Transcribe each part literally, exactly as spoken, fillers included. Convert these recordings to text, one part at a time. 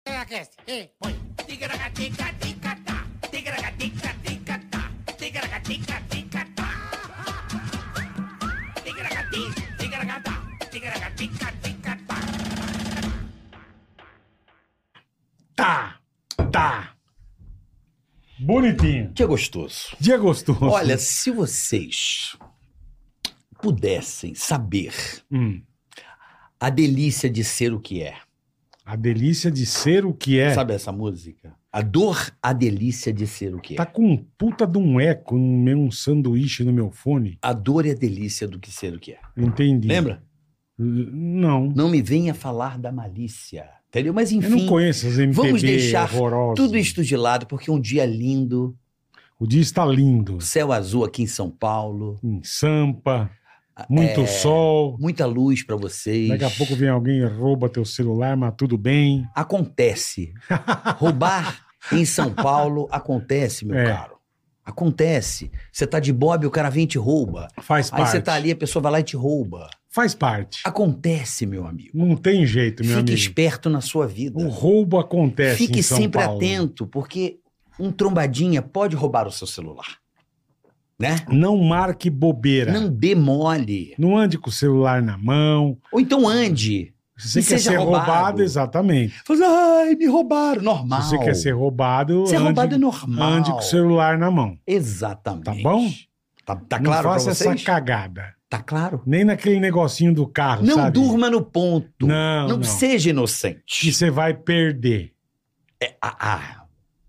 Ticaracast, ei, põe. Ticaracatica-ticatá, ticaracatica-ticatá, ticaracatica-ticatá. Ticaracati, ticaracatá, ticaracatica-ticatá. Tá, tá. Bonitinho. Que é gostoso. Dia gostoso. Olha, se vocês pudessem saber Hum, a delícia de ser o que é. a delícia de ser o que é. Sabe essa música? A dor, a delícia de ser o que Tá é. com um puta de um eco no meu um sanduíche no meu fone. A dor e a delícia do que ser o que é. Entendi. Lembra? L- Não. Não me venha falar da malícia. Entendeu? Mas Eu enfim, não conheço as M P B vamos deixar horrorosas. tudo isto de lado, porque um dia lindo, O dia está lindo. céu azul aqui em São Paulo, Em Sampa, muito É, sol. muita luz pra vocês. Daqui a pouco vem alguém e rouba teu celular, mas tudo bem. Acontece. Roubar em São Paulo acontece, meu É. caro. Acontece. Você tá de bobe, o cara vem e te rouba. Faz Aí parte. você tá ali, a pessoa vai lá e te rouba. Faz parte. Acontece, meu amigo. Não tem jeito, meu Fique amigo. esperto na sua vida. O roubo acontece Fique em São sempre Paulo. atento, porque um trombadinha pode roubar o seu celular. Né? Não marque bobeira. Não dê mole. Não ande com o celular na mão. Ou então ande. Se você E quer seja ser roubado, roubado. exatamente. Fala, ai, me roubaram. Normal. Se você quer ser roubado, Ser ande, roubado é normal. ande com o celular na mão. Exatamente. Tá bom? Tá, tá Não claro pra faça vocês? essa cagada. Tá claro? Nem naquele negocinho do carro, Não sabe? durma no ponto. Não, não. seja Que inocente. você vai perder. É, ah, ah.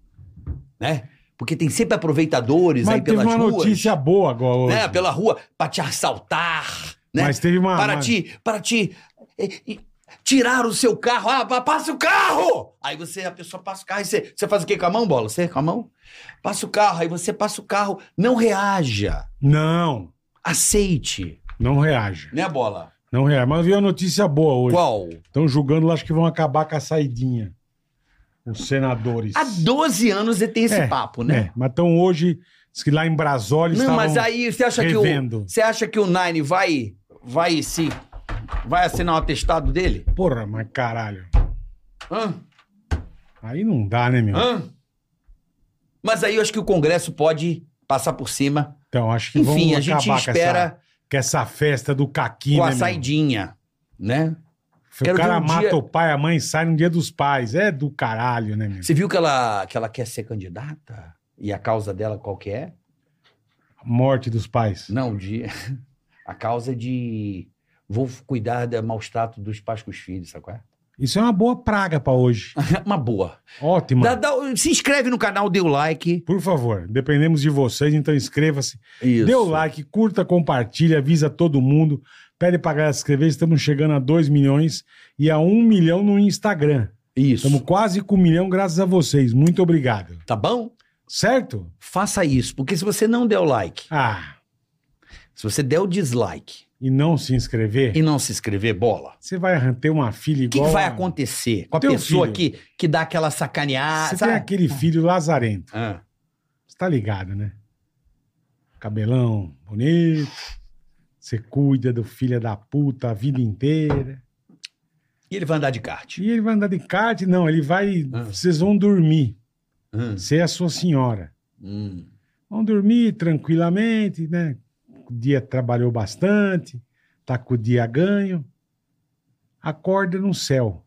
Né? Porque tem sempre aproveitadores Mas aí teve pelas uma ruas. notícia boa agora hoje. Né? Pela rua, pra te assaltar. Né? Mas teve uma... para uma- te, para te eh, eh, tirar o seu carro. Ah, pa- passa o carro! Aí você, a pessoa passa o carro e você, você faz o quê com a mão, Bola? Você com a mão? Passa o carro, aí você passa o carro. Não reaja. Não, Aceite. não reage. Né, Bola? Não reage. Mas eu vi uma notícia boa hoje. Qual? Estão julgando, acho que vão acabar com a saidinha. Os senadores. Há doze anos você tem esse É, papo, né? É, mas estão hoje, diz que lá em Brasólia Não, estavam mas aí você acha que o revendo. você acha que o Nine vai vai se vai assinar o atestado dele? Porra, mas caralho. Hã? Aí não dá, né, meu? Hã? Mas aí eu acho que o Congresso pode passar por cima. Então, acho que Enfim, vão a gente acabar com espera essa, com essa festa do caqui, com né, a meu? saidinha, né? O Quero cara ver um mata dia- o pai, a mãe sai no dia dos pais. É do caralho, né, meu? Você viu que ela que ela quer ser candidata? E a causa dela qual que é? A morte dos pais. Não, de a causa é de vou cuidar do maus trato dos pais com os filhos, sabe qual é? Isso é uma boa praga pra hoje. Uma boa. Ótima. Dá- dá- se inscreve no canal, dê o like. Por favor, dependemos de vocês, então inscreva-se. Isso. Dê o like, curta, compartilha, avisa todo mundo. Pede pra galera se inscrever. Estamos chegando a dois milhões e a um milhão no Instagram. Isso. Estamos quase com um milhão graças a vocês. Muito obrigado. Tá bom? Certo? Faça isso, porque se você não der o like, Ah, se você der o dislike e não se inscrever, e não se inscrever, bola, você vai ter uma filha o que, igual... que vai a- acontecer com a Teu pessoa filho. que, que dá aquela sacaneada? Você sabe? tem aquele filho lazarento. Ah, Você tá ligado, né? Cabelão bonito. Você cuida do filho da puta a vida inteira. e ele vai andar de kart. E ele vai andar de kart? Não, ele vai... Ah. Vocês vão dormir. Hum, Você é a sua senhora. hum. Vão dormir tranquilamente, né? O dia trabalhou bastante, tá com o dia ganho. Acorda no céu.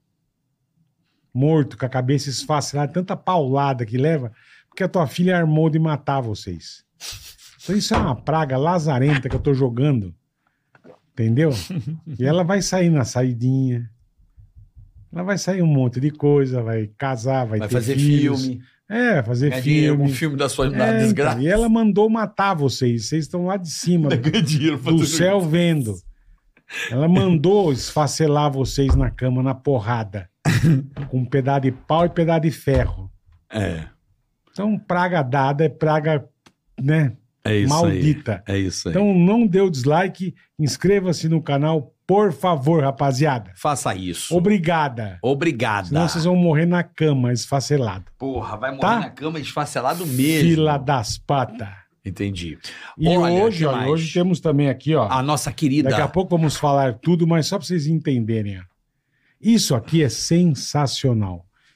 Morto, com a cabeça esfacelada, tanta paulada que leva, porque a tua filha armou de matar vocês. Então isso é uma praga lazarenta que eu tô jogando. Entendeu? E ela vai sair na saidinha. Ela vai sair um monte de coisa, vai casar, vai, Vai ter fazer filhos. filme. É, vai fazer Ganhar dinheiro com filme. um filme da sua É, da desgraça. então, e ela mandou matar vocês. Vocês estão lá de cima do, Ganha dinheiro do fazendo céu isso. vendo. Ela mandou esfacelar vocês na cama, na porrada. Com um pedaço de pau e pedaço de ferro. É, Então, praga dada é praga, né? é isso Maldita. aí. É isso aí. Então, não dê o dislike. Inscreva-se no canal, por favor, rapaziada. Faça isso. Obrigada. Obrigada. Senão vocês vão morrer na cama, esfacelado. Porra, vai morrer Tá? na cama esfacelado mesmo. Fila das patas. Entendi. E Olha, hoje, que ó, mais? hoje temos também aqui, ó. A nossa querida... Daqui a pouco vamos falar tudo, mas só para vocês entenderem. Ó. Isso aqui é sensacional.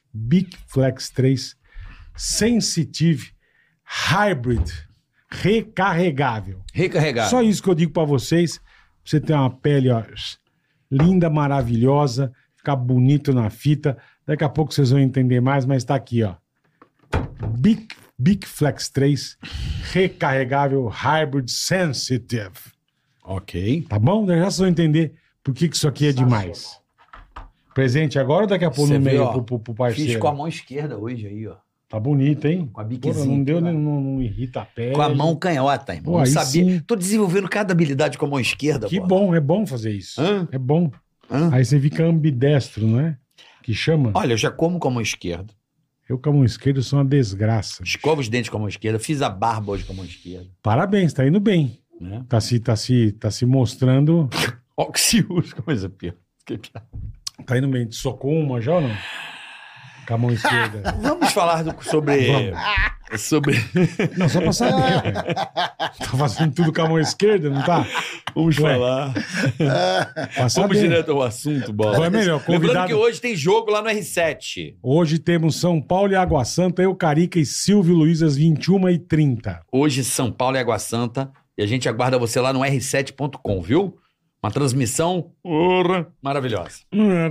Bic Flex três Sensitive Hybrid recarregável. Recarregável. Só isso que eu digo pra vocês. Pra você ter uma pele, ó, linda, maravilhosa, ficar bonito na fita. Daqui a pouco vocês vão entender mais, mas tá aqui, ó. Bic, Bic Flex três recarregável Hybrid Sensitive. Ok. Tá bom? Já vocês vão entender por que, que isso aqui é demais. Presente agora ou daqui a pouco Você no vê, meio ó, pro, pro, pro parceiro? Fiz com a mão esquerda hoje aí, ó. Tá bonito, hein? Com a Porra, biquezinha. não deu, aqui, ó. não, não irrita a pele. Com a mão canhota, irmão. Pô, Não aí sabia. sim. Tô desenvolvendo cada habilidade com a mão esquerda, Que pô. bom, é bom fazer isso. Hã? É bom. Hã? Aí você fica ambidestro, não é? Que chama? Olha, eu já como com a mão esquerda. Eu com a mão esquerda sou uma desgraça. Escovo os dentes com a mão esquerda. Fiz a barba hoje com a mão esquerda. Parabéns, tá indo bem. Né? Tá se, tá se, tá se mostrando. Ó, que se usa, coisa pior. Que piada. Tá indo bem. Te socou uma já ou não? Com a mão esquerda. Vamos falar do- sobre... sobre... Não, só pra saber. velho. Tá fazendo tudo com a mão esquerda, não tá? Vamos Ué. falar. Pra Vamos saber. direto ao assunto, Bola. Qual é melhor? Lembrando Convidado. que hoje tem jogo lá no R sete. Hoje temos São Paulo e Água Santa, eu, Carica e Silvio Luiz às vinte e uma e trinta. Hoje, São Paulo e Água Santa. E a gente aguarda você lá no R sete ponto com, viu? Uma transmissão orra, maravilhosa.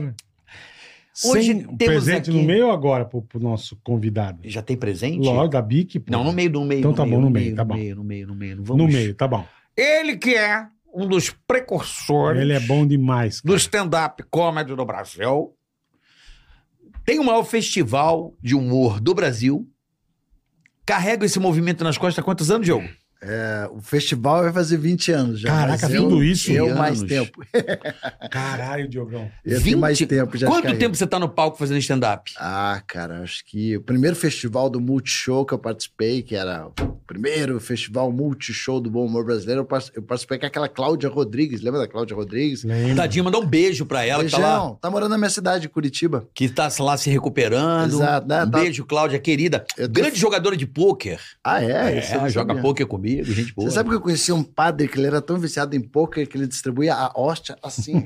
Hoje Sem temos presente aqui- no meio ou agora pro, pro nosso convidado? Já tem presente? Lógico, da Bic. pô. Não, no meio, no meio. Então tá bom, no meio, tá no bom. meio, no meio, no meio. Não No vamos- meio, tá bom. Ele que é um dos precursores Ele é bom demais. do stand-up comedy do Brasil. Tem o maior festival de humor do Brasil. Carrega esse movimento nas costas há quantos anos, Diogo? É, o festival vai fazer vinte anos já. Caraca, mas eu- tudo isso? Eu anos. mais tempo. Caralho, Diogão. Eu tenho mais tempo já de Quanto carreira. tempo você tá no palco fazendo stand-up? Ah, cara, acho que o primeiro festival do Multishow que eu participei, que era o primeiro festival Multishow do Bom Humor Brasileiro, eu par- eu participei com aquela Cláudia Rodrigues. Lembra da Cláudia Rodrigues? Lembra? Tadinha, mandar um beijo pra ela que tá lá, Beijão, tá morando na minha cidade, Curitiba. que tá lá se recuperando. Exato, né? Um Tá- beijo, Cláudia, querida. Eu tô- Grande jogadora de pôquer. Ah, é? É, Isso eu não joga sabia. pôquer comigo, gente boa. Você sabe que eu conheci um padre que ele era tão viciado em pôquer que ele distribuía a hóstia assim.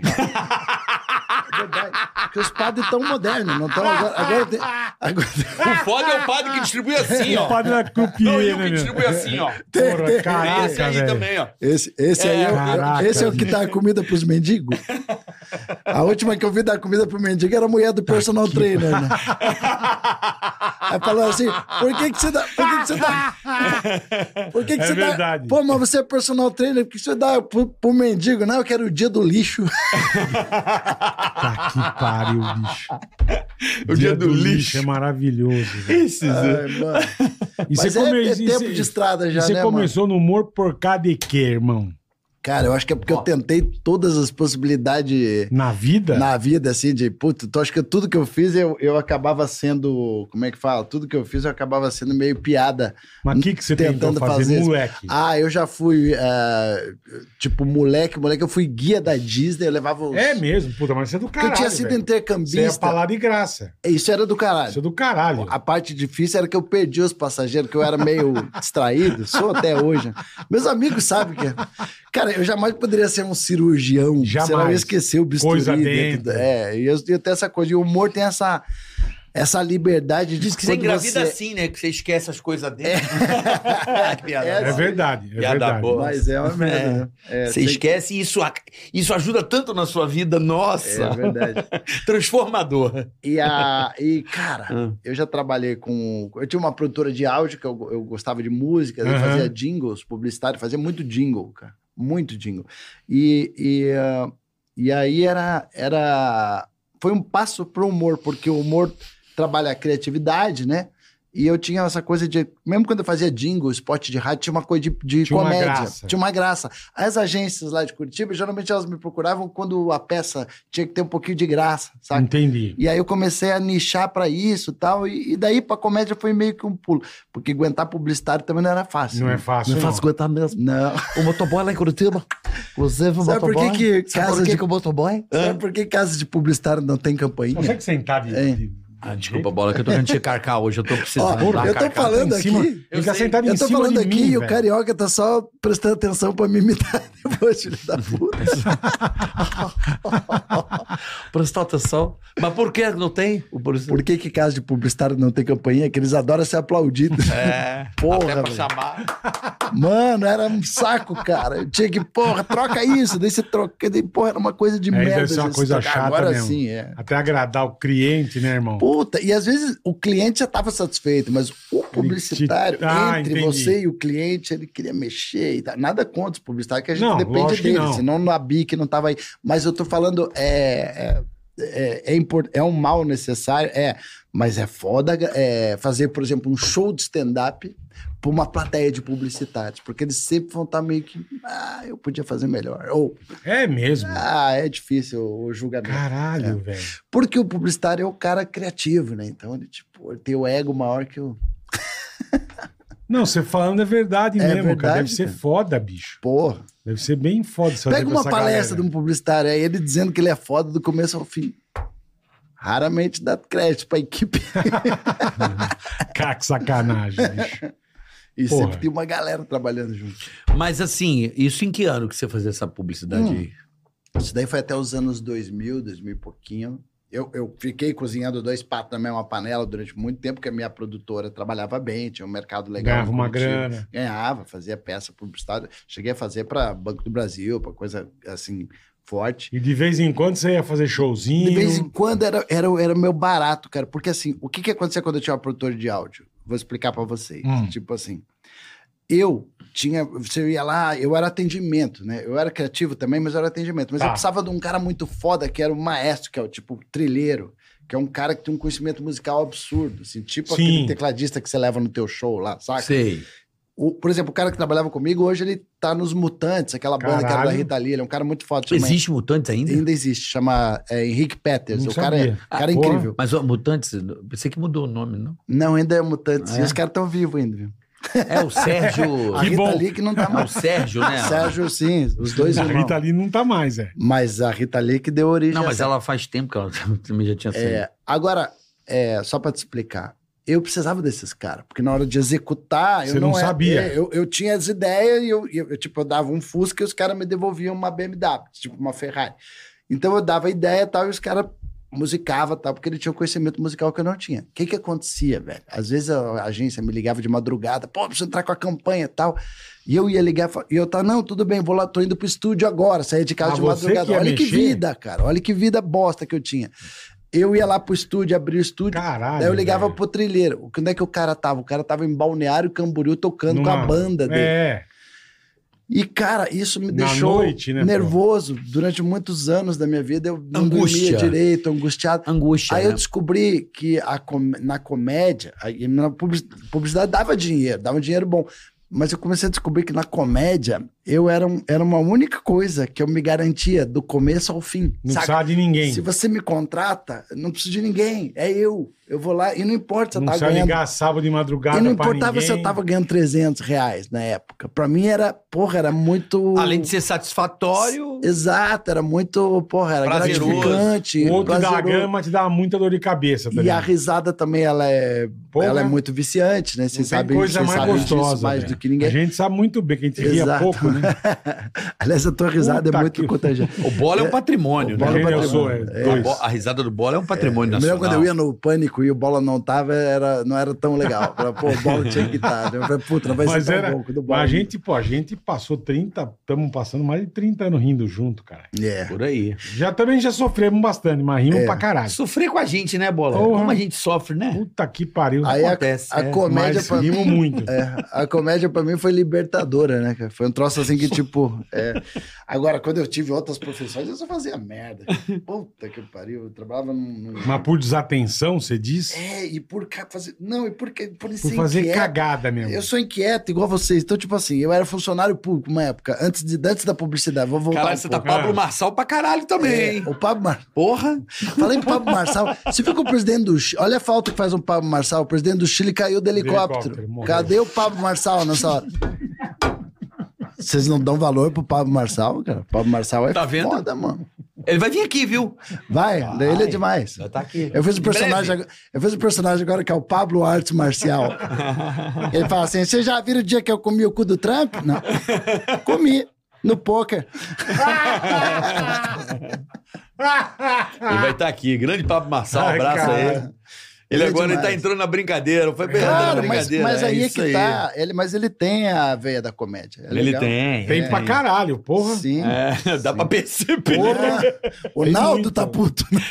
É verdade. Porque os padres estão modernos, não estão agora. Agora, tem, agora O foda é o padre que distribui assim, ó. O padre da Não, croupier, eu né, que meu? distribui assim, ó. Porra, Tem esse caraca, aí velho. também, ó. Esse, esse aí É, é, o- caraca, esse é o que dá a comida pros mendigos? A última que eu vi dar comida pro mendigo era a mulher do personal trainer, né? Aí falou assim: por que que você dá? Por que que você dá? Por que que É você verdade. dá? Pô, mas você é personal trainer, por que você dá pro, pro mendigo? Não, eu quero o dia do lixo. Tá que pariu, bicho. O dia do lixo. é maravilhoso. velho. Esses, Ai, mano. E Mas você é, come- é e tempo você- de estrada já, e você né, começou no humor por causa de quê, irmão? Cara, eu acho que é porque eu tentei todas as possibilidades Na vida? na vida, assim, de, puta, tu acho que tudo que eu fiz, eu, eu acabava sendo, como é que fala? Tudo que eu fiz, eu acabava sendo meio piada. Mas o que, que você tentou Tentando fazer, fazer isso. moleque? Ah, eu já fui, é, tipo, moleque, moleque, eu fui guia da Disney, eu levava os... É mesmo, puta, mas você é do Porque caralho, eu tinha sido velho. Você ia intercambista. pra lá de graça. Isso era do caralho. Isso é do caralho. A parte difícil era que eu perdi os passageiros, que eu era meio distraído, sou até hoje. Meus amigos sabem que... Cara, eu jamais poderia ser um cirurgião. Jamais. Você não ia esquecer o bisturi Coisa dentro. dentro. É, e eu, eu tenho essa coisa. E o humor tem essa, essa liberdade de... Diz que você quando engravida você- assim, né? Que você esquece as coisas dele. Que piada. É, É verdade, é Piada verdade. boa. Mas é uma merda, É. né? É, Você tem- esquece e isso, ac- isso ajuda tanto na sua vida, nossa. É verdade. Transformador. E, a, e, cara, Ah. eu já trabalhei com... Eu tinha uma produtora de áudio que eu, eu gostava de músicas, eu Aham. fazia jingles publicitários, fazia muito jingle, cara. Muito jingle. E, e, ah, e aí era, era... Foi um passo pro humor, porque o humor trabalha a criatividade, né? E eu tinha essa coisa de... Mesmo quando eu fazia jingle, spot de rádio, tinha uma coisa de, de Tinha uma comédia. graça. Tinha uma graça. As agências lá de Curitiba, geralmente elas me procuravam quando a peça tinha que ter um pouquinho de graça, sabe? Entendi. E aí eu comecei a nichar pra isso e tal, e, e daí pra comédia foi meio que um pulo. Porque aguentar publicitário também não era fácil. Não né? é fácil, Não é não. fácil aguentar mesmo. Não. O motoboy lá em Curitiba. Inclusive, o Sabe por motoboy. que que Sabe casa por que de- que o motoboy? Sabe por que casa de publicitário não tem campainha? Consegue sentar de, É. de Ah, desculpa, Bola, que eu tô querendo te carcar hoje. Eu tô precisando. Ó, dar eu tô carcada. falando Em cima- aqui. Eu Fica sei. sentado em Eu tô cima falando de aqui mim, e o velho. carioca tá só prestando atenção pra me imitar depois, filho da puta. Prestar atenção. Mas por que não tem? O por... Por que que casa de publicitário não tem campainha? Que eles adoram ser aplaudidos. É, Porra, até pra velho. chamar. Mano, era um saco, cara. Eu tinha que, porra, troca isso. Daí você troca. Daí, porra, era uma coisa de É, merda. deve ser uma você coisa trocar. chata Agora mesmo. sim, é. Até agradar o cliente, né, irmão? Puta, e às vezes o cliente já estava satisfeito, mas o publicitário, te- Ah, entre entendi. você e o cliente, ele queria mexer e tal. Nada contra os publicitários, que a gente Não, depende lógico que dele, não. senão a B I C não tava aí. Mas eu tô falando, é, é, é, é, import- é um mal necessário, é, mas é foda é, fazer, por exemplo, um show de stand-up para uma plateia de publicitários, porque eles sempre vão estar meio que, ah, eu podia fazer melhor, ou, É mesmo. ah, é difícil o julgamento. Caralho, velho. Porque o publicitário é o cara criativo, né? Então ele, tipo, ele tem o ego maior que o. Não, você falando é verdade É mesmo, cara. verdade, Deve ser cara. foda, bicho. Porra. Deve ser bem foda. fazer Pega com uma essa palestra galera. de um publicitário, é ele dizendo que ele é foda do começo ao fim. Raramente dá crédito pra equipe. Cara, que sacanagem, bicho. E Porra. sempre tem uma galera trabalhando junto. Mas assim, isso em que ano que você fazia essa publicidade Hum. aí? Isso daí foi até os anos dois mil, dois mil e pouquinho. Eu, eu fiquei cozinhando dois pratos na mesma panela durante muito tempo, porque a minha produtora trabalhava bem, tinha um mercado legal. Ganhava em uma Curitiba. grana. Ganhava, fazia peça publicitária. Cheguei a fazer para Banco do Brasil, para coisa assim, forte. E de vez em quando você ia fazer showzinho. De vez em quando era, era, era meu barato, cara. Porque assim, o que que acontecia quando eu tinha uma produtora de áudio? Vou explicar para vocês. Hum. Tipo assim, eu tinha, você ia lá, eu era atendimento, né? Eu era criativo também, mas eu era atendimento. Mas Tá. eu precisava de um cara muito foda, que era o maestro, que é o tipo trilheiro, que é um cara que tem um conhecimento musical absurdo, assim, tipo Sim. aquele tecladista que você leva no teu show lá, saca? Sei. O, por exemplo, o cara que trabalhava comigo, hoje ele tá nos Mutantes, aquela banda que era da Caralho. Rita Lee, ele é um cara muito foda. chama- Existe Mutantes ainda? Ainda existe, chama é, Henrique Peters. Não O cara é, sabia. o cara é Porra. incrível. Mas ó, Mutantes, eu pensei que mudou o nome, não? Não, ainda é Mutantes. É? E os caras estão vivos ainda, viu? É o Sérgio. A Que Rita bom. Lee que não tá É o mais. Sérgio, né? Sérgio, sim, os dois A irmãos. Rita ali não tá mais, é. Mas a Rita Lee que deu origem Não, a mas essa. ela faz tempo que ela também já tinha saído. É, agora, é, só pra te explicar, eu precisava desses caras, porque na hora de executar, eu Você não não, era- sabia. é, eu, eu tinha as ideias e eu, eu, eu, tipo, eu dava um Fusca e os caras me devolviam uma B M W, tipo uma Ferrari. Então eu dava a ideia e tal, e os caras musicavam tal, porque ele tinha um conhecimento musical que eu não tinha. O que que acontecia, velho? Às vezes a agência me ligava de madrugada, pô, preciso entrar com a campanha e tal. E eu ia ligar e eu tava, não, tudo bem, vou lá, tô indo pro estúdio agora, saí de casa Ah, de você madrugada. que ia Olha que mexer? vida, cara, olha que vida bosta que eu tinha. Eu ia lá pro estúdio, abria o estúdio, Caralho. daí eu ligava velho. pro trilheiro. Onde é que o cara tava? O cara tava em Balneário Camboriú tocando com Numa- a banda dele. É. E, cara, isso me Na deixou noite, né, pô? nervoso. Durante muitos anos da minha vida, eu não Angústia. dormia direito, angustiado. Angústia. Aí né? eu descobri que a com- na comédia, aí na publici- publicidade dava dinheiro, dava um dinheiro bom. Mas eu comecei a descobrir que na comédia eu era, um- era uma única coisa que eu me garantia do começo ao fim. Não saca? precisava de ninguém. Se você me contrata, não preciso de ninguém. É eu. Eu vou lá e não importa se eu Não tava precisa ganhando. ligar sábado de madrugada E não pra importava ninguém. se eu tava ganhando trezentos reais na época. Pra mim era, porra, era muito. Além de ser satisfatório, Exato, era muito, porra, era Prazeroso. gratificante. O outro da prazeroso. gama te dá muita dor de cabeça também. E a risada também, ela é, Porra. ela é muito viciante, né? Não Vocês tem sabem, coisa vocês mais sabem gostosa. disso mais velho. do que ninguém. A gente sabe muito bem que a gente ria Exato. pouco, né? Aliás, a tua risada Puta é muito que- contagiante. o bola é um patrimônio, O né? bola é um Eu patrimônio. sou, é, É. A, dois. bo- a risada do bola é um patrimônio Eu me lembro nacional. quando eu ia no Pânico e o Bola não tava, era, não era tão legal. Eu falava, pô, o Bola tinha que estar. Eu falei, puta, não vai Mas ser tão era. bom quando o Mas Bola... a gente, pô, a gente passou trinta, estamos passando mais de trinta anos rindo junto, cara. É. Por aí. Já também já sofremos bastante, mas rimos É. pra caralho. Sofrer com a gente, né, Bola? Porra. Como a gente sofre, né? Puta que pariu. Aí a, Acontece, a é. comédia Mas pra mim... rimos muito. É, a comédia pra mim foi libertadora, né, cara? Foi um troço assim que, tipo... é. Agora, quando eu tive outras profissões, eu só fazia merda. Puta que pariu. Eu trabalhava num... num- Mas por desatenção, você diz? É, e por ca- fazer... Não, e por, que- por, Por ser fazer inquieto. cagada mesmo. Eu sou inquieto, igual vocês. Então, tipo assim, eu era funcionário público uma época, antes, de, antes da publicidade. Vou voltar Caralho, um você tá pouco. Pablo Marçal pra caralho também, É, hein? o Pablo Mar... Porra! Falei pro Pablo Marçal. Você viu que o presidente do Chile... Olha a falta que faz um Pablo Marçal. O presidente do Chile caiu do helicóptero. helicóptero, morreu. Cadê o Pablo Marçal nessa hora? Vocês não dão valor pro Pablo Marçal, cara? O Pablo Marçal é Tá vendo? foda, mano. Ele vai vir aqui, viu? Vai, Vai. ele é demais. Vai estar aqui. Eu fiz o Em personagem, breve. agora- eu fiz o personagem agora que é o Pablo Artes Marcial. Ele fala assim: vocês já viram o dia que eu comi o cu do Trump? Não. Comi. No poker. Ele vai estar aqui. Grande Pablo Marçal, um Ai, abraço cara. aí. Ele Ele é agora ele tá demais. entrando na brincadeira. Foi bem entrando na Claro, mas, brincadeira. mas aí é isso que tá. Ele, mas ele tem a veia da comédia. É Ele legal. tem. Tem pra caralho, porra. Sim. É, dá pra perceber. O Tem Naldo muito. tá puto. né?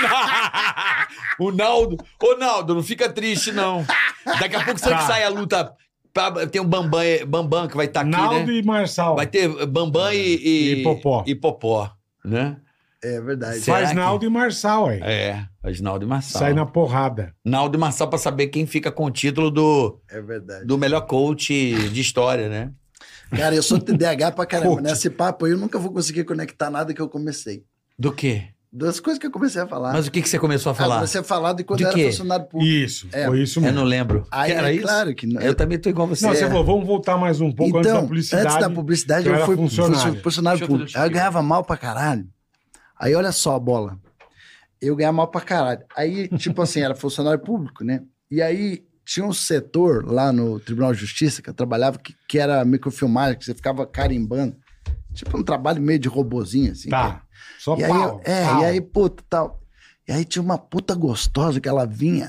O Naldo. Ô, Naldo, não fica triste, não. Daqui a pouco sabe Tá. que sai a luta. pra- Tem o Bambam, Bambam que vai estar aqui, Naldo né? e Marçal. Vai ter Bambam e, e, E Popó. E Popó, né? É verdade. Será Faz que- Naldo e Marçal, aí. É, faz Naldo e Marçal. Sai na porrada. Naldo e Marçal pra saber quem fica com o título do, É verdade. do melhor coach de história, né? Cara, eu sou T D A H pra caramba. Coach. Nesse papo aí eu nunca vou conseguir conectar nada que eu comecei. Do quê? Das coisas que eu comecei a falar. Mas o que, que você começou a Ah, falar? você falar de quando De eu era quê? funcionário público. Isso, É, foi isso Eu mesmo. não lembro. Aí, Que era é isso? claro que não. Eu também tô igual você. Não, você É. falou, vamos voltar mais um pouco antes da Então, publicidade. antes da publicidade, que eu eu era fui funcionário. funcionário, funcionário Deixa eu fazer público. um Aí eu ganhava mal pra caralho. Aí olha só a bola. Eu ganhava mal pra caralho. Aí, tipo assim, era funcionário público, né? E aí tinha um setor lá no Tribunal de Justiça que eu trabalhava que, que era microfilmagem, que você ficava carimbando. Tipo um trabalho meio de robozinho, assim. Tá. Só E aí, pau. eu- é, pau. e aí, puta, tal. E aí tinha uma puta gostosa que ela vinha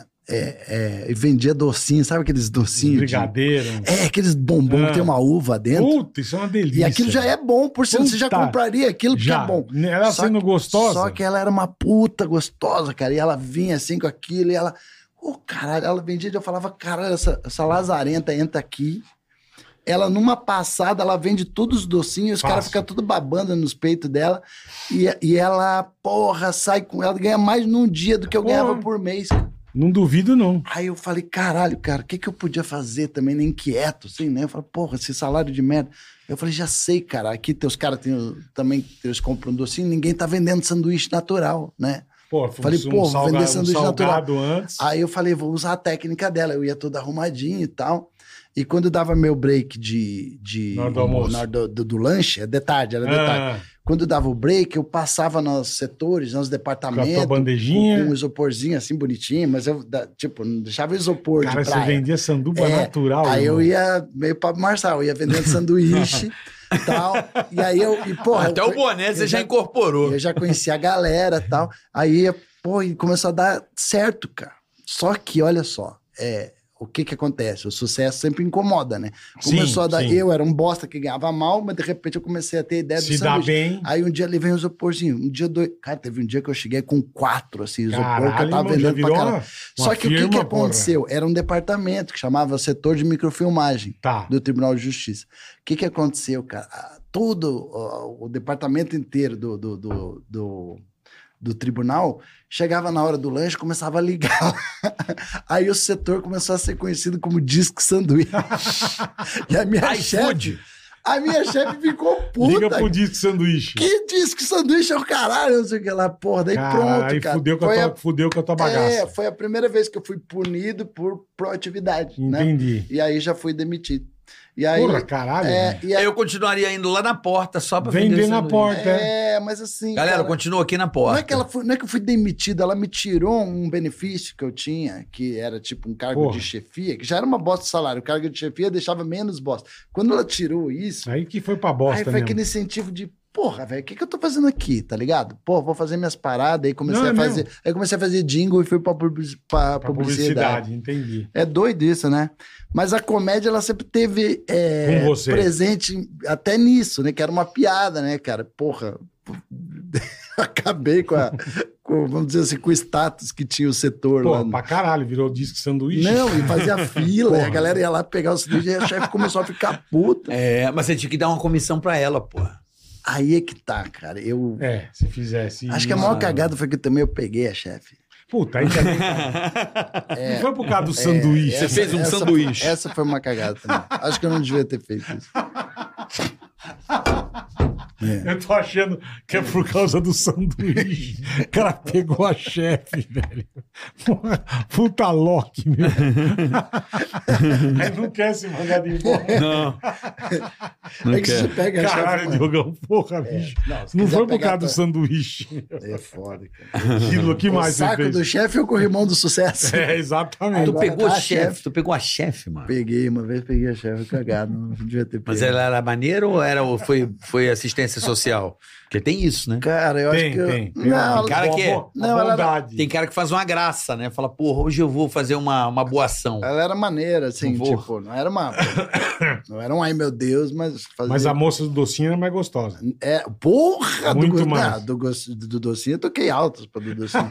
é, é, e vendia docinho, sabe aqueles docinhos? de- Brigadeiro. É, aqueles bombons Ah. que tem uma uva dentro. Puta, isso é uma delícia. E aquilo já é bom, por cento. Você já Puta. compraria aquilo porque Já. é bom. Ela Só sendo que- gostosa. Só que ela era uma puta gostosa, cara. E ela vinha assim com aquilo e ela... Ô, caralho, ela vendia e eu falava, caralho, essa, essa lazarenta entra aqui. Ela, numa passada, ela vende todos os docinhos, os Fácil. caras ficam tudo babando nos peitos dela. E, e ela, porra, sai com... Ela ganha mais num dia do que eu Porra. ganhava por mês. Não duvido, não. Aí eu falei, caralho, cara, o que, que eu podia fazer também, nem inquieto, assim, né? Eu falei, porra, esse salário de merda. Eu falei, já sei, cara, aqui teus caras têm o- também, eles compram docinho, ninguém tá vendendo sanduíche natural, né? Pô, Falei, um pô, vou salga- vender um sanduíche salgado antes. Aí eu falei, vou usar a técnica dela, eu ia todo arrumadinho e tal. E quando dava meu break de... de Na hora do almoço. na hora do, do- do lanche, é de tarde, era de tarde. Ah, Quando dava o break, eu passava nos setores, nos departamentos. Com a tua bandejinha. Com um isoporzinho assim, bonitinho, mas eu, da- tipo, não deixava isopor cara, de você praia. vendia sanduba É, natural. Aí eu irmão. ia meio Pablo Marçal, eu ia vendendo sanduíche e tal. E aí eu, e porra. Até eu, o boné você eu já já- incorporou. eu já conhecia a galera e tal. Aí, pô, e começou a dar certo, cara. Só que, olha só, é, o que que acontece? O sucesso sempre incomoda, né? Começou Sim, a dar. sim. Eu era um bosta que ganhava mal, mas de repente eu comecei a ter ideia do Se dá sanduíche. bem. Aí um dia ele vem o isoporzinho, um dia dois. Cara, teve um dia que eu cheguei com quatro, assim, isopor que eu Caralho, tava irmão, já vendendo pra virou caralho. uma, Só uma que o que, firma, que porra. aconteceu? Era um departamento que chamava Setor de Microfilmagem Tá. do Tribunal de Justiça. O que, que aconteceu, cara? Ah, Todo ó, o departamento inteiro do, do, do, do, do tribunal chegava na hora do lanche, começava a ligar. Aí o setor começou a ser conhecido como Disque Sanduíche. E a minha chefe, iFood. a minha chefe ficou puta. Liga pro disco sanduíche. Que Disque Sanduíche é o caralho, não sei o que lá, porra. Daí Cara, pronto, aí cara. fudeu com, a Foi tua, a- fudeu com a tua bagaça. é, foi a primeira vez que eu fui punido por proatividade, né? Entendi. E aí já fui demitido. E aí, Porra, caralho. é, velho. e aí Eu continuaria indo lá na porta só pra Vender vender na sanduíche. porta. é, mas assim, Galera, cara, continua aqui na porta. não é que ela foi, não é que eu fui demitido, ela me tirou um benefício que eu tinha, que era tipo um cargo Porra. de chefia, que já era uma bosta de salário, o cargo de chefia deixava menos bosta. Quando ela tirou isso, Aí que foi pra aí bosta foi mesmo. aquele incentivo de, porra, velho, o que, que eu tô fazendo aqui, tá ligado? Pô, vou fazer minhas paradas, aí comecei Não, é a fazer, mesmo? aí comecei a fazer jingle e fui pra, publici- pra Pra publicidade. publicidade, entendi. É doido isso, né? Mas a comédia, ela sempre teve é, Com você. presente até nisso, né? Que era uma piada, né, cara? Porra, acabei com a, com, vamos dizer assim, com o status que tinha o setor lá. Pô, no- pra caralho, virou disco sanduíche. Não, e fazia fila, e a Porra. galera ia lá pegar o sanduíche e a chefe começou a ficar puta. É, mas você tinha que dar uma comissão pra ela, pô. Aí é que tá, cara. Eu É, se fizesse acho que a isso. maior cagada foi que também eu peguei a chefe. Puta, aí também. Não foi por causa do sanduíche. Você fez um essa, sanduíche. Essa foi uma cagada também. Acho que eu não devia ter feito isso. É. Eu tô achando que é por causa do sanduíche. O cara pegou a chefe, velho. Puta Loki, meu. Aí não quer se mandar de embora. Não. Não É que você quer. pega a Caralho, chave, mano. Diogão, porra, bicho. Não, se Não quiser foi por pegar causa do tua- sanduíche. É foda, cara. Aquilo que O mais você saco fez? do chefe ou com o irmão do sucesso? É, exatamente. Tu Agora pegou tá a a chefe, chefe. tu pegou a chefe, mano. Peguei, uma vez peguei a chefe cagado. Não devia ter pego. Mas ela era maneira ou era, ou foi, foi assistência social? Porque tem isso, né? Cara, eu Tem, acho que. eu- tem. tem Não, Tem cara a que é- bo- a Não, ela- bondade. Tem cara que faz uma graça, né? Fala, porra, hoje eu vou fazer uma, uma boa ação. ela era maneira, assim, Não vou. tipo, não era uma. Não era um ai meu Deus, mas fazia. Mas a moça do docinho era mais gostosa. É, porra Muito do, go- mais. não, do, go- do, do docinho, eu toquei altos pra do docinho.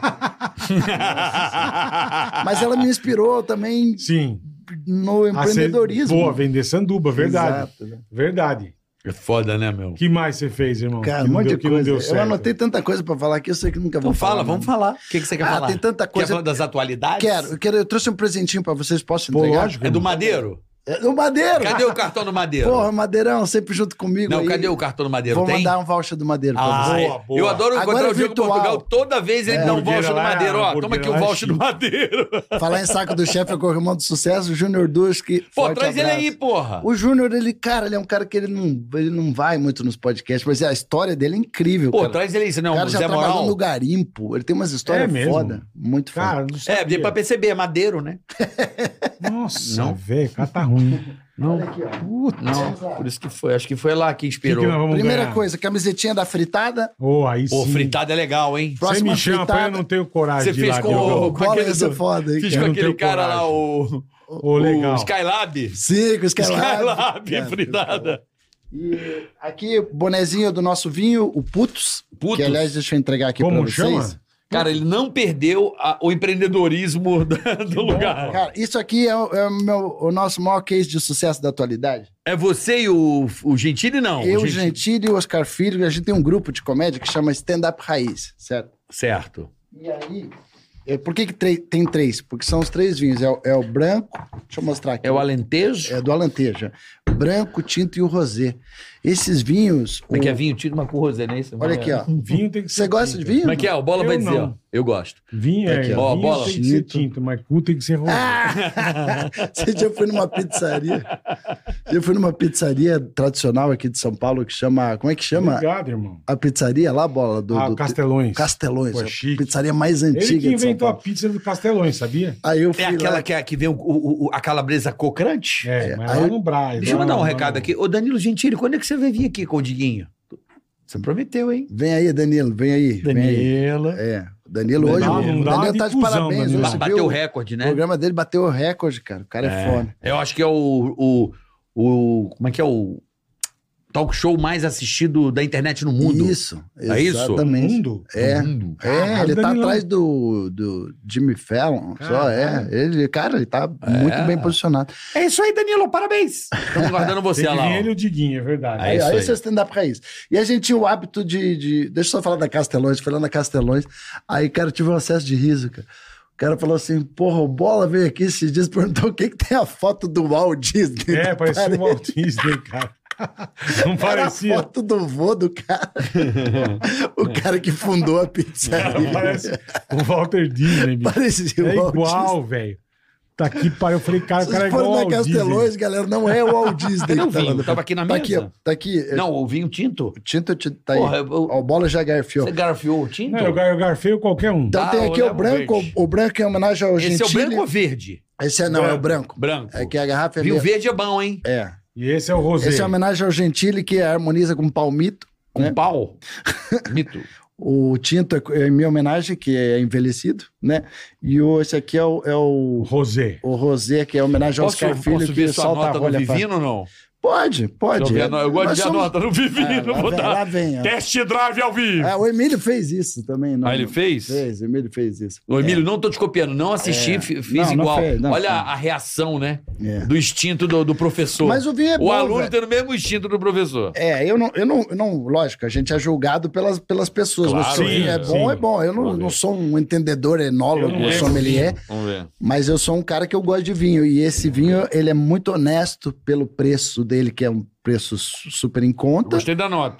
Mas ela me inspirou também Sim. no A ser- empreendedorismo. Boa, vender sanduba, verdade. Exato, né? Verdade. É foda, né, meu? O que mais você fez, irmão? Cara, que um não monte deu, de que não coisa. deu Eu certo. anotei tanta coisa pra falar que eu sei que nunca Então vou falar. fala, vamos falar. O que, que você quer Ah, falar? tem tanta coisa- Quer falar das atualidades? Quero, eu quero, eu trouxe um presentinho pra vocês, posso Pô, entregar? lógico. É do Madeiro? É do Madeiro. Cadê o cartão do Madeiro? Porra, Madeirão, sempre junto comigo. Não, aí. cadê o cartão do Madeiro? Vou Tem? mandar um voucher do Madeiro pra Ah, você. Boa, boa. eu adoro Agora encontrar é o Diogo virtual. Portugal. Toda vez ele É. dá um voucher do Hamburgueira lá, Madeiro. Ó, toma hamburgueira aqui o lá é voucher do chique. Madeiro. Falar em saco do chefe é corrimão do sucesso, o Júnior Duski. Pô, forte traz ele abraço. aí, porra. O Júnior, ele, cara, ele é um cara que ele não, ele não vai muito nos podcasts, mas a história dele é incrível, Pô, cara. traz ele aí, você não O é cara um já Zé trabalhou Moral? no garimpo, ele tem umas histórias É mesmo? foda, muito foda. Cara, não É, sabia. deu pra perceber, é Madeiro, né? Nossa, Não. velho, o cara tá ruim. Não, Aqui, ó. Puta. não, por isso que foi. Acho que foi lá que O que, inspirou. que nós vamos Primeira ganhar? coisa, camisetinha da fritada. Ô, aí Pô, sim. fritada é legal, hein? Você Próxima me chama, fritada. põe, eu não tenho coragem Você de ir fez lá, com Diogão. o- Bola aquele ia ser do- foda, hein? Fiz Eu com não aquele tenho cara lá, coragem. o, Ô, legal. o Skylab. Sim, com os caras lá. Skylab, É, fritada. E aqui, bonezinho do nosso vinho, o Putos. Putos. Que, aliás, deixa eu entregar aqui Como pra vocês. chama? Cara, ele não perdeu a- o empreendedorismo da- do lugar. Cara, isso aqui é, o, é o meu, o nosso maior case de sucesso da atualidade. É você e o, o Gentili, não? Eu, o o Gentili e o Oscar Filho, a gente tem um grupo de comédia que chama Stand Up Raiz, certo? Certo. E aí, é, por que, que tre- tem três? Porque são os três vinhos. É, o- é o branco, deixa eu mostrar aqui. É o Alentejo? É do Alentejo. Branco, tinto e o rosé. Esses vinhos... Como é que é o- vinho? Tira uma com rosé, né? Isso? Olha aqui, ó. Vinho tem que ser Você gosta de tinto. vinho? Como é que é? O Bola Eu vai dizer, não. ó. Eu gosto. Vinho, é, Aqui, vinho ó. Ó, bola. tem que ser Tinto. tinto, mas cu tem que ser rosé. Você já foi numa pizzaria? Eu fui numa pizzaria tradicional aqui de São Paulo que chama... Como é que chama? Obrigado, irmão. A pizzaria lá, Bola? Do, Ah, do- Castelões. Castelões. Pô, a chique. pizzaria mais Ele antiga que de São inventou a Paulo. pizza do Castelões, sabia? Aí eu fui É aquela lá... que, é- que vem o, o- o- a calabresa crocante? É, mas aí lá eu- no Braz. Deixa eu lá mandar um no- recado no- aqui. Ô, Danilo Gentili, quando é que você vai vir aqui com o Diguinho? Você prometeu, hein? Vem aí, Danilo, vem aí. Vem aí. Danilo. É, o Danilo hoje... Não, não o dá Danilo uma tá de difusão, parabéns. Danilo. Hoje Bateu viu o recorde, O né? programa dele bateu o recorde, cara. O cara é, foda. Eu acho que é o, o, o... Como é que é o... Talk show mais assistido da internet no mundo. Isso, É isso? exatamente. Mundo? É, No mundo. é Caralho, ele tá Danilão. atrás do, do Jimmy Fallon, só é. Caralho. Ele, cara, ele tá muito bem posicionado. É isso aí, Danilo. Parabéns. Estamos guardando você Tem que lá. vir ó. ele e o Diguinho, é verdade. É Aí, isso aí aí. esse é stand-up raiz. E a gente tinha o hábito de, de... Deixa eu só falar da Castelões, falando da Castelões. Aí, cara, eu tive um acesso de riso, cara. O cara falou assim, porra, o Bola veio aqui esses dias e perguntou o que que tem a foto do Walt Disney. É, na parecia o parede. Walt Disney, cara. Não Era parecia. a foto do vô do cara. O cara que fundou a pizzaria. Parece o Walter Disney, bicho. Parecia o É Walt igual, velho. Tá aqui, pariu. Eu falei, cara, o Vocês cara é foram igual na ao Disney. Castelões, galera, não é o Walt Disney. Cadê o que tá lá vinho? no- Tava aqui na Tá mesa? aqui, ó. Tá aqui. Não, o vinho tinto? O tinto ti- tá Porra, aí. eu- Ó, o Bola já garfiou. Você garfiou o tinto? Não, eu gar- eu garfei qualquer um. Então Ah, tem eu aqui o levo branco. verde. O, o branco é homenagem ao Esse Gentili. é o branco ou verde? Esse é, não, é o branco. Branco. É que a garrafa é... Vinho meio- verde é bom, hein? É. E esse é o rosé. Esse é homenagem ao Gentili, que harmoniza com palmito. Com né? pau. Mito. O tinto é é em minha homenagem, que é envelhecido, né? E o, esse aqui é o, é O o, rosé. o rosé, que é homenagem ao Posso, Oscar Filho, posso ver que sua solta a nota no rolha. pra- Vivino ou não? Pode, pode. Deixa eu ver a no- eu gosto Nós de ver a somos- nota no Vivino. É, lá vou vem, dar. lá vem, ó. Test drive ao vivo. É, o Emílio fez isso também. Não, Ah, ele fez? Fez, o Emílio fez isso. Ô, Emílio, não tô te copiando, não assisti, É. fi- fiz Não, não igual. fez, não Olha fez. a reação, né? É. Do instinto do, do professor. Mas o vinho é o bom, aluno velho. tendo o mesmo instinto do professor. É, eu não, eu não, eu não, lógico, a gente é julgado pelas, pelas pessoas, Claro, mas se o vinho sim, é bom, sim. é bom. Eu não, Vamos ver. não sou um entendedor, enólogo, Eu não sommelier, Vamos ver. mas eu sou um cara que eu gosto de vinho, e esse vinho, ele é muito honesto pelo preço dele, que é um preço su- super em conta. Gostei da nota.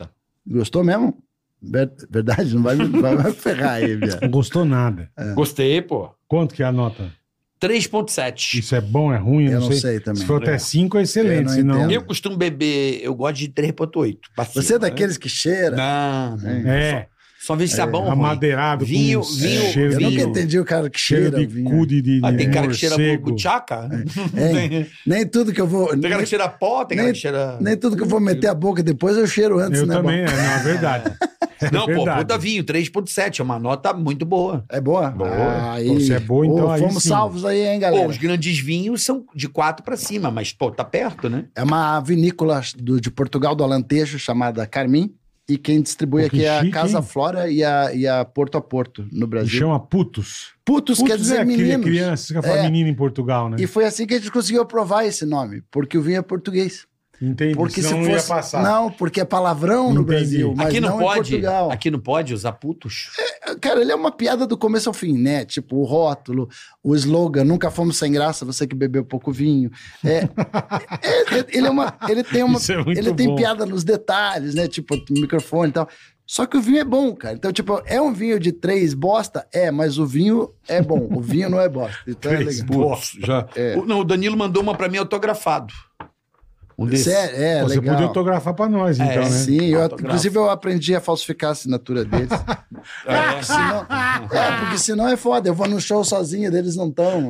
Gostou mesmo? Ver- Verdade? Não vai me, vai me ferrar aí, viado. Não gostou nada. Gostei, pô. Quanto que é a nota? três ponto sete. Isso é bom, é ruim? Eu não sei também. Se for até cinco, é excelente. Eu não Senão... entendo. Eu costumo beber, eu gosto de três ponto oito. Você é daqueles que cheira? Não, não. É, Só vejo sabão ruim. amadeirado Vinho, com vinho, cheiro Eu de... nunca entendi o cara que Cheiro cheira de vinho. cu de, de, Ah, de tem cara que cheira morcego. buchaca? É, nem tudo que eu vou... Tem cara Nem, que cheira pó, tem cara nem- que cheira... nem tudo que eu vou meter a boca depois eu cheiro antes, Eu né? também, bom? é, não, é verdade. É Não, pô, verdade. puta vinho, três ponto sete, é uma nota muito boa. É boa? Boa. Aí, Pô, se é boa, então Ô, aí fomos sim. salvos aí, hein, galera? Pô, os grandes vinhos são de quatro pra cima, mas, pô, tá perto, né? É uma vinícola do, de Portugal, do Alentejo, chamada Carmim. E quem distribui Pô, aqui que é a chique, Casa hein? Flora e a, e a Porto a Porto, no Me Brasil. chama putos. Putos, quer dizer é cri- meninos. criança, você fala É. menino em Portugal, né? E foi assim que a gente conseguiu aprovar esse nome, porque o vinho é português. Entendi, Porque senão se não fosse... ia passar. Não, porque é palavrão no Entendi. Brasil, mas aqui não, não, em pode, Portugal. aqui não pode usar putos. Cara, ele é uma piada do começo ao fim, né? Tipo, o rótulo, o slogan, nunca fomos sem graça, você que bebeu pouco vinho. É, é- é- ele, é uma, ele tem uma... Isso é muito ele tem bom. piada nos detalhes, né? Tipo, microfone e tal. Só que o vinho é bom, cara. Então, tipo, é um vinho de três bosta? É, mas o vinho é bom. O vinho não é bosta. Então é Três legal. bosta. já. É. O- não, o Danilo mandou uma pra mim autografado. Um desses. Sério, é, Pô, você legal. podia autografar pra nós, então, É, né? Sim, eu, Autografo. inclusive eu aprendi a falsificar a assinatura deles. É. Senão- é, porque senão é foda. Eu vou no show sozinho, eles não estão.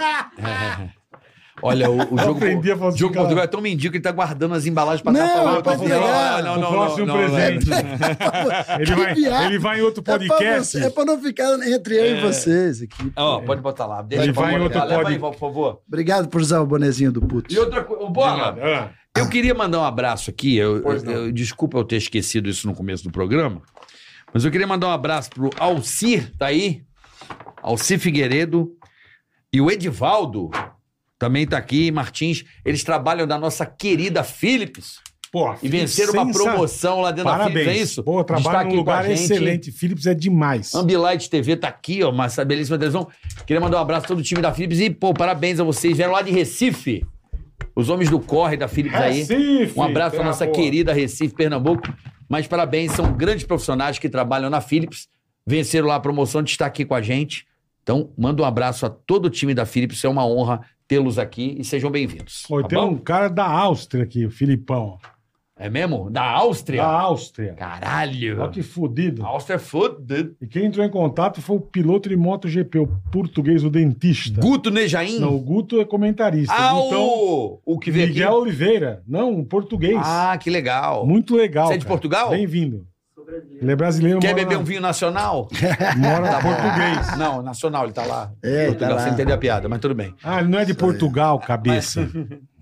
Olha, o, o jogo, aprendi a o falsificar. jogo Portugal é tão mendigo que ele tá guardando as embalagens pra Não, dar pra é pra outro. entregar. Não, O não, próximo não, não, não. presente. Ele Que vai, viagem. ele vai em outro É pra, podcast. você- é pra não ficar entre eu e vocês aqui. Ó, pode botar lá. Deixa Ele pra vai em botar. outro Leva pod- aí, por favor. Obrigado por usar o bonezinho do puto. E outra coisa, Bola, Ah, eu queria mandar um abraço aqui. Eu, Pois eu- não. eu- desculpa eu ter esquecido isso no começo do programa, mas eu queria mandar um abraço pro Alcir, tá aí? Alcir Figueiredo e o Edivaldo também tá aqui, Martins. Eles trabalham da nossa querida Philips pô, e venceram uma sensa- promoção lá dentro da Parabéns. Philips, é isso? Pô, Está trabalho aqui num com a lugar gente. excelente. Philips é demais. Ambilight T V tá aqui, ó, uma essa belíssima televisão. Queria mandar um abraço a todo o time da Philips e, pô, parabéns a vocês. Vieram lá de Recife, os homens do corre da Philips aí. Recife, Um abraço pra terra nossa boa. querida Recife, Pernambuco. Mas parabéns, são grandes profissionais que trabalham na Philips. Venceram lá a promoção de estar aqui com a gente. Então, manda um abraço a todo o time da Philips. É uma honra tê-los aqui e sejam bem-vindos. Pô, tá tem bom? um cara da Áustria aqui, o Filipão. É mesmo? Da Áustria? Da Áustria. Caralho! Olha que fudido. Áustria é foda. E quem entrou em contato foi o piloto de MotoGP, o português, o dentista. Guto Nejaim? Não, o Guto é comentarista. Ah, Gutão, o... o que veio Miguel aqui? Oliveira. Não, um português. Ah, que legal. Muito legal. Você é de cara. Portugal? Bem-vindo. Ele é brasileiro, Quer mora, beber na- um vinho nacional? mora português. Não, nacional, ele tá lá. É, Portugal, tá lá. você entendeu a piada, mas tudo bem. Ah, ele não é de Portugal, cabeça.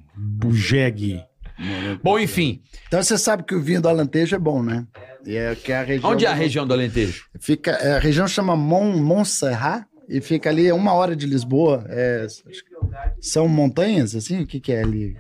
Bujegue. Bom, enfim. Então você sabe que o vinho do Alentejo é bom, né? E é, que é a região Onde é a do- região do Alentejo? Fica, é, a região chama Mon, Montserrat e fica ali a uma hora de Lisboa. É, acho que são montanhas, assim? O que, que é ali?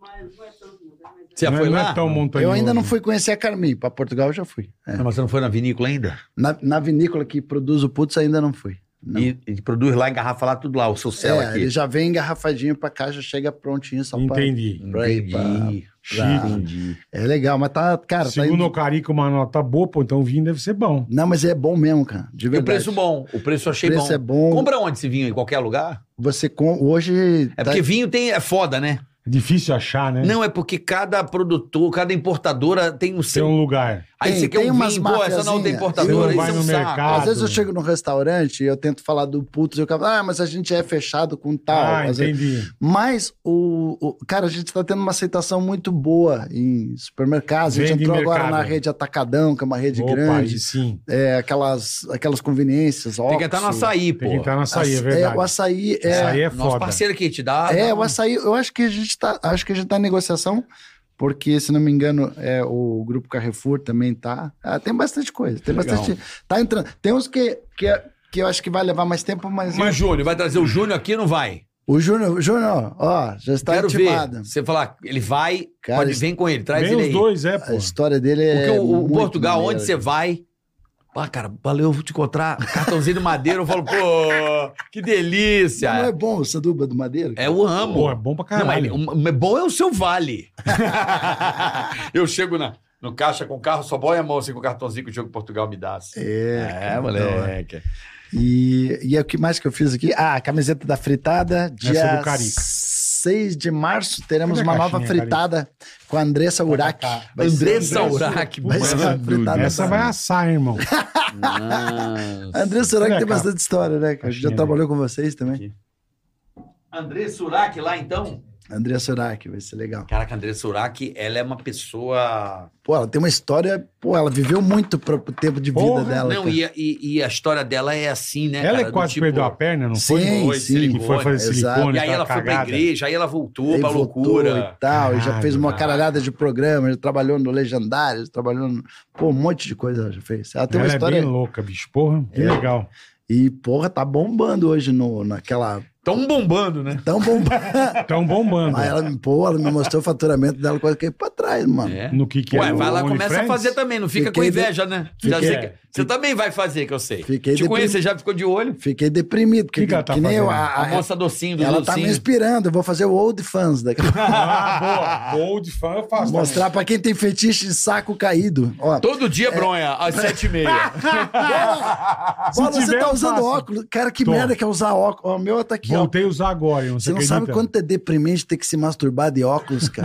Você já não, é- foi não lá? é tão montanhoso. Eu ainda não fui conhecer a Carmim. Para Portugal eu já fui. É. Não, mas você não foi na vinícola ainda? Na, na vinícola que produz o Putz ainda não fui. Não. E, e produz lá, engarrafa lá tudo lá, o seu céu É, aqui. ele já vem engarrafadinho pra cá, já chega prontinho só pra... Entendi. pra ir pra- Entendi. Chique. Entendi. É legal, mas tá, cara, tá Segundo indo... o Carica, uma nota boa, pô, então o vinho deve ser bom. Não, mas é bom mesmo, cara, de E o verdade. preço bom, o preço eu achei O preço bom. é bom. Compra onde esse vinho? Em qualquer lugar? Você com... hoje... É tá- porque vinho tem, é foda, né? É difícil achar, né? Não, é porque cada produtor, cada importadora tem o Tem seu... um lugar. Aí Tem- você quer tem um umas vinho, pô, essa não tem mafiazinhas. importadora, Você isso vai é um no saco. mercado. Às vezes eu chego num restaurante e eu tento falar do Putz e o cara fala, ah, mas a gente é fechado com tal. Ah, Às vezes- entendi. Mas, o, o- cara, a gente tá tendo uma aceitação muito boa em supermercados. A gente Vende em entrou agora mercado. na rede Atacadão, que é uma rede Opa, aí grande. sim. É, aquelas, aquelas conveniências, Tem que entrar no Oxo. açaí, pô. Tem que entrar no açaí, é Aç- verdade. o açaí é... Açaí é Nosso foda. parceiro aqui te dá... É, dá o um- açaí, eu acho que a gente tá, acho que a gente tá em negociação, porque, se não me engano, é, o Grupo Carrefour também tá. Ah, tem bastante coisa, tem Legal. bastante. Tá entrando. Tem uns que, que, que eu acho que vai levar mais tempo, mas. Mas Júnior, vai trazer o Júnior aqui ou não vai? O Júnior, Júnior, ó, já está Quero intimado. ver. Você falar, ele vai, Cara, pode, isso- vem com ele, traz Vem ele os aí. dois, é, A pô. história dele é. Porque o, o muito Portugal, maneira. onde você vai... Ah, cara, valeu, eu vou te encontrar. Cartãozinho de madeira, eu falo, pô, que delícia. Não é bom o sanduba do Madeira? É, eu amo. Pô, é bom pra Não, mas caralho. o o bom é o seu vale. Eu chego na, no caixa com o carro, só põe a mão assim com o cartãozinho que o Diogo Portugal me dá. Assim. É, É, moleque. E, e o que mais que eu fiz aqui? Ah, a camiseta da fritada. Dia do Carica. seis de março teremos Cadê a uma nova caixinha, fritada com a Andressa Urach. Vai ser- Andressa Urach, vai ser uma mano. fritada Essa vai assar, irmão. Nossa. A Andressa Urach Cadê a tem ca- bastante história, né? cara? Já caixinha trabalhou com vocês também. Aqui. André Surak lá, então? Andressa Urach, vai ser legal. Caraca, a André Surak, ela é uma pessoa... Pô, ela tem uma história... Pô, ela viveu muito pro, pro tempo de vida Porra, dela. Não, cara. e, a- e, e a história dela é assim, né, Ela cara? é Do quase tipo- perdeu a perna, não foi? Sim, Foi, sim. silicone. Que foi fazer Exato. silicone, E aí aquela ela foi pra cagada. igreja, aí ela voltou Aí pra voltou loucura. e tal, e já Caralho, fez uma cara. caralhada de programa, já trabalhou no Legendário, trabalhou no... Pô, um monte de coisa ela já fez. Ela tem Ela uma história... é bem louca, bicho. Porra, que É. legal. E, porra, tá bombando hoje no, naquela... Tão bombando, né? Tão bombando. Tão bombando. Aí ela, pô, ela me mostrou o faturamento dela, quase que pra trás, mano. É. No que que Ué, é? vai o lá, começa a OnlyFans? fazer também, não fica Fiquei com de- inveja, né? Já Fiquei- sei que- Você também vai fazer, que eu sei. Fiquei Te deprim- conheço, você já ficou de olho. Fiquei deprimido, porque Que que, que ela tá que nem eu, fazendo? a, A a- moça docinho do ela tá me docinho. inspirando. Eu vou fazer o Old Fans daqui. Ah, boa. Old fã eu faço Mostrar pra quem tem fetiche de saco caído. Ó, Todo dia, É. bronha, às sete e meia. Bola, você tiver, tá eu usando faço. óculos. Cara, que Tô. merda que é usar óculos. Ó, o meu tá aqui, também. ó. Voltei a usar agora, irmão. Você não acredita? sabe quanto é deprimente ter que se masturbar de óculos, cara.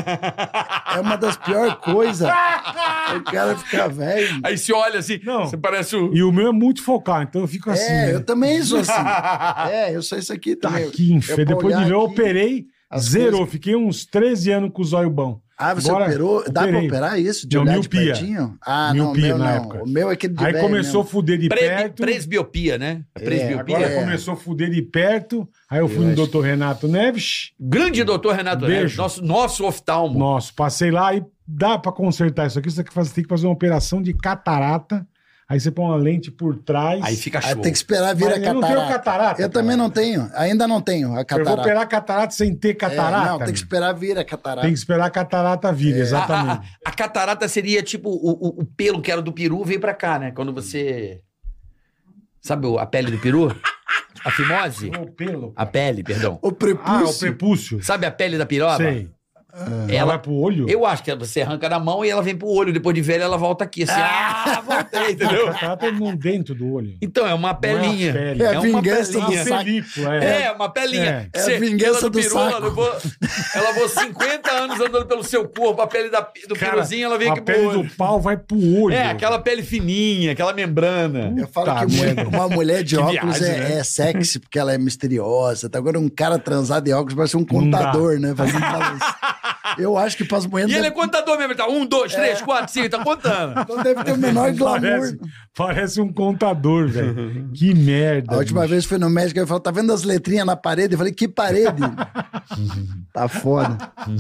É uma das piores coisas. O cara fica velho. Aí você olha assim, Não. você parece o... E o meu é muito focal, então eu fico assim. É, né? eu também sou assim. É, eu sou isso aqui Tá também. aqui, inferno. Eu pra Depois de olhar ver, eu aqui, operei, as zerou. coisas- Fiquei uns treze anos com o zóio bom. Ah, você Agora, operou? Dá pra operei. operar isso? De Não, olhar miopia. de pertinho? Ah, Miopia não, o meu na não. época. O meu é aquele de Aí velho começou mesmo. a fuder de Pre- perto. presbiopia, né? É presbiopia. Agora É. começou a fuder de perto. Aí eu fui Eu no acho- doutor Renato Neves. Grande doutor Renato Beijo. Neves, nosso, nosso oftalmo. Nossa, passei lá e dá pra consertar isso aqui. Você tem que fazer, tem que fazer uma operação de catarata. Aí você põe uma lente por trás. Aí fica Aí show. tem que esperar vir Mas a eu não catarata. tenho catarata, Eu também cara. não tenho. Ainda não tenho a Eu vou catarata. operar catarata sem ter É, catarata. não, tem que meu. esperar vir a catarata. Tem que esperar a catarata vir, A, a- exatamente. a- a catarata seria tipo o, o- o pelo que era do peru veio pra cá, né? Quando você. Sabe o- a pele do peru? A fimose? O pelo. A pele, perdão. O Ah, o prepúcio. prepúcio. Sabe a pele da piroba? Sei. Ela Ela, vai pro olho? eu acho que você arranca na mão e ela vem pro olho. Depois de velha, ela volta aqui assim. Ah, voltei, entendeu? A catarata é no dentro do olho. Então, é uma pelinha. pele. É a É uma vingança do pelinha. Ah, saco. película, É, é. uma pelinha. É. É a vingança ela do peru, saco. Ela levou, ela levou cinquenta anos andando pelo seu corpo, a pele da, do Cara, peruzinho, ela vem a aqui pro pele olho. do pau vai pro olho. É, aquela pele fininha, aquela membrana. Eu falo Puta que mu- merda. uma mulher de Que óculos viagem, é, né? é sexy porque ela é misteriosa. Tá? Agora um cara transar de óculos parece um Não dá. contador, né? Fazendo balanço. Eu acho que para as mulheres E ele é deve, contador mesmo, ele tá um, dois, três, quatro, cinco, tá contando. não deve ter o menor glamour. Parece, parece um contador, velho. Que merda. A última bicho. vez fui no médico, ele falou, tá vendo as letrinhas na parede? Eu falei, que parede? Tá foda.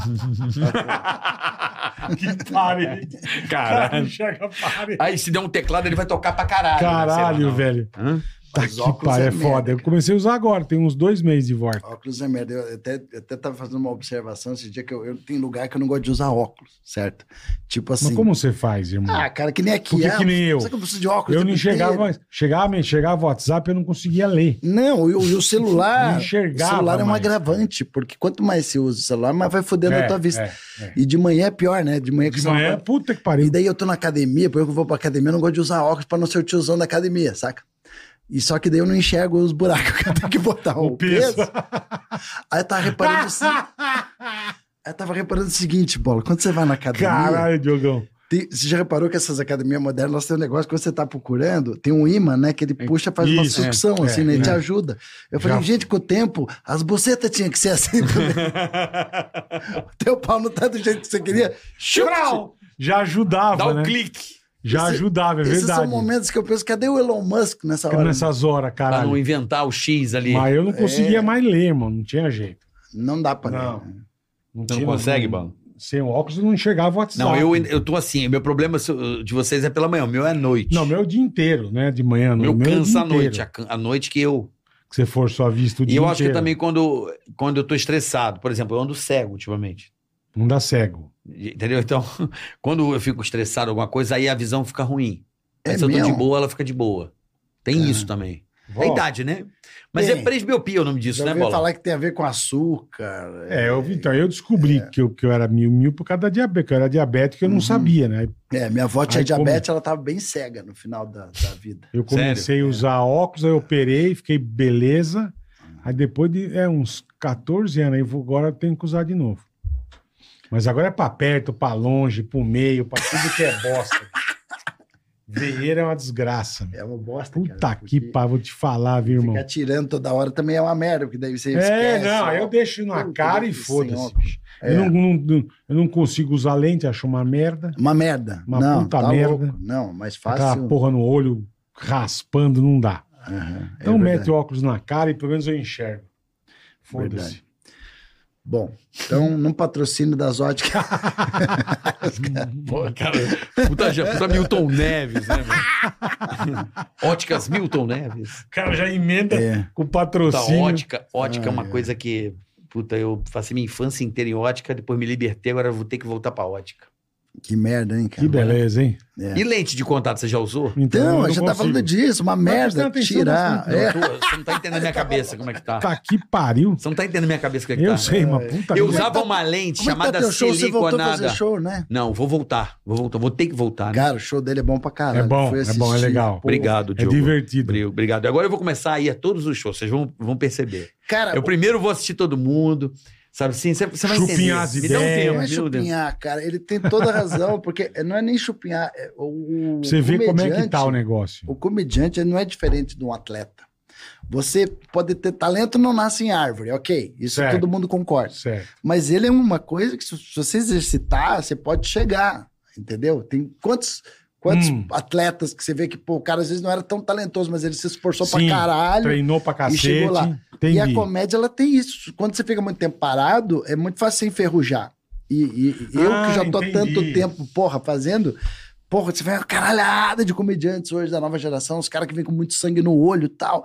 Que parede. Caralho. Chega a parede. Aí se der um teclado, ele vai tocar pra caralho. né? Caralho, Sei lá, não. velho. Hã? Tá Mas que óculos pariu, é é merda. foda. Eu comecei a usar agora, tem uns dois meses de volta. Óculos é merda. Eu até, eu até tava fazendo uma observação esse dia que eu, eu tenho lugar que eu não gosto de usar óculos, certo? Tipo assim. Mas como você faz, irmão? Ah, cara, que nem aqui. Por que ah, que nem eu? Sabe que eu preciso de óculos? eu o não tempo enxergava inteiro? mais. Chegava, chegava o WhatsApp, eu não conseguia ler. Não, e o, e o celular. Não enxergava o celular é um mais. agravante, porque quanto mais você usa o celular, mais vai fodendo É, a tua vista. é, é. E de manhã é pior, né? De manhã que De você não manhã, vai- puta que pariu. E daí eu tô na academia, porque eu vou pra academia, eu não gosto de usar óculos pra não ser o tiozão da academia, saca? E só que daí eu não enxergo os buracos que eu tenho que botar o, O peso. peso. Aí eu tava reparando assim. Aí eu tava reparando o seguinte, Bola, quando você vai na academia, Caralho, Diogão. tem- você já reparou que essas academias modernas, elas têm um negócio que você tá procurando, tem um imã, né, que ele puxa, faz uma Isso, sucção, é, assim, é, né, e é. te ajuda. Eu falei, Já- gente, com o tempo, as bucetas tinham que ser assim também. O teu pau não tá do jeito que você queria. Frau! Já ajudava, Dá um né? clique. Já Esse- ajudava, é Esses verdade. são momentos que eu penso, cadê o Elon Musk nessa hora? Nessas horas, Pra não caralho. inventar o X ali. Mas eu não conseguia É. mais ler, irmão. Não tinha jeito. Não dá pra Não. ler. né? Não, Não consegue, não- Balo? Sem o óculos eu não enxergava o WhatsApp. Não, eu, eu tô assim, meu problema de vocês é pela manhã, o meu é à noite. Não, meu é o dia inteiro, né? De manhã. O no meu meu é o cansa dia à noite, inteiro. a, can- à noite que eu... Que você forçou a vista o E dia eu acho que inteiro. também quando, quando eu tô estressado, por exemplo, eu ando cego ultimamente. Não dá cego. Entendeu? Então, quando eu fico estressado alguma coisa, aí a visão fica ruim. Aí É se eu tô de mesmo? boa, ela fica de boa. Tem Cara. isso também. Vó. É idade, né? Mas Tem. é presbiopia o nome disso, Já né, ouvi Bola? falar que tem a ver com açúcar. É, eu, então, eu descobri que, eu, que eu era mil, mil por causa da diabetes, que eu era diabético e eu não Uhum. sabia, né? É, minha avó tinha Aí diabetes, ela tava bem cega no final da, da vida. Eu comecei a usar óculos, aí eu operei, fiquei beleza. Aí depois de é, uns catorze anos, aí vou- agora eu tenho que usar de novo. Mas agora é pra perto, pra longe, pro meio, pra tudo que é bosta. Veieira é uma desgraça. Meu. É uma bosta, Puta cara, que porque pariu, vou te falar, viu, irmão? Ficar tirando toda hora também é uma merda, porque daí você É, esquece. não, ó. eu deixo na Puta, cara e Deus sem foda-se. óculos. Eu, É. não, não- não- eu não consigo usar lente, acho uma merda. Uma merda. Uma não, puta tá merda. louco. Não, mais Aquela fácil. porra no olho, raspando, não dá. Aham, é Então mete verdade. o óculos na cara e pelo menos eu enxergo. Foda-se. Verdade. Bom, então, num patrocínio das óticas. Pô, cara, puta, já- puta Milton Neves, né, meu? Óticas Milton Neves. O cara já emenda É. com Puta, patrocínio. ótica, ótica é uma Ai, ai. coisa que... Puta, eu passei minha infância inteira em ótica, depois me libertei, agora eu vou ter que voltar pra ótica. Que merda, hein, cara? Que beleza, hein? É. E lente de contato, você já usou? Então, eu a gente não tá consigo. falando disso, uma merda. prestando atenção Tirar. bastante, É. Eu tô- você não tá entendendo a minha cabeça como é que tá. Tá que pariu. Você não tá entendendo a minha cabeça como é que Eu tá. sei, mas puta Eu que- usava uma lente Como é que tá chamada teu show? Você voltou a siliconada. fazer show, né? Não, vou voltar. Vou voltar. Vou ter que voltar, né? Cara, o show dele é bom pra caralho. É bom, Fui é bom, é assistir. legal. Pô, Obrigado, É Diogo. divertido. Bri- Obrigado. Agora eu vou começar a ir a todos os shows, vocês vão, vão perceber. Cara, Eu primeiro vou assistir todo mundo, sabe assim? Você você vai entender. Chupinhar as Me dá um ideias. tempo, não é meu Deus. chupinhar, cara. Ele tem toda a razão, porque não é nem chupinhar. é o, o Você vê como é que comediante- tá o negócio. O comediante ele não é diferente de um atleta. Você pode ter talento, não nasce em árvore, ok. Isso Certo. todo mundo concorda. Certo. Mas ele é uma coisa que, se se você exercitar, você pode chegar, entendeu? Tem quantos, quantos Hum. atletas que você vê que, pô, o cara às vezes não era tão talentoso, mas ele se esforçou Sim, pra caralho. Treinou pra E cacete. chegou lá. Entendi. E a comédia, ela tem isso. Quando você fica muito tempo parado, é muito fácil você enferrujar. E, e- e eu Ah, que já tô entendi. tanto tempo, porra, fazendo... Porra, você vê uma caralhada de comediantes hoje da nova geração, os caras que vêm com muito sangue no olho e tal.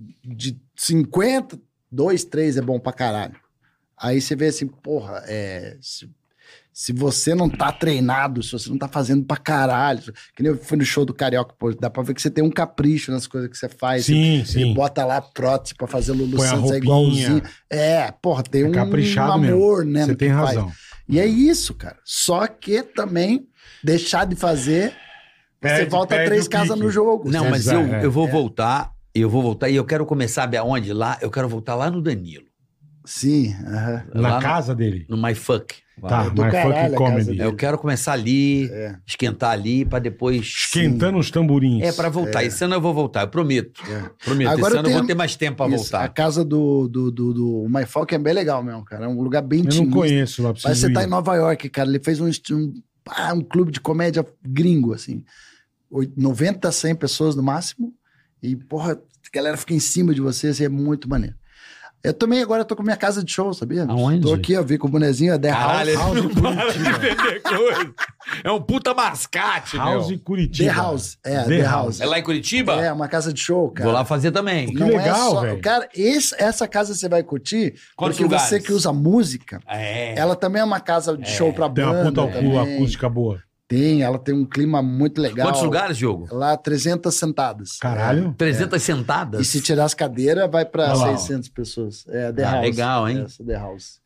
De cinquenta, dois, três é bom pra caralho. Aí você vê assim, porra, é... Se, se você não tá treinado, se você não tá fazendo pra caralho... Que nem eu fui no show do Carioca, pô, dá pra ver que você tem um capricho nas coisas que você faz. Sim, Ele sim. bota lá prótese pra fazer Lulu Põe a Santos, é roupinha. igualzinho. É, porra, tem É um caprichado amor, né? Você no tem que faz. razão. E é isso, cara. Só que também deixar de fazer, você Perde- volta perde três o casas pique. no jogo. Não, Você- mas Exato, eu, é. eu vou voltar, eu vou voltar e eu quero começar, sabe aonde? Lá, eu quero voltar lá no Danilo. Sim, aham. Na Lá no- casa dele. No My Fuck. Tá, É do mas caralho fuck a comedy. casa dele. Eu quero começar ali, É. esquentar ali, pra depois... Esquentando os tamborins. É, pra voltar. Esse ano eu vou voltar, eu prometo. É. Prometo. Agora Esse ano eu tem- vou ter mais tempo pra Isso, voltar. A casa do, do, do, do My Folk é bem legal mesmo, cara. É um lugar bem Eu não intimista. conheço lá, preciso Parece que você tá ir. em Nova York, cara. Ele fez um, esti- um, ah, um clube de comédia gringo, assim. Oit- noventa, cem pessoas no máximo. E, porra, a galera fica em cima de você, assim, é muito maneiro. Eu também agora tô com minha casa de show, sabia? Aonde? Tô aqui, ó, vi com o bonezinho, a The Caralho, House. ele não para de vender coisa. É um puta mascate, House meu. e Curitiba. The House, é, The The House. House. É lá em Curitiba? É, uma casa de show, cara. Vou lá fazer também. Que Não legal, é só... velho. Cara, esse- essa casa você vai curtir, Quantos porque lugares? você que usa música, É. ela também é uma casa de show pra Tem uma banda. puta também. acústica boa. Tem, ela tem um clima muito legal. Quantos lugares, Diogo? Lá, trezentas sentadas. Caralho. trezentas sentadas? E se tirar as cadeiras, vai pra Olha lá, ó. seiscentas pessoas. É, The Ah, House. legal, hein? Essa, The House.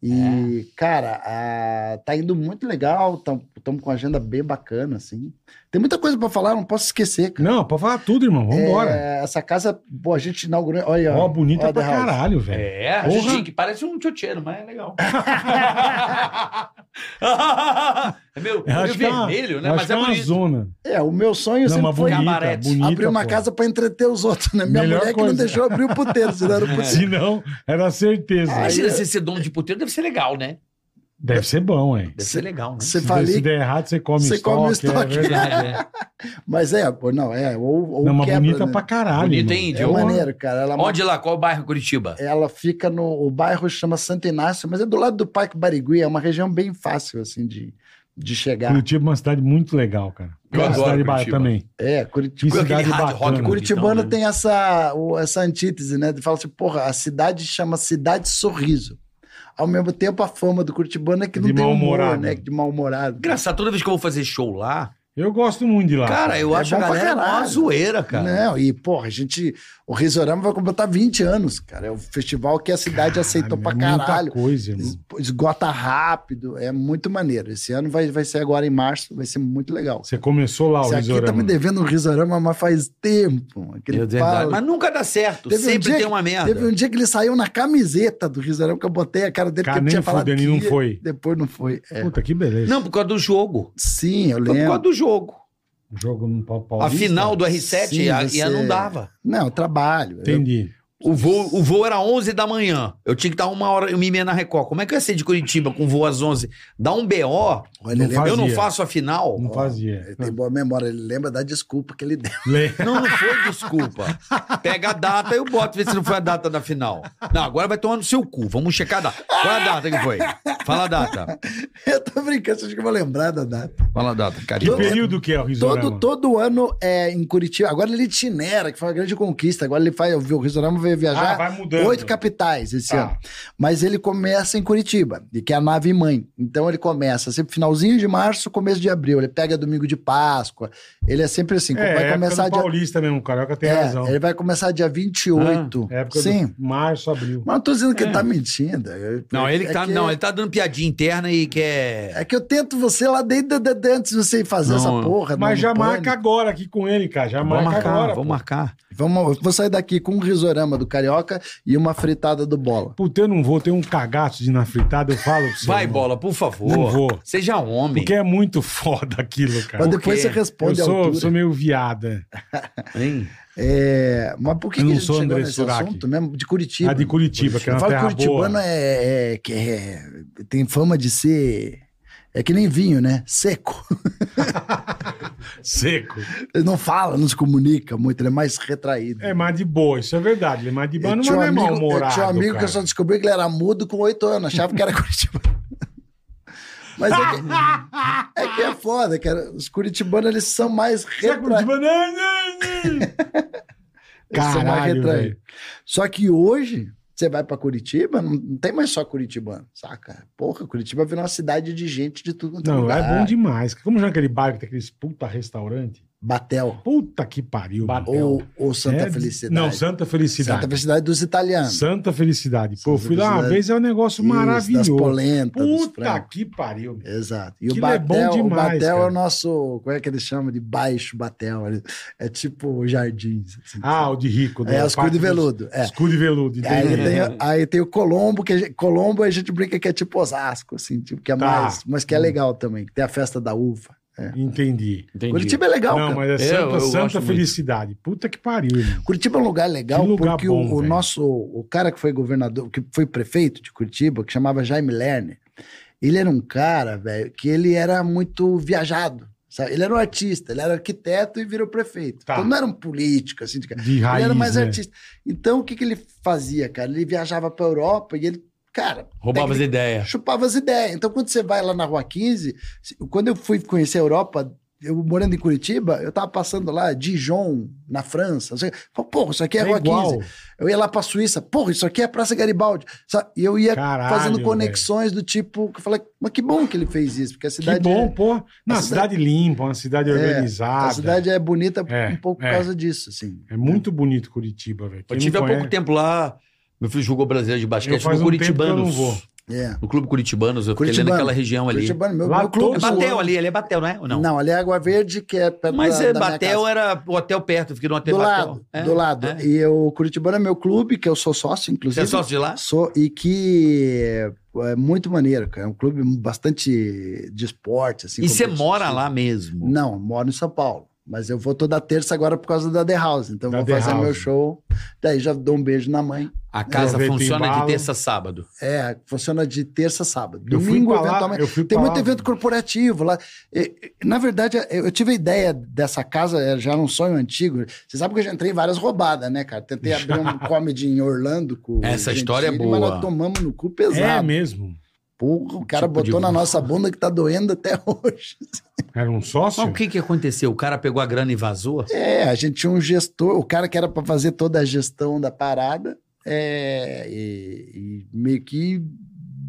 E, cara, a- tá indo muito legal. Estamos com uma agenda bem bacana, assim. Tem muita coisa pra falar, não posso esquecer, cara. Não, pode falar tudo, irmão. Vambora. É, essa casa, pô, a gente inaugurou. Olha, Ó, bonita ó, pra The House. caralho, velho. É, Porra. chique, parece um tchotcheiro, mas é legal. é meio, Eu meio acho que é uma- vermelho, né? eu acho Mas que é é uma bonito. zona. É, o meu sonho Não, sempre mas foi bonita, Cabarete. bonita, abrir uma pô. casa pra entreter os outros, né? Minha Melhor mulher que não coisa. deixou abrir o puteiro, senão era possível. Se não, era certeza. Aí- Imagina se ser dono de puteiro deve ser legal, né? Deve ser bom, hein? Deve ser legal, né? Você Se, fala der- se ali, der errado, você come Você estoque. come estoque. É verdade. É, é. mas é, pô, não, é, ou, ou Não, mas quebra, bonita né? pra caralho. Bonita, irmão. hein, É Diogo? maneiro, cara. Ela, Onde lá? Qual bairro em Curitiba? ela fica no... O bairro chama Santo Inácio, mas é do lado do Parque Barigui, é uma região bem fácil, assim, de, de chegar. Curitiba é uma cidade muito legal, cara. Eu uma adoro cidade ba- Curitiba. também. É, Que Curitiba... Com aquele cidade hard rock bacana. bonitão, Curitibano né? tem essa, o- essa antítese, né? De falar assim, porra, a cidade chama Cidade Sorriso. Ao mesmo tempo, a fama do Curitibano é que não De tem humor, mal-humorado. né? De mal-humorado. Engraçado, toda vez que eu vou fazer show lá, Eu gosto muito de lá. Cara, eu É acho a bom pra galera uma caralho. zoeira, cara. Não, e, porra, a gente. O Risorama vai completar vinte anos, cara. É um festival que a cidade aceitou pra é muita caralho. coisa, irmão. Es- Esgota rápido, é muito maneiro. Esse ano vai, vai ser agora em março, vai ser muito legal. Você começou lá o Você aqui tá Risorama. me devendo um Risorama, mas faz tempo. Aquele É verdade. pau- Mas nunca dá certo. Teve um Sempre dia tem que- uma merda. Teve um dia que ele saiu na camiseta do Risorama, que eu botei a cara dele, Cara, que ele nem tinha falado fudendo, que e não ia, foi. Depois não foi. É. Puta, que beleza. Não, por causa do jogo. Sim, eu Foi por causa lembro. do jogo. Jogo no Pau A Paulista. final do R sete Sim, ia, você- ia não dava. Não, trabalho. Eu- Entendi. O voo, o voo era onze da manhã. Eu tinha que estar uma hora e meia na Record. Como é que eu ia ser de Curitiba com voo às onze? Dá um B O. Olha, Não ele lembra- faz- Eu não Fazia. faço a final. Não fazia. Ele tem boa memória, ele lembra da desculpa que ele deu. Le- Não, não foi desculpa. Pega a data e eu boto, vê se não foi a data da final. Não, agora vai tomar no seu cu. Vamos checar a data. Qual é a data que foi? Fala a data. Eu tô brincando, acho que eu vou lembrar da data. Fala a data, Que carinho. período que é o Risorama? Todo, todo ano é em Curitiba. Agora ele itinera, que foi uma grande conquista. Agora ele faz. O Risorama veio Ah, viajar vai mudando. oito capitais esse Tá. ano. Mas ele começa em Curitiba, e que é a nave mãe. Então ele começa sempre finalzinho de março, começo de abril. Ele pega domingo de Páscoa. Ele é sempre assim. É, vai época começar do dia. Paulista mesmo, o Carioca tem É, razão. ele vai começar dia vinte e oito. É época Sim. do março, abril. Mas não tô dizendo que ele tá mentindo. Eu- Não, ele é tá, que- não, ele tá dando piadinha interna e quer. É que eu tento você lá desde de- de- antes de você ir fazer Não, essa porra. Mas no já Pânico. marca agora aqui com ele, cara. Já Vamos marca marcar, agora. vamos pô. marcar. Vamos, eu vou sair daqui com um risorama do Carioca e uma fritada do Bola. Puta, eu não vou ter um cagaço de ir na fritada, eu falo pra você. Vai, irmão. bola, por favor. Não vou. Seja homem. Porque é muito foda aquilo, cara. Mas depois quê? você Eu responde a sou, altura. sou meio viada. Hein? É, mas por que, Eu que não a gente sou chegou André nesse Surak. assunto mesmo? De Curitiba. Ah, de Curitiba, que é Eu uma falo terra curitibano boa. é, é, que é- tem fama de ser... É que nem vinho, né? Seco. Seco. Ele não fala, não se comunica muito, ele é mais retraído. É mais de boa, isso é verdade. Ele é mais de boa, Eu não tinha um é amigo, eu mal-humorado, tinha um amigo que cara. eu só descobri que ele era mudo com oito anos, achava que era curitibano. Mas é que é, que é foda, cara. Os curitibanos, eles são mais Você é retraídos. curitibano? Não, não, não. Eles são mais Caralho, retraídos. velho. Só que hoje, você vai pra Curitiba, não, não tem mais só curitibano, saca? Porra, Curitiba virou uma cidade de gente de tudo quanto é Não, lugar. é bom demais. Como já aquele bairro que tem aqueles puta restaurante? Batel. Puta que pariu. Batel. meu. Ou, ou Santa É, Felicidade. Não, Santa Felicidade. Santa Felicidade dos italianos. Santa Felicidade. Pô, eu Santa fui lá uma Felicidade. vez, é um negócio Isso, maravilhoso. Das polentas, dos Puta frangos. que pariu. meu. Exato. E o Aquilo é bom Batel, o demais, Batel é cara. o nosso, como é que eles chamam? De baixo Batel. Ele- É tipo jardins. assim. Ah, o de rico. do- É, a os parte cu de dos- veludo, é. Os cu de veludo, Aí entendi. tem, aí tem o Colombo, que a gente, Colombo a gente brinca que é tipo Osasco, assim, tipo, que é Tá. mais, mas que é legal também, que tem a festa da uva. Entendi. Entendi. Curitiba é legal, Não, cara. mas é Eu- Santa, eu gosto Santa muito. Felicidade. Puta que pariu, irmão. Curitiba é um lugar legal Que lugar porque bom, o, o velho. nosso, o cara que foi governador, que foi prefeito de Curitiba, que chamava Jaime Lerner, ele era um cara, velho, que ele era muito viajado, sabe? Ele era um artista, ele era arquiteto e virou prefeito. Tá. Então não era um político, assim, de... De ele raiz, era mais né? artista. Então o que, que ele fazia, cara? Ele viajava pra Europa e ele, cara... Roubava as tecnic- ideias. Chupava as ideias. Então, quando você vai lá na Rua quinze, se- quando eu fui conhecer a Europa, eu morando em Curitiba, eu tava passando lá, Dijon, na França. Não sei, falei, porra, isso aqui é, É Rua igual. quinze. Eu ia lá pra Suíça, porra, isso aqui é Praça Garibaldi. Sa- E eu ia Caralho, fazendo conexões do tipo, que eu falei, mas que bom que ele fez isso, porque a Que cidade bom, é, pô. Não, a a cidade limpa, uma cidade É, organizada. a cidade é bonita É, um pouco é. por causa disso, assim. É muito bonito Curitiba, velho. Eu Quem tive há não pouco conhece- tempo lá. Meu filho jogou brasileiro de Eu basquete faz no um tempo que eu Curitibanos. não vou. É. No Clube Curitibanos, eu fiquei ali Curitibano. naquela região ali. Curitibano, meu, Lá meu clube todos É Todo Batel ano. ali, ali é Batel, não é? Ou Não. não? ali é Água Verde, que é perto Mas da, é, da minha Batel casa. era o hotel perto, eu fiquei no hotel Do Batel. lado, É, do lado. é. E o Curitibano é meu clube, que eu sou sócio, Você inclusive. é sócio de lá? Sou, e que é, é muito maneiro, cara. É um clube bastante de esporte, assim. E você competitivo. mora lá mesmo? Não, moro em São Paulo. Mas eu vou toda terça agora por causa da The House. Então Da vou The fazer House. meu show. Daí já dou um beijo na mãe. A casa Aproveita o funciona de embalo. terça a sábado. É, funciona de terça a sábado. Eu fui Domingo, pra lá, eventualmente. eu fui Tem pra muito lá. evento corporativo lá. E, e, na verdade, eu eu tive a ideia dessa casa, é já um sonho antigo. Você sabe que eu já entrei em várias roubadas, né, cara? Tentei abrir um comedy em Orlando com Essa o história é Gentili, boa. Mas nós tomamos no cu pesado. É mesmo. Porra, o cara Tipo de- botou na nossa bunda que tá doendo até hoje. Era um sócio? Mas o que que aconteceu? O cara pegou a grana e vazou? É, a gente tinha um gestor, o cara que era para fazer toda a gestão da parada, é, e, e meio que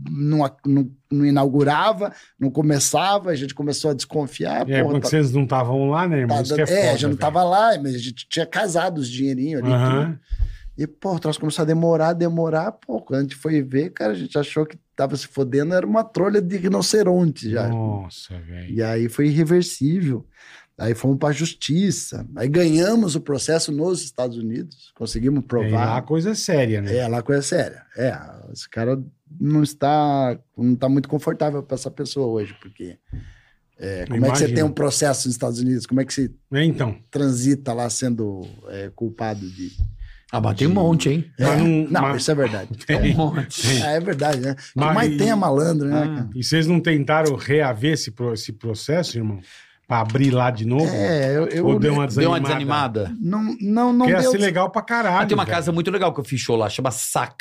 não, não, não inaugurava, não começava, a gente começou a desconfiar. É, porra, quando tá- vocês não estavam lá, né, irmão? tá Isso que dando- é é, foda, já não velho. tava lá, mas a gente tinha casado os dinheirinhos ali. Aham. tudo. E, pô, o troço começou a demorar, demorar. Pô, quando a gente foi ver, cara, a gente achou que tava se fodendo, era uma trolha de rinoceronte já. Nossa, velho. E aí foi irreversível. Aí fomos pra justiça. Aí ganhamos o processo nos Estados Unidos. Conseguimos É, lá provar. a coisa é séria, né? É, lá coisa séria. É, esse cara não está, não está muito confortável para essa pessoa hoje, porque é, como é que você Imagino. tem um processo nos Estados Unidos? Como é que você É, então. transita lá sendo é, culpado de... Ah, mas tem um monte, hein? Mas É, não- não, mas- isso é verdade. Tem Tem. um monte. Tem. É, é verdade, né? O Mas que mais e- tem é malandro, né, Ah. cara? E vocês não tentaram reaver esse, pro- esse processo, irmão? Pra abrir lá de novo? É, eu, eu Ou deu uma Deu uma desanimada? desanimada? não, não, não Que ia deu... ser legal pra caralho. Ah, tem uma velho. casa muito legal que eu fiz show lá, chama Sac.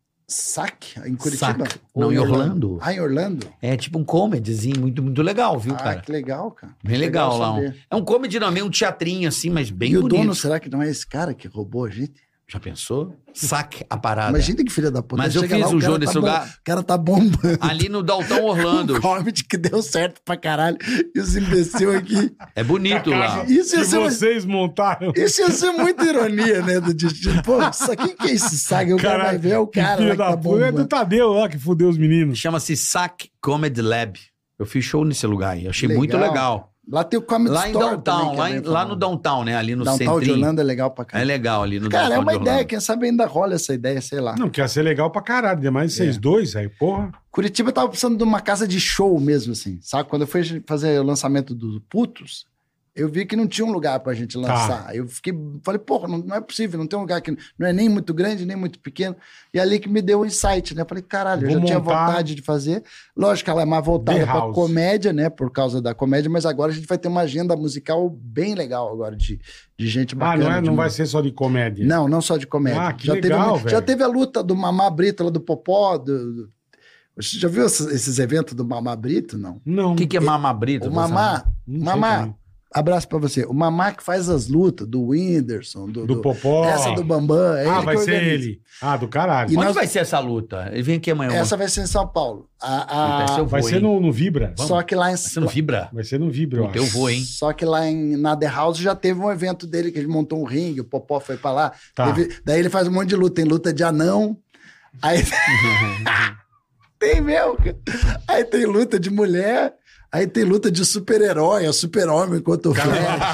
Saque em Curitiba? Sac. Ou Não, em Orlando. Ah, em Orlando? É tipo um comedyzinho muito, muito legal, viu, ah, cara? que legal, cara. Bem legal, lá. Um, saber. é um comedy, não, é meio um teatrinho assim, mas bem E o bonito. dono, será que não é esse cara que roubou a gente? Já pensou? Sac a parada. Imagina que filha da puta. Mas eu chega fiz lá, um o cara jogo nesse tá bom- lugar. O cara tá bombando. Ali no Dalton Orlando. Um comedy que deu certo pra caralho. E os imbecil aqui. É bonito lá. Isso ia, Que ser, vocês montaram. isso ia ser muita ironia, né? Do destino. Pô, isso aqui que é esse saga? O cara vai ver é o que cara filho lá que da tá puta. É do bombando. Tadeu lá que fudeu os meninos. Chama-se Sac Comedy Lab. Eu fiz show nesse lugar aí. Achei Legal. muito legal. Lá tem o Comedy Lá em Store Downtown, também, que é lá, bem em- lá no famoso. Downtown, né? Ali no Downtown de centrinho. Orlando é legal pra É caralho. legal ali no Cara, é Downtown uma de ideia. Orlando. Quem sabe ainda rola essa ideia, sei lá. Não, que ia ser legal pra caralho. Ainda mais vocês É. dois aí, porra. Curitiba tava precisando de uma casa de show mesmo, assim. Sabe? Quando eu fui fazer o lançamento do Putos, eu vi que não tinha um lugar pra gente lançar. Eu fiquei, falei, porra, não, não é possível, não tem um lugar que não é nem muito grande, nem muito pequeno. E ali que me deu o insight, né? Falei, caralho, eu Vou já tinha montar vontade de fazer. Lógico que ela é mais voltada The pra House. comédia, né? Por causa da comédia, mas agora a gente vai ter uma agenda musical bem legal agora, de, de gente Ah, bacana. não, é, de não vai música. ser só de comédia. Não, não só de comédia. Ah, que já, legal, teve uma- velho. já teve a luta do Mamá Brito, lá do Popó. Do, do- Você já viu esses, esses eventos do Mamá Brito? Não. Não. O que, que é Mama Brito? O Mamá, Não sei Mamá, também. abraço pra você. O Mamá que faz as lutas do Whindersson, do, Do do- Popó. essa do Bambam. É Ah, ele vai que ser organiza. ele. Ah, do caralho. E Onde nós- vai ser essa luta? Ele vem aqui amanhã. Essa vai ser em São Paulo. A, a- Então, eu Vai vou, ser hein? no, no Vibra. Vamos. Só que lá em Você não vibra? Vai ser no Vibra, eu Puta, eu acho. vou, hein? Só que lá em, na The House já teve um evento dele que ele montou um ringue, o Popó foi pra lá. Tá. Teve- daí ele faz um monte de luta. Tem luta de anão. Aí tem mesmo, cara. Aí tem luta de mulher. Aí tem luta de super-herói, é o super-homem contra o Flash.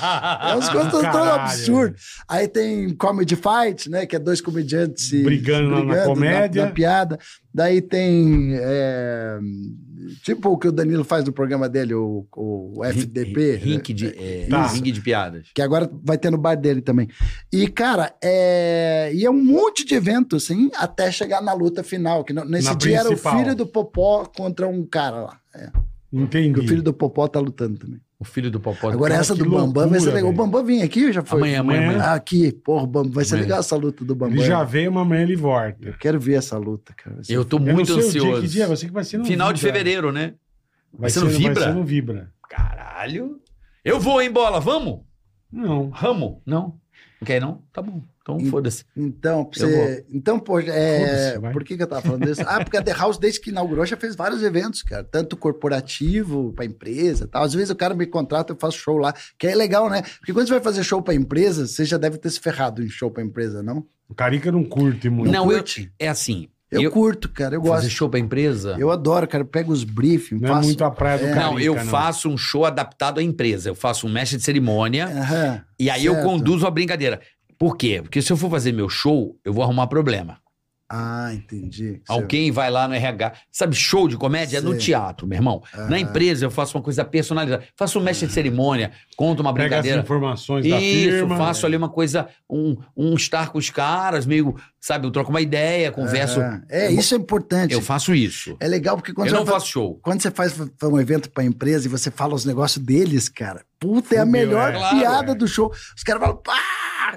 É uns coisas tão Caralho, absurdas. Aí tem comedy fight, né? Que é dois comediantes se- Brigando na- na comédia. Na, piada. Daí tem... é, tipo o que o Danilo faz no programa dele, o, o F D P. Rink de, né? é, Tá. ringue de piadas. Que agora vai ter no bar dele também. E, cara, é... E é um monte de evento, assim, até chegar na luta final. Que não- nesse Na dia principal. era o filho do Popó contra um cara lá. É. Entendi. Que o filho do Popó tá lutando também. O filho do Popó. Agora cara, essa que do Bambam vai ser loucura, legal. O velho. Bambam vinha aqui ou já foi? Amanhã, amanhã, Amanhã. amanhã. Ah, aqui, porra, Bambam. Vai ser Amanhã. legal essa luta do Bambam. Ele já veio, mas amanhã ele volta. Eu quero ver essa luta, cara. Vai ser Eu tô Eu não muito sei o dia, ansioso. que dia? Você que vai ser no Final de Vibra. fevereiro, né? Vai ser no Vibra? Vai ser no Vibra. Caralho. Eu vou, hein, bola? Vamos? Não. Ramo? Não? Não quer ir, não? Tá bom. Então, E- foda-se. Então, pra Eu você... então, pô, é... Foda-se, vai. por que, que eu tava falando disso? Ah, porque a The House, desde que inaugurou, já fez vários eventos, cara. Tanto corporativo, pra empresa e tal. Às vezes o cara me contrata, eu faço show lá, que é legal, né? Porque quando você vai fazer show pra empresa, você já deve ter se ferrado em show pra empresa, não? O Carica não curte muito. Não, eu, curte? é assim. Eu, Eu, curto, cara, eu fazer gosto. show pra empresa? Eu adoro, cara. Eu pego os briefings, Não é faço... muito a praia do É. Carica, não, eu faço um show adaptado à empresa. Eu faço um mestre de cerimônia Aham, e aí eu certo. conduzo a brincadeira. Por quê? Porque se eu for fazer meu show, eu vou arrumar problema. Ah, entendi. Alguém vai lá no R H. Sabe, show de comédia é no Sei. teatro, meu irmão. Aham. Na empresa eu faço uma coisa personalizada. Faço um mestre de cerimônia, conto uma Pega as brincadeira. informações da Isso, firma. faço ali uma coisa, um, um estar com os caras, meio, sabe, eu troco uma ideia, converso. Aham. É, isso é importante. Eu faço isso. É legal porque quando Eu você não vai faço show. Quando você faz um evento pra empresa e você fala os negócios deles, cara, puta, é a Fudeu, melhor é. Claro, piada é. do show. Os caras falam, pá!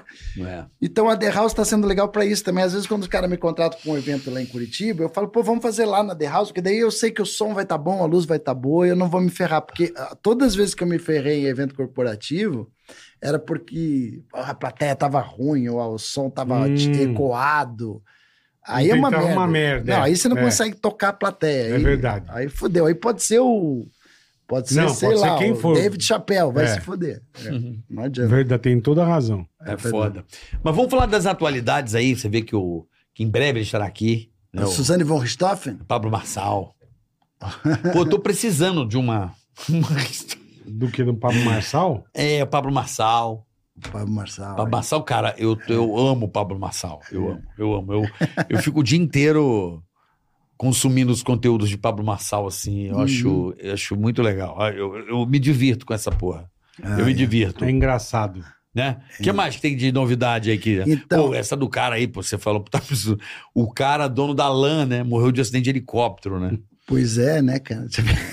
É. Então a The House tá sendo legal pra isso também. Às vezes, quando os caras me contratam pra um evento lá em Curitiba, eu falo, pô, vamos fazer lá na The House, porque daí eu sei que o som vai estar bom, a luz vai estar boa e eu não vou me ferrar. Porque ah, todas as vezes que eu me ferrei em evento corporativo, era porque a plateia tava ruim, ou o som tava Hum. ecoado. Aí é uma Então, merda. uma merda, Não, é. aí você não É. consegue tocar a plateia. É aí, verdade. Aí fodeu. Aí pode ser o... Pode ser, Não, sei pode ser lá, quem o for. David Chappelle. Vai É. se foder. É. Não adianta. Verdade, tem toda a razão. É foda. Mas vamos falar das atualidades aí. Você vê que, o, que em breve ele estará aqui. Né, o Suzane von Richthofen? Pablo Marçal. Pô, eu tô precisando de uma... uma... Do que do Pablo Marçal? É, o Pablo Marçal. Pablo Marçal. Pablo Marçal, cara, eu, eu amo o Pablo Marçal. Eu amo, eu amo. Eu, eu fico o dia inteiro consumindo os conteúdos de Pablo Marçal, assim. Eu, Uhum. acho, eu acho muito legal. Eu, eu me divirto com essa porra. Ah, eu me é. divirto. É engraçado. Né? O que mais que tem de novidade aí? Que... Então- Pô, essa do cara aí, pô, você falou, tá, o cara, dono da LAN, né? Morreu de acidente de helicóptero, né? Pois é, né, cara?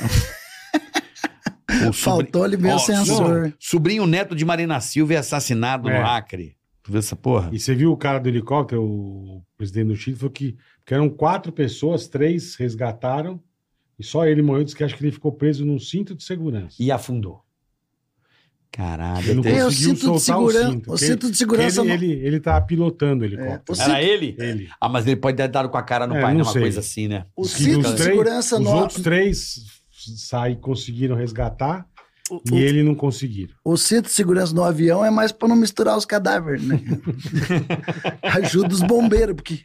O sobri- Faltou ali meio Ó, sensor. so- Sobrinho neto de Marina Silva é assassinado É. no Acre. Tu viu essa porra? E você viu o cara do helicóptero, o presidente do Chile, falou que, que eram quatro pessoas, três resgataram, e só ele morreu, disse que acho que ele ficou preso num cinto de segurança. E afundou. Caralho. Ele não até- É, o conseguiu cinto de soltar o segurança. cinto. O que cinto de segurança. Ele, não- ele, ele tava pilotando o helicóptero. É, o Era cinto- ele? Ele. Ah, mas ele pode ter dado com a cara no É, pai, não né? Uma sei. coisa assim, né? O Diz que cinto dos de três- segurança Os no- outros três saí, conseguiram resgatar o- e ele não conseguiram. O cinto de segurança no avião é mais pra não misturar os cadáveres, né? Ajuda os bombeiros, porque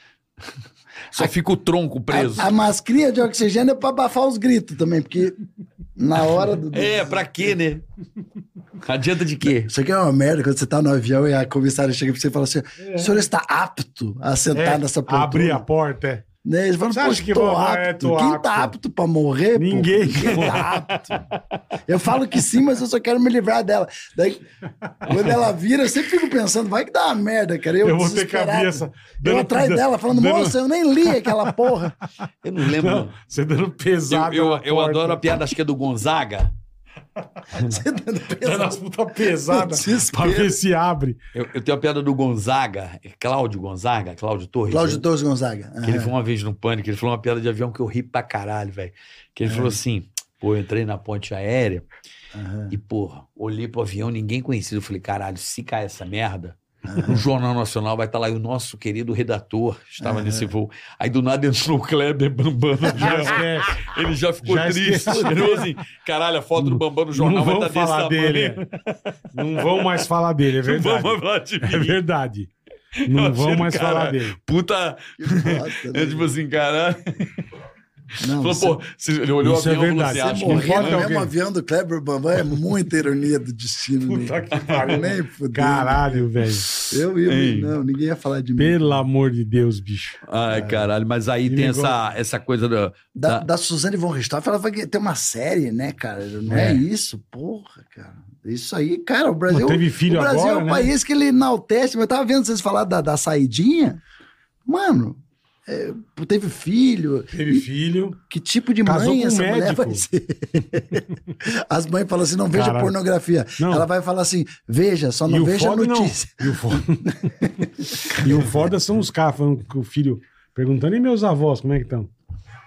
Só fica o tronco preso. a, a mascarinha de oxigênio é pra abafar os gritos também, porque na hora do... É, pra quê, né? Adianta de quê? Isso aqui é uma merda quando você tá no avião e a comissária chega pra você e fala assim: o senhor está apto a sentar É, nessa poltrona? abrir a porta, é. Né? Eles falam, Você pô, acha que tô vou- apto. é, tô Quem apto. tá apto pra morrer? pô? Ninguém. Quem tá apto? Eu falo que sim, mas eu só quero me livrar dela. Daí, quando ela vira, eu sempre fico pensando, vai que dá uma merda, cara. Eu, Eu vou ter que desesperado. abrir essa- Eu dando- atrás dela, falando, dando- moça, eu nem li aquela porra. Eu não lembro. Não, você dando Eu, pesado. eu, na eu porta. adoro a piada, acho que é do Gonzaga. Você dando Dando pesado. as puta pesadas Desespero. pra ver se abre. Eu, eu tenho a piada do Gonzaga, é Cláudio Gonzaga, Cláudio Torres. Cláudio né? Torres Gonzaga. Que ele Aham. foi uma vez no Pânico, ele falou uma piada de avião que eu ri pra caralho, velho. Que ele falou assim, pô, eu entrei na ponte aérea Aham. e, porra, olhei pro avião, ninguém conhecido. Eu falei, caralho, se cair essa merda, no Jornal Nacional vai estar lá e o nosso querido redator estava nesse voo. Aí do nada entrou o Kleber Bambam no Já jornal. esquece. Ele já ficou Já triste. esquece. Ele falou assim, caralho, a foto do Bambam no jornal Não vai vão estar desse falar tamanho. dele. Não vão mais falar dele, é Não verdade. vamos falar de mim. É verdade. Eu Não achei vão do mais cara, falar dele. Puta... Que bosta, É né? tipo assim, caralho. Não, Falou, você- pô, você- ele olhou Isso o é avião e falou verdade. assim, Você acho morreu, que... Morrer Pode no alguém- mesmo avião do Kleber Bambam é muita ironia do destino. Puta né? que pariu. Nem fudeu. Caralho, velho. Eu ia. Ei. Não, ninguém ia falar de mim. Pelo amor de Deus, bicho. Ai, caralho, mas aí Que tem negócio. essa, essa coisa do... Da, da- da Suzane von Richthofen, ela vai ter uma série, né, cara? Não é, É. isso, porra, cara. Isso aí, cara, o Brasil. Mas teve filho o Brasil agora, é um né? país que ele enaltece, mas eu tava vendo vocês falar da, da saidinha. Mano, é, teve filho. Teve filho. Que tipo de Casou mãe com essa um mulher médico. vai ser? As mães falam assim: não veja Caralho. pornografia. Não. Ela vai falar assim: veja, só E não o veja foda não. notícia. E o foda... e o foda são os caras falando que o filho... Perguntando, e meus avós, como é que estão?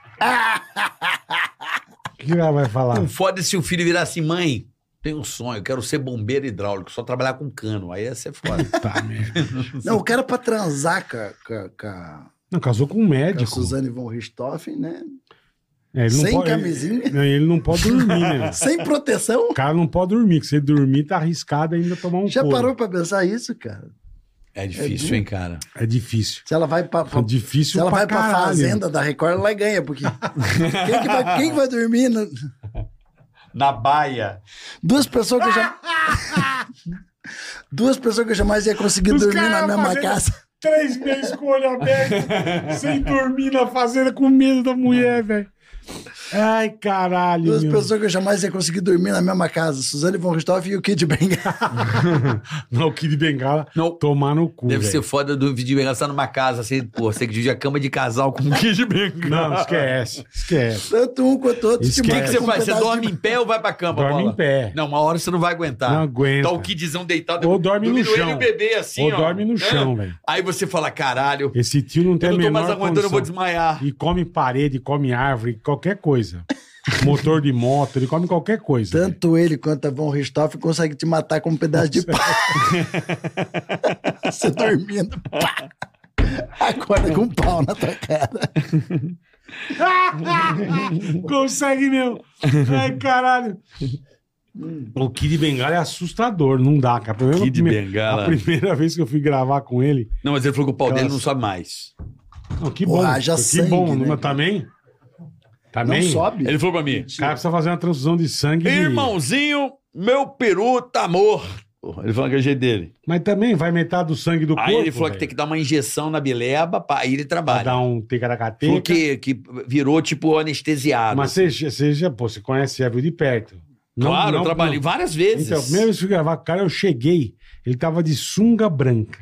O que ela vai falar? Não foda se o filho virar assim, mãe, tenho um sonho, quero ser bombeiro hidráulico, só trabalhar com cano. Aí ia ser foda. Tá, merda. Não, o cara pra transar com a, com a- com a- Não, casou com um com a médico. Suzane von Richthofen, né? É, ele não Sem pode- camisinha. Ele, não, ele não pode dormir, né? Sem proteção. O cara não pode dormir, que se ele dormir, tá arriscado ainda tomar um Já couro. parou pra pensar isso, cara? É difícil, hein, cara? É difícil. Se ela vai pra, pra- É difícil se ela pra vai pra caralho. fazenda da Record, ela ganha, porque quem que vai, quem que vai dormir? no- Na baia. Duas pessoas que eu já duas pessoas que eu jamais ia conseguir Os dormir na caras mesma fazendo casa. Três meses com o olho aberto, sem dormir na fazenda, com medo da mulher, velho. Ai, caralho. Duas meu. pessoas que eu jamais ia conseguir dormir na mesma casa. Suzane von Richthofen e o Kid Bengala. Não, o Kid Bengala Não. tomar no cu, Deve velho. ser foda do vídeo bengala estar numa casa, assim, pô, você que divide a cama de casal com um kid bengala. Não, esquece. Esquece. Tanto um quanto outro. Esquece. O que, que mata você com um faz? Você pedaço dorme de- em pé ou vai pra cama, Dorme Bola? em pé. Não, uma hora você não vai aguentar. Não aguenta. Tá o kidzão deitado. Ou dorme no dormindo chão. ele e o bebê, assim, Ou ó. dorme no né? chão, velho. Aí você fala, caralho, Esse tio não tem eu a não tô menor mais aguentando, eu vou condição. desmaiar. E come parede, come árvore, qualquer coisa. Motor de moto, ele come qualquer coisa. velho. Tanto ele quanto a von Richthofen conseguem te matar com um pedaço de pau. Você dormindo. Pá. Acorda com um pau na tua cara. Consegue mesmo. Ai, caralho. O Kid Bengala é assustador, não dá, cara. Primeiro, Kid prime- Bengala. A primeira vez que eu fui gravar com ele. Não, mas ele falou que o pau Aquelas- dele não sobe mais. Não, que Pô, bom. haja que sangue, bom. né, Mas cara? também? Também? Não sobe. Ele falou pra mim, O cara precisa fazer uma transfusão de sangue. de- irmãozinho, meu peru tá morto. Ele falou que é o jeito dele. Mas também vai metade do sangue do corpo. Aí ele falou que velho. tem que dar uma injeção na bileba, pra... aí ele Pra trabalha. dar um ticaracateca. Falou que, que virou tipo anestesiado. Mas você, você já, pô, você conhece, já viu de perto. Não- Claro, não- eu trabalhei não. várias vezes. Então, a primeira vez que eu fui gravar com o cara, eu cheguei, ele tava de sunga branca.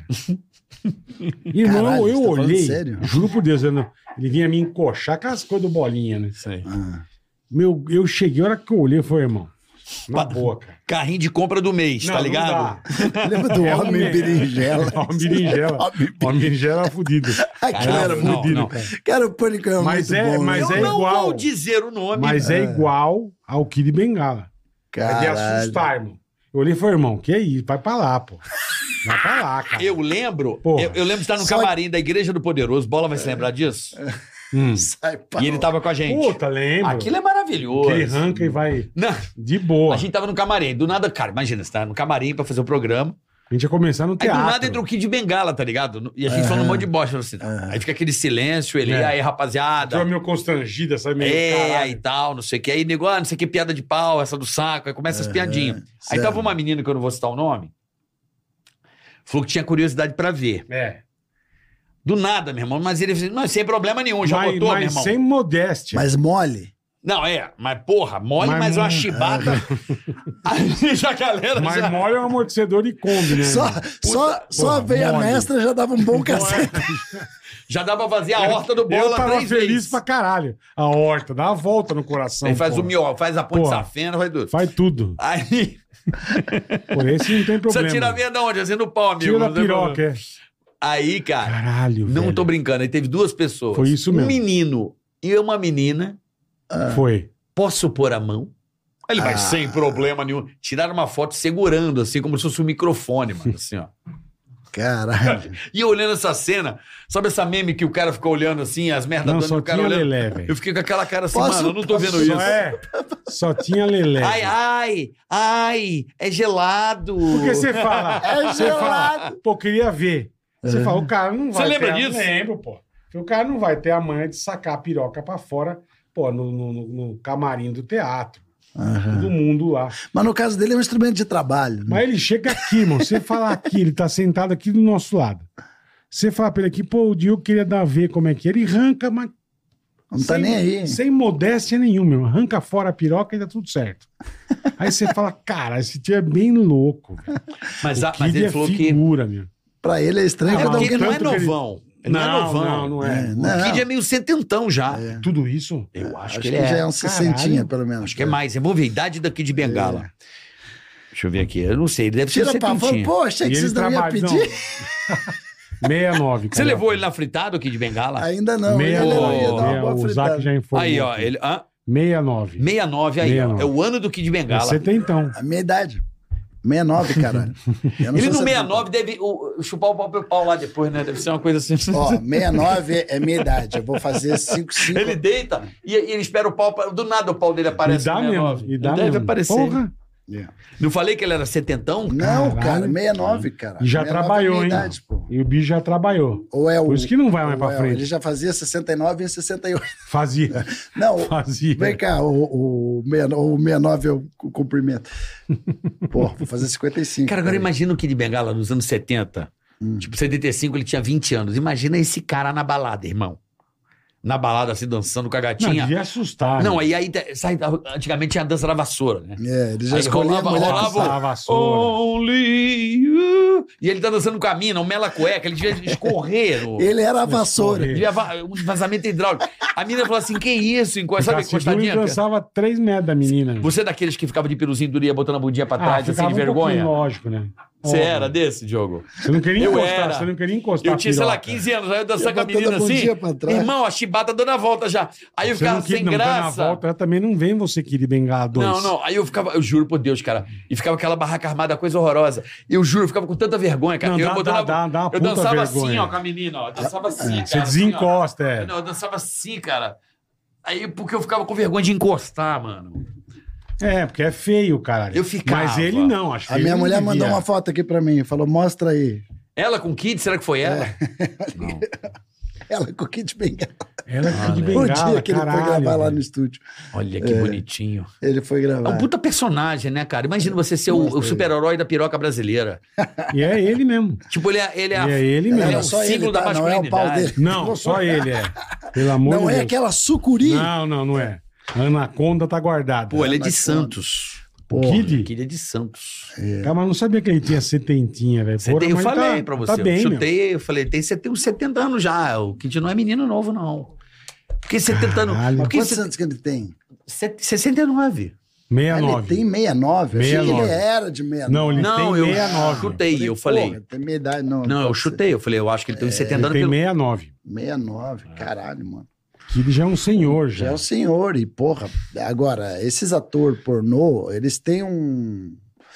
Irmão, Caralho, eu você tá falando olhei, sério? juro por Deus, eu não- ele vinha me encoxar aquelas coisas do bolinha, né? Isso aí. Ah. Meu, eu cheguei, a hora que eu olhei, eu falei, irmão, na boa, cara. Carrinho de compra do mês, Não, tá não ligado? dá. Lembra do É um homem me- berinjela? Homem berinjela. Homem Homem berinjela era fudido. Aquilo Não, era não, muito... fudido, não. cara. Cara, o Pânico é Mas muito é- bom. mas né? Eu é não igual. vou dizer o nome. Mas é igual ao Kid Bengala. É de Caralho. assustar, irmão. Eu olhei e falei, irmão, que é isso? Vai pra lá, pô. Vai pra lá, cara. Eu lembro, Porra. eu, eu lembro de estar no Só- camarim da Igreja do Poderoso. Bola vai se lembrar disso? Hum. Sai pra E ele tava com a gente. Puta, lembro. Aquilo é maravilhoso. Que ele arranca e vai Não, de boa. a gente tava no camarim. Do nada, cara, imagina, você tá no camarim pra fazer o programa. A gente ia começar no Aí teatro. do nada entra o Kid Bengala, tá ligado? E a gente falando um monte de bosta. Assim, Aí fica aquele silêncio, ele, É. aí rapaziada. Entrou meio constrangida, sabe? Meio É, caralho. aí tal, não sei o que. Aí nego, ah, não sei o que, piada de pau, essa do saco. Aí começa as piadinhas. Aí certo. tava uma menina que eu não vou citar o nome, falou que tinha curiosidade pra ver. É. Do nada, meu irmão. Mas ele disse, não, sem problema nenhum, já mas, botou, mas meu irmão. sem modéstia. Mas mole. Não, é, mas porra, mole, Mas mas, uma não- chibata. Aí já a galera Mas já... mole é um amortecedor de Kombi, né? Só, irmão? só, só a porra, veia mole. mestra já dava um bom cacete. Já dá pra fazer a horta do Eu bola tava três feliz vezes. pra caralho. A horta, dá uma volta no coração. Aí faz porra. o miolo, faz a ponte Porra. safena, faz tudo. Faz tudo. Aí, Por esse não tem problema. você tira a veia de onde? Assim no pau, amigo. Tira da não tem piroca, problema. é. Aí, cara, Caralho, não velho. tô brincando, aí teve duas pessoas. Foi isso mesmo. Um menino e uma menina. Foi. Posso pôr a mão? Ele vai Ah. sem problema nenhum. Tiraram uma foto segurando, assim, como se fosse um microfone, mano, assim, ó. Caralho. E eu olhando essa cena, sabe essa meme que o cara ficou olhando assim, as merdas Não, dando só o cara tinha olhando? lelé, velho. Eu fiquei com aquela cara assim, Posso- mano, eu não tô vendo Só, isso. é, só tinha lelé. Ai, ai, ai, é gelado. Porque você fala, É você fala, gelado. pô, queria ver. Você fala, o cara não Você vai lembra ter a- disso? Lembro, pô. Porque o cara não vai ter a manha de sacar a piroca pra fora, pô, no, no- no- no camarim do teatro, Aham. do mundo lá. Mas no caso dele é um instrumento de trabalho. né? Mas ele chega aqui, irmão. Você fala aqui, ele tá sentado aqui do nosso lado. Você fala pra ele aqui, pô, o Diogo queria dar ver como é que é. Ele arranca, mas. Não tá sem- nem aí. Sem modéstia nenhuma, irmão. Arranca fora a piroca e dá tudo certo. Aí você fala, cara, esse tio é bem louco. velho. Mas, O a- mas Kid ele é falou que... figura, meu. Pra ele é estranho. Ah, É cada um porque que ele não é tanto que ele- novão. Ele não, é Não, novão. não, não é. É, O não. Kid é meio setentão já. É. Tudo isso? Eu acho, Acho que que ele é. já é um sessentinha, Caralho. pelo menos. Acho que é mais. Vamos ver a idade da Kid Bengala. Deixa eu ver aqui. Eu não sei, ele deve ser Tira pra fora. setentinha. Pô, achei E que ele vocês não iam trabalha. Não. pedir. sessenta e nove. Você levou ele na fritada, o Kid Bengala? Ainda não. sessenta e Ia nove. levar, ia dar uma É, boa o fritada. Zac já informou. Aí, ó. aqui. Ele, hã? sessenta e nove. sessenta e nove aí, sessenta e ó. nove. É o ano do Kid É Bengala. setentão. A minha idade. sessenta e nove, caralho. Eu não Ele sou no setenta. sessenta e nove deve o, chupar o pau pelo pau lá depois, né? Deve ser uma coisa assim. Ó, sessenta e nove é minha idade. Eu vou fazer cinco cinco. Ele deita e, e ele espera o pau. pra- Do nada o pau dele E aparece dá no mesmo. sessenta e nove. E dá Deve mesmo. aparecer. Porra. Yeah. Não falei que ele era setentão? Não, Caralho. cara, sessenta e nove, cara. E já sessenta e nove trabalhou, é minha hein? idade, pô. E o bicho já trabalhou. Ou é o, Por isso que não vai mais ou pra é- frente. Ele já fazia sessenta e nove e sessenta e oito. Fazia. Não, Fazia. vem cá, o, o, sessenta o sessenta e nove é o cumprimento. Pô, vou fazer cinquenta e cinco. Cara, agora peraí. imagina o Kid Bengala nos anos setenta. Hum. Tipo, setenta e cinco ele tinha vinte anos. Imagina esse cara na balada, irmão. Na balada, assim, dançando com a Não, gatinha. devia assustar. Não, né? aí, aí sai- antigamente tinha a dança da vassoura, né? É, ele já Aí escolheu a rolava- mulher que rolava- sabe. A vassoura. Only you. E ele tá dançando com a mina, um mela cueca, ele devia escorrer. No... Ele era a vassoura. Escorrer. Devia va- um vazamento hidráulico. A mina falou assim: que isso? Enco- Sabe, Ficasse duro e encostadinha? cara? dançava três metros da menina. Você é daqueles que ficava de peruzinho duro e ia botando a bundinha pra trás, assim, ficava de um pouquinho, vergonha? lógico, né? Você Ó, era desse, Diogo? Você não queria Eu encostar, era. você não queria encostar. Eu tinha, sei lá, piroca. quinze anos, aí eu dançava com a Ia botando menina a assim. bundinha pra trás. Irmão, a chibata dando a volta já. Aí eu Você ficava não quis, sem não, tá na graça. volta, ela também não vem você querer bengar dois. Não, não. Aí eu ficava, eu juro por Deus, cara. E ficava aquela barraca armada, coisa horrorosa. Eu juro, eu ficava com tanta vergonha, cara. Não, eu dá- botando dá- a- dá- dá uma eu puta dançava assim, vergonha. ó, com a menina, ó. Eu dançava assim, cara. Você assim, ó. desencosta, é. Não, eu dançava assim, cara. Aí, porque eu ficava com vergonha de encostar, mano. É, porque é feio, caralho. Eu ficava. Mas ele não, acho que A ele minha não mulher devia. mandou uma foto aqui pra mim, falou, mostra aí. Ela com kid, será que foi ela? Não. Ela com o Kid Bengala. Ela é de O bengala, dia que ele caralho. foi gravar lá velho. no estúdio. Olha que bonitinho. Ele foi É gravar. um puta personagem, né, cara? Imagina você ser o, Mostra o aí. super-herói da piroca brasileira. E é ele mesmo. Tipo, ele é, ele é, E a- é ele ele mesmo. é Não, o só símbolo ele, da tá? Não é o pau masculinidade. dele. Não, só ele é. Pelo amor Não de é Deus. aquela sucuri. Não, não, não é. A Anaconda tá guardada. Pô, ele é de Mas Santos. O Porra, Kid? Kid é de Santos. Cara, mas eu não sabia que ele tinha setentinha, velho. Você Porra, tem- eu mas falei tá- pra você. Tá bem, eu meu. chutei, eu falei, tem, você tem uns setenta anos já. O Kid não é menino novo, não. Porque setenta anos. Caralho. Porque Quantos se- anos que ele tem? se- sessenta e nove. sessenta e nove. Ele tem sessenta e nove. Eu achei que sessenta e nove. ele era de sessenta e nove. Não, ele Não, tem eu sessenta e nove. chutei, eu falei. Porra, tem meia idade, não. Não, eu pode ser. chutei. Eu falei, eu acho que ele tem uns setenta Ele anos. tem pelo- sessenta e nove. sessenta e nove, caralho, mano. Kid já é um senhor, já. Já é o senhor, e porra, agora, esses atores pornô, eles têm um,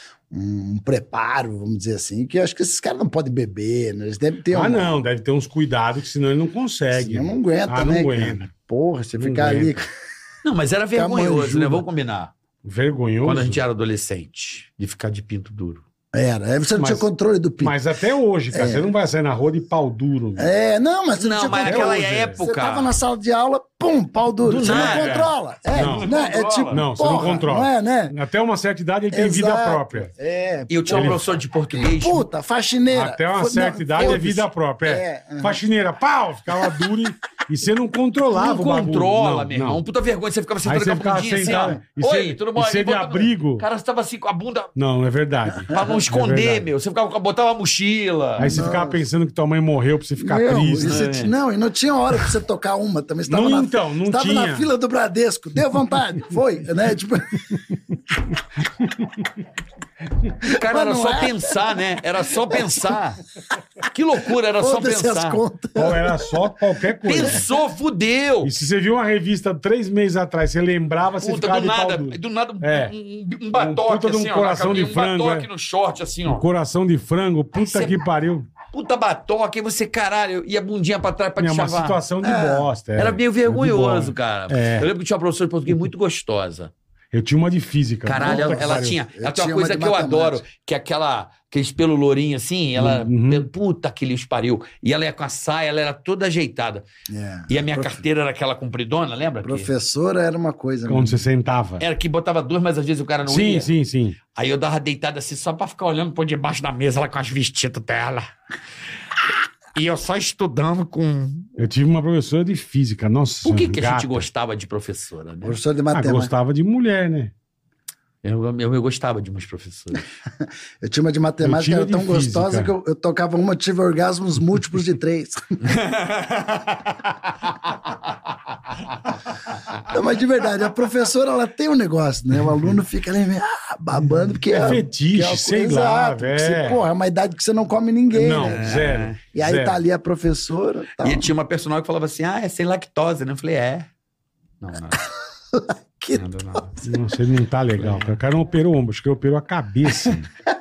um preparo, vamos dizer assim, que eu acho que esses caras não podem beber, né? Eles devem ter Ah, um... não, deve ter uns cuidados, que senão ele não consegue. Senão não aguenta, ah, não né, aguenta. cara? Porra, você Não ficar ali... aguenta. Não, mas era Ficar vergonhoso, manjuba. né? Vamos combinar. Vergonhoso. Quando a gente era adolescente, de ficar de pinto duro. Era, aí você não Mas- tinha controle do pinto. Mas até hoje, cara, você não vai sair na rua de pau duro. velho. É, não, mas você não, Não, tinha mas controle. naquela hoje, é. época. Você tava na sala de aula, pum, pau duro. Do você nada. não controla. É, Não. né? É Não tipo, Não, você não porra, controla. Não é, né? Até uma certa idade ele tem vida Exato. própria. É, E eu tinha um Ele- professor de português. puta, faxineira. Até uma Fo- certa não, idade é foda-se. vida própria. É. É, aham. Faxineira, pau! Ficava duro e, e você não controlava Não o bagulho. controla, Não, meu irmão. não. Puta vergonha, você ficava Aí sentado você com a ficava bundinha assim, sentado. ó. E Oi, você- tudo bom? e Aí você de botando- abrigo. O cara estava assim com a bunda Não, não é verdade. pra não É esconder, verdade. meu. Você ficava com botava a mochila. Aí você ficava pensando que tua mãe morreu pra você ficar Meu, triste. e você né? ti- Não, e não tinha hora pra você tocar uma também. Você tava Não, na, então, não você tava tinha. na fila do Bradesco. Deu vontade. Foi, né? Tipo, Cara, Mas era não só é? pensar, né? Era só pensar. Que loucura, era só foda-se as pensar. contas. Pô, era só qualquer coisa. Pensou, fudeu. E se você viu uma revista três meses atrás, você lembrava, você Puta, ficava do de pau nada, duro. do nada, um- É. um, um batoque Um puta de um assim, ó, coração na de camisa, frango, um batoque é. no short, assim, ó. Coração de frango, puta Você- que pariu. Puta batoque, aí você, caralho, e a bundinha pra trás pra É te uma chavar. situação de bosta. é. Era meio É de vergonhoso, bosta. cara. É. Eu lembro que tinha uma professora de português muito gostosa. Eu tinha uma de física. Caralho, Puta ela, que ela pariu. tinha. Eu Ela tem tinha uma uma coisa de que eu matemática. adoro, que é aquela. Aqueles pelo lourinho assim, ela. Uhum. Puta que lhes pariu. E ela ia com a saia, ela era toda ajeitada. É. E a minha Profe- carteira era aquela compridona, lembra? Que Professora era uma coisa. Onde mesmo. você sentava. era que botava duas, mas às vezes o cara não sim, ia. sim, sim. Aí eu dava deitada assim, só pra ficar olhando por debaixo da mesa, ela com as vestidas dela. E eu só estudando com. Eu tive uma professora de física. Nossa Por que, senhora, que a gente gata. gostava de professora, né? Professora de Ah, matemática. gostava de mulher, né? Eu, eu, eu gostava de umas professoras. Eu tinha uma de matemática, Eu era tinha tão de física. gostosa que eu, eu tocava uma, tive orgasmos múltiplos de três. Não, mas de verdade, a professora, ela tem um negócio, né? O aluno fica ali ah, babando, porque... É fetiche, que uma sei coisa- lá, exato, porque você, é. Porra, é uma idade que você não come ninguém, Não, né? zero. E aí zero. tá ali a professora... Tal. E tinha uma personagem que falava assim: ah, é sem lactose, né? Eu falei: é. Não, nada. Que Nada, nada. Nossa, ele não tá legal. cara. O cara não operou o ombro, acho que ele operou a cabeça.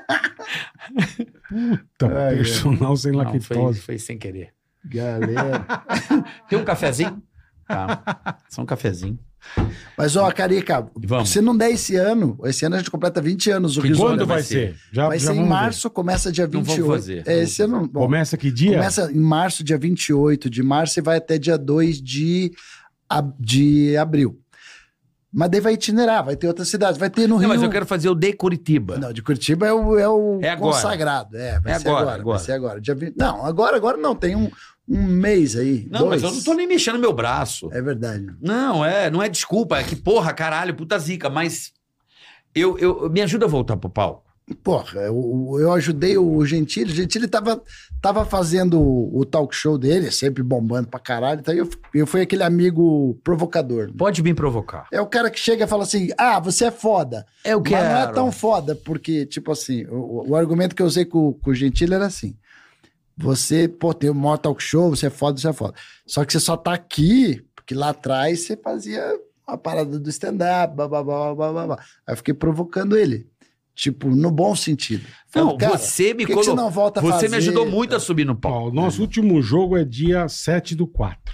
Puta, Ai, personal sem Não, foi, lactose. foi sem querer. Galera... Tem um cafezinho? Tá. Só um cafezinho. Mas, ó, Carica, Vamos. se não der esse ano, esse ano a gente completa vinte anos o Que Riso quando Quando Olha, vai vai ser? ser? Já, Vai já ser em vamos ver. março, começa dia Não vinte e oito. vamos fazer. É, esse ano... bom, Começa que dia? Começa em março, dia vinte e oito de março, e vai até dia dois de, ab- de abril. Mas daí vai itinerar, vai ter outras cidades. Vai ter no Rio... Não, mas eu quero fazer o de Curitiba. Não, de Curitiba é o, é o É agora. consagrado. É, vai É ser agora, agora, agora. Vai ser agora. Dia vinte... Não, agora, agora não. Tem um, um mês aí. Não, dois. mas eu não tô nem mexendo meu braço. É verdade. Não, é, não é desculpa. É que, porra, caralho, puta zica. Mas eu, eu, me ajuda a voltar pro palco. Porra, eu, eu ajudei o Gentili. O Gentili tava, tava fazendo o, o talk show dele, sempre bombando pra caralho. Então eu, eu fui aquele amigo provocador. Né? Pode me provocar. É o cara que chega e fala assim, ah, você é foda. Eu Mas não é quero. tão foda, porque, tipo assim, o, o argumento que eu usei com, com o Gentili era assim, você, pô, tem o maior talk show, você é foda, você é foda. Só que você só tá aqui, porque lá atrás você fazia uma parada do stand-up, bababá, bababá. Aí eu fiquei provocando ele. Tipo, no bom sentido. Não, Falei, cara, você me por que que colocou. você não volta a Você fazer? me ajudou muito a subir no Ó, palco. o nosso último jogo é dia sete do quatro.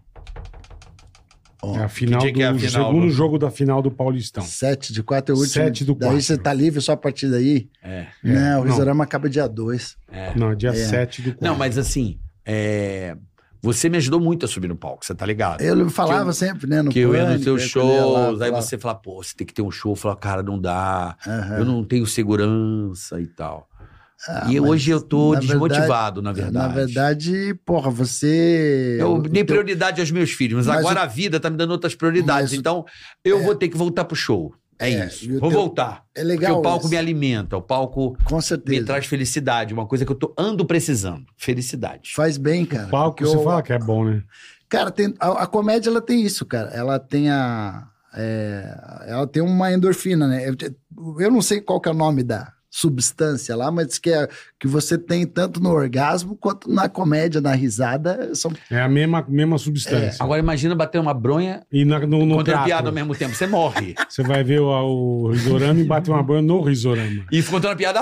Ó, É a final dia do que é a o final segundo do- jogo da final do Paulistão. sete de quatro é o último. Sete do Daí quatro. você tá livre só a partir daí? É, Não, o não. Risorama acaba dia dois. é. Não, é dia É. sete do quatro. Não, mas assim, é, você me ajudou muito a subir no palco, você tá ligado? Eu falava Que eu- sempre, né? No que eu ia nos Pânico, teus aí quando eu ia lá, shows, aí falava, você fala, pô, você tem que ter um show. Eu falo, cara, não dá, aham. eu não tenho segurança e tal. Ah, e mas hoje eu tô na desmotivado, na verdade. Na verdade, porra, você... Eu o dei teu- prioridade aos meus filhos, mas, Mas agora o- a vida tá me dando outras prioridades. Mas o- Então, eu vou ter que voltar pro show. É, É, isso. e o Vou teu- voltar. É Porque legal o palco isso. me alimenta, o palco Com certeza. me traz felicidade, uma coisa que eu tô, ando precisando. Felicidade. Faz bem, cara. O palco porque você eu- fala que é bom, né? Cara, tem, a, a comédia, ela tem isso, cara. Ela tem a... é, ela tem uma endorfina, né? Eu, eu não sei qual que é o nome da substância lá, mas diz que, é, que você tem tanto no orgasmo quanto na comédia, na risada. São... É a mesma, mesma substância. Agora imagina bater uma bronha E na- no, no contando prato, piada ao mesmo tempo. Você morre. você vai ver o, o risorama e bate uma banha no risorama. E fica contando piada.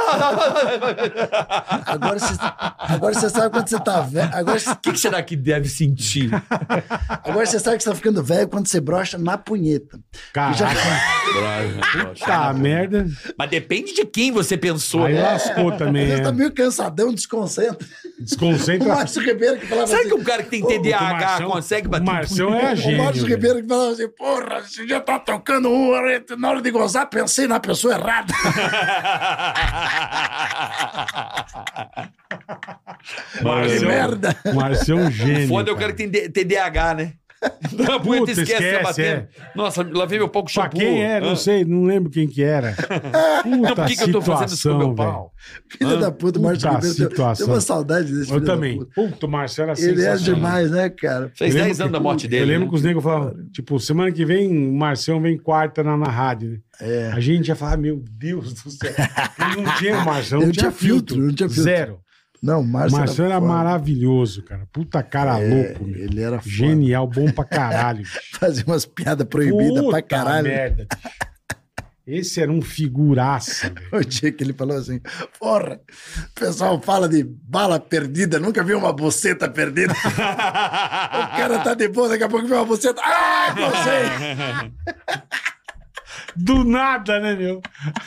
Agora você, agora você sabe quando você tá velho. Agora, você- O que, que será que deve sentir? agora você sabe que você tá ficando velho quando você brocha na punheta. Caraca, tá merda. Mas depende de quem você pensou. Aí né? lascou também, Você tá é. meio cansadão, desconcentra. O Desconcentra. Márcio Ribeiro que falava Será assim... que um cara que tem o T D A H Marcião- consegue O bater Marcião é a O gênio. Márcio velho. Ribeiro que falava assim, porra, você já tá tocando um, na hora de gozar, pensei na pessoa errada. Que Marcião- merda. O Marcião é um gênio. Foda é o cara. cara que tem D- T D A H, né? A punheta Puta, esquece, esquece, tá batendo. Nossa, lavei meu pau com Pra shampoo. quem é, não Ah. sei, não lembro quem que era. Puta Não, por que, que eu tô fazendo isso com situação, meu velho. pau? Filho da puta, o Márcio Puta Ribeiro. Tem, situação. tem uma saudade desse Eu filho da também. puta. Puta, o Marcelo era Ele é sensacional. demais, né, cara? Fez Eu lembro dez anos que- da morte dele. Eu lembro né? que os negros falavam, tipo, semana que vem o Marcião vem quarta na, na rádio, né? É. A gente ia falar, meu Deus do céu. Ele não tinha Marcião, não Ele tinha tinha filtro, filtro. não tinha filtro. Zero. Não, o O Márcio, Marcião era foda. maravilhoso, cara. Puta cara É, louco, meu. ele era foda. Genial, bom pra caralho. Fazia umas piadas proibidas Puta pra caralho. merda. Esse era um figuraça, velho. O dia que ele falou assim, porra, o pessoal fala de bala perdida, nunca viu uma buceta perdida. O cara tá de boa, daqui a pouco vê uma buceta. Ah, você! Do nada, né, meu?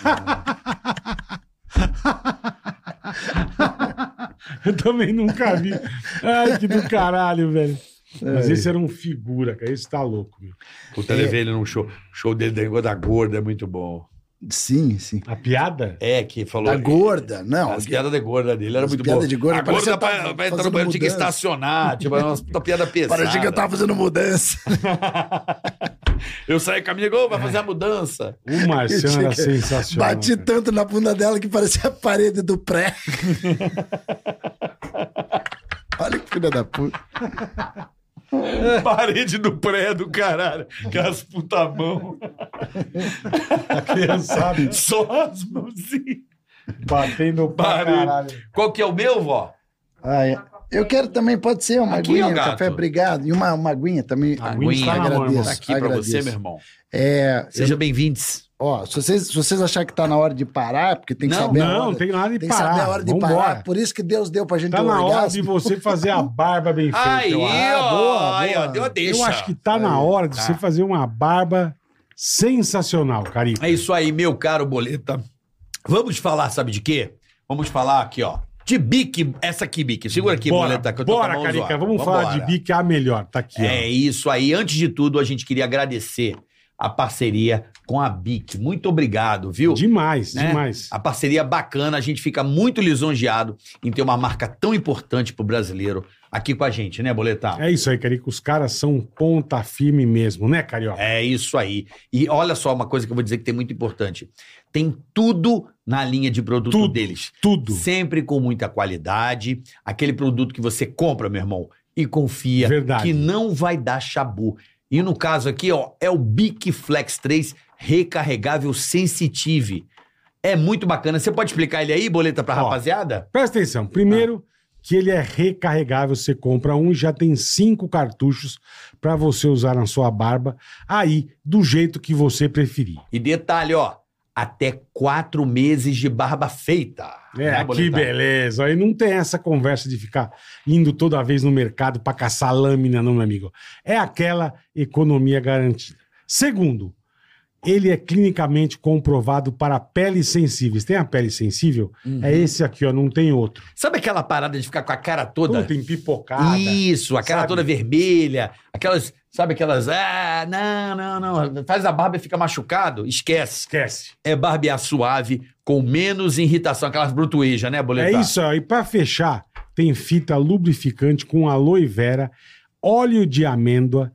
Eu também nunca vi. Ai, que do caralho, velho. Mas É. esse era um figura, cara. Esse tá louco, meu. Puta, levei ele num show. O show dele da Igual da Gorda é muito bom. Sim, sim. A piada? É, que falou. Da gorda, não. As piadas de gorda dele era As muito piadas boa. de gorda, A parecia gorda que tava vai, vai entrar no fazendo banheiro, tinha que mudança. estacionar. Tipo, era uma piada pesada. Parecia que eu tava fazendo mudança. Eu saí com a amiga, ô, vai fazer a mudança. O Marciano era sensacional. Bati cara. tanto na bunda dela que parecia a parede do pré. Olha que filha da puta. Parede do pré do caralho. Aquelas puta mão. A criançada Só as mãozinhas. batendo pra Parede. caralho. Qual que é o meu, vó? Ah, é. Eu quero também, pode ser, uma Aqui, aguinha, ó, um gato. café, obrigado. E uma, uma aguinha também. A aguinha está na mão, agradeço, irmão. Tá aqui pra agradeço. você, meu irmão. É, Seja bem-vindos. ó, se vocês, se vocês acharem que tá na hora de parar, porque tem que Não, saber a Não, hora. não tem nada de tem que parar. saber a hora de Vambora. parar. Por isso que Deus deu pra gente Tá ter um na hora orgasmo. de você fazer a barba bem feita. Aí, eu acho. ó. boa, Aí, ó, boa. deu a deixa. Eu acho que tá na hora de Tá. você fazer uma barba sensacional, Carica. É isso aí, meu caro Boleta. Vamos falar, sabe de quê? Vamos falar aqui, ó. De bique, essa aqui, bique. Segura aqui, Bora, Boleta, que eu tô com a bora, mão Carica. zoada. Vamos falar Vambora. de bique a melhor. Tá aqui, É ó. isso aí. Antes de tudo, a gente queria agradecer a parceria com a Bic. Muito obrigado, viu? Demais, Né? demais. A parceria bacana, a gente fica muito lisonjeado em ter uma marca tão importante pro brasileiro aqui com a gente, né, Boletar? É isso aí, Carica. Os caras são ponta firme mesmo, né, Carioca? É isso aí. E olha só uma coisa que eu vou dizer que tem muito importante. Tem tudo na linha de produto Tudo. deles. Tudo. Sempre com muita qualidade. Aquele produto que você compra, meu irmão, e confia Verdade. que não vai dar chabu. E no caso aqui, ó, é o Bic Flex três recarregável Sensitive. É muito bacana. Você pode explicar ele aí, Boleta, pra Ó. rapaziada? Presta atenção. Primeiro, que ele é recarregável. Você compra um e já tem cinco cartuchos pra você usar na sua barba. Aí, do jeito que você preferir. E detalhe, ó, até quatro meses de barba feita. É, Né, que Boleta? beleza. Aí não tem essa conversa de ficar indo toda vez no mercado pra caçar lâmina, não, meu amigo. É aquela economia garantida. Segundo, ele é clinicamente comprovado para peles sensíveis. Tem a pele sensível? Uhum. É esse aqui, ó, não tem outro. Sabe aquela parada de ficar com a cara toda... Puta, empipocada. Isso, a cara sabe? toda vermelha, aquelas, sabe aquelas, ah, não, não, não, faz a barba e fica machucado, esquece. Esquece. É barbear suave, com menos irritação, aquelas brutuejas, né, Boletar? É isso, ó. E pra fechar, tem fita lubrificante com aloe vera, óleo de amêndoa,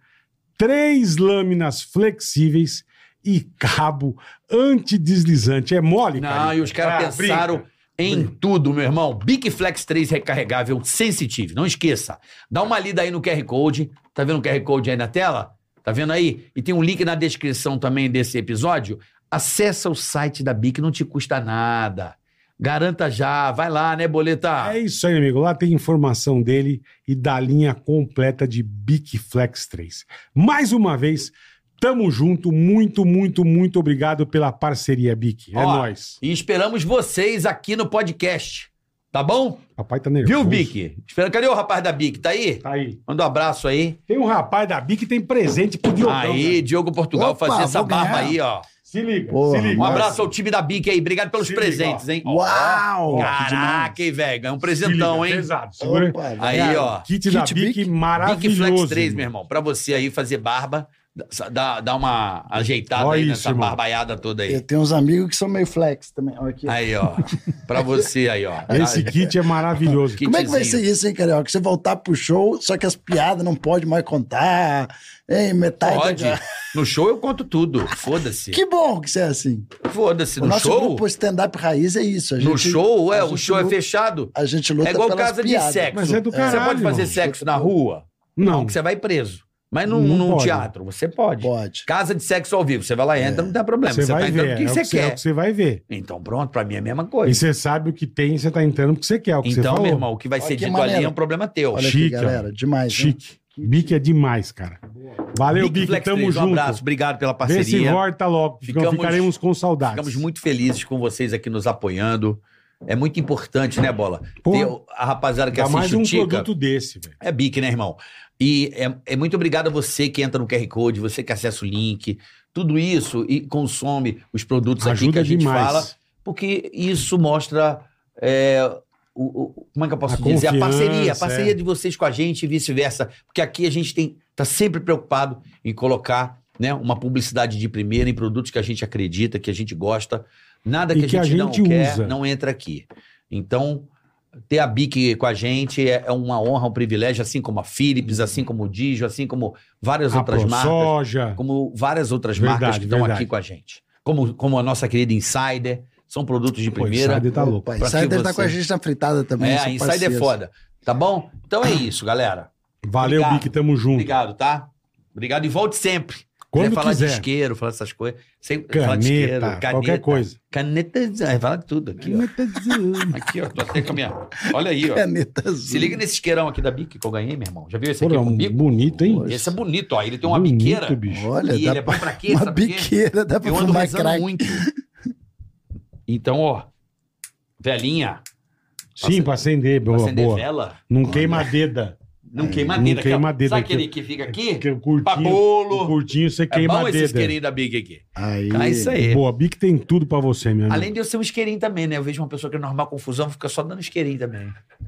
três lâminas flexíveis e cabo antideslizante. É mole, cara? Não, e os caras Ah, pensaram brinca. em brinca. tudo, meu irmão. Bic Flex três recarregável Sensitive, não esqueça. Dá uma lida aí no Q R Code, tá vendo o Q R Code aí na tela? Tá vendo aí? E tem um link na descrição também desse episódio. Acessa o site da Bic, não te custa nada. Garanta já, vai lá, né, Boleta? É isso aí, amigo. Lá tem informação dele e da linha completa de Bic Flex três. Mais uma vez, tamo junto. Muito, muito, muito obrigado pela parceria, Bic. É Ó, nóis. E esperamos vocês aqui no podcast, tá bom? Papai tá nervoso. Viu, Bic? Espera, cadê o rapaz da Bic? Tá aí? Tá aí. Manda um abraço aí. Tem um rapaz da Bic que tem presente pro Diogão. Aí, cara. Diogo Portugal, Opa, fazer essa vou barba ganhar. aí, ó. Se liga, Porra, se liga. Um Nossa. abraço ao time da Bic aí. Obrigado pelos Se liga, presentes, ó. hein? Uau! Caraca, hein, velho? É um Se presentão, liga, hein? Pesado. Segura. Opa, Aí, cara. ó. Kit, da Kit Bic, Bic. maravilhoso. Bic Flex três, irmão. meu irmão. Pra você aí fazer barba, dá, dá uma ajeitada Olha aí isso, nessa irmão. barbaiada toda aí. Eu tenho uns amigos que são meio flex também. Olha aqui. Aí, ó. Pra você aí, ó. Esse kit é maravilhoso. Que- Como é que vai ser kitzinho. isso, hein, Carioca? Você voltar pro show, só que as piadas não pode mais contar. Hein, metade Pode. da... No show eu conto tudo. Foda-se. Que bom que você é assim. Foda-se. O No nosso show... grupo stand-up raiz é isso. A No gente- show, é, a o gente show é luta- fechado. A gente luta É igual pelas casa de piadas. sexo. Mas é do Você caralho, pode fazer irmão. sexo na rua? Não, Porque você vai preso. Mas num, Não num pode. teatro, você pode. Pode. Casa de sexo ao vivo, você vai lá e entra, não tem problema. você Você, vai tá entrando ver. porque é, o você que você, é o quer. que você vai ver. Então pronto, pra mim é a mesma E coisa. você sabe o que tem, você tá entrando porque você quer, é o que você Então, falou. meu irmão, o que vai Olha ser que dito ali maneiro. é um problema teu. Olha Chique, aqui, galera. Demais, hein? Chique. Bic é demais, cara. Valeu, Bic, Flex tamo três, junto. Um abraço, obrigado pela Vê se parceria. volta logo. Ficam- Ficamos- Ficaremos com saudades. Ficamos muito felizes com vocês aqui nos apoiando. É muito importante, né, Bola? Pô, Ter a rapaziada que Dá mais assiste um o Tica. produto desse, velho. É Bic, né, irmão? E é, é muito obrigado a você que entra no Q R Code, você que acessa o link, tudo isso e consome os produtos aqui que Ajuda a gente demais. fala, porque isso mostra é, o, o- como é que eu posso A dizer? A parceria, a confiança, parceria é. de vocês com a gente e vice-versa. Porque aqui a gente tem, tá sempre preocupado em colocar, né, uma publicidade de primeira em produtos que a gente acredita, que a gente gosta. Nada E que, que a a gente, gente não quer, usa. não entra aqui. Então, ter a Bic com a gente é é uma honra, um privilégio, assim como a Philips, assim como o Digio, assim como várias A outras marcas, ProSoja. como várias outras Verdade, marcas que estão verdade. aqui com a gente. Como, como a nossa querida Insider, são produtos de Pô, primeira. Insider tá louco. Opa, Pra Insider que tá você- com a gente na fritada também. É, são a Insider é parceiros. foda. Tá bom? Então é isso, galera. Valeu, Obrigado. Bic, tamo junto. Obrigado, tá? Obrigado e volte sempre. Quando quiser falar quiser. de isqueiro, falar essas coisas. Sem, falar de isqueiro, Caneta, qualquer coisa. Caneta, é, fala de tudo aqui, ó. Aqui, ó, tô até com a minha... Olha aí, ó. Caneta azul. Se liga nesse isqueirão aqui da Bic que eu ganhei, meu irmão. Já viu esse Pô, aqui é com um bico? bonito, hein? Esse é bonito, ó. Ele tem uma Bonito, biqueira. bicho. Olha, E dá ele é bom pra- pra quê, Uma sabe por quê? biqueira, dá pra Eu ando fumar rezando crack. muito. Então, ó. Velhinha. Sim, pra acender. Pra Boa, acender boa. vela. Não queima a deda. Não queima a Não dedo. aqui, ó. queima a dedo Sabe aqui, aquele ó. que fica aqui? Porque o curtinho, Pra bolo. o curtinho você É queima bom a esse dedo. isqueirinho da Bic aqui. Aí. Ah, isso aí. Boa, Bic tem tudo pra você, meu amigo. Além de eu ser um isqueirinho também, né? Eu vejo uma pessoa que é normal confusão, fica só dando isqueirinho também.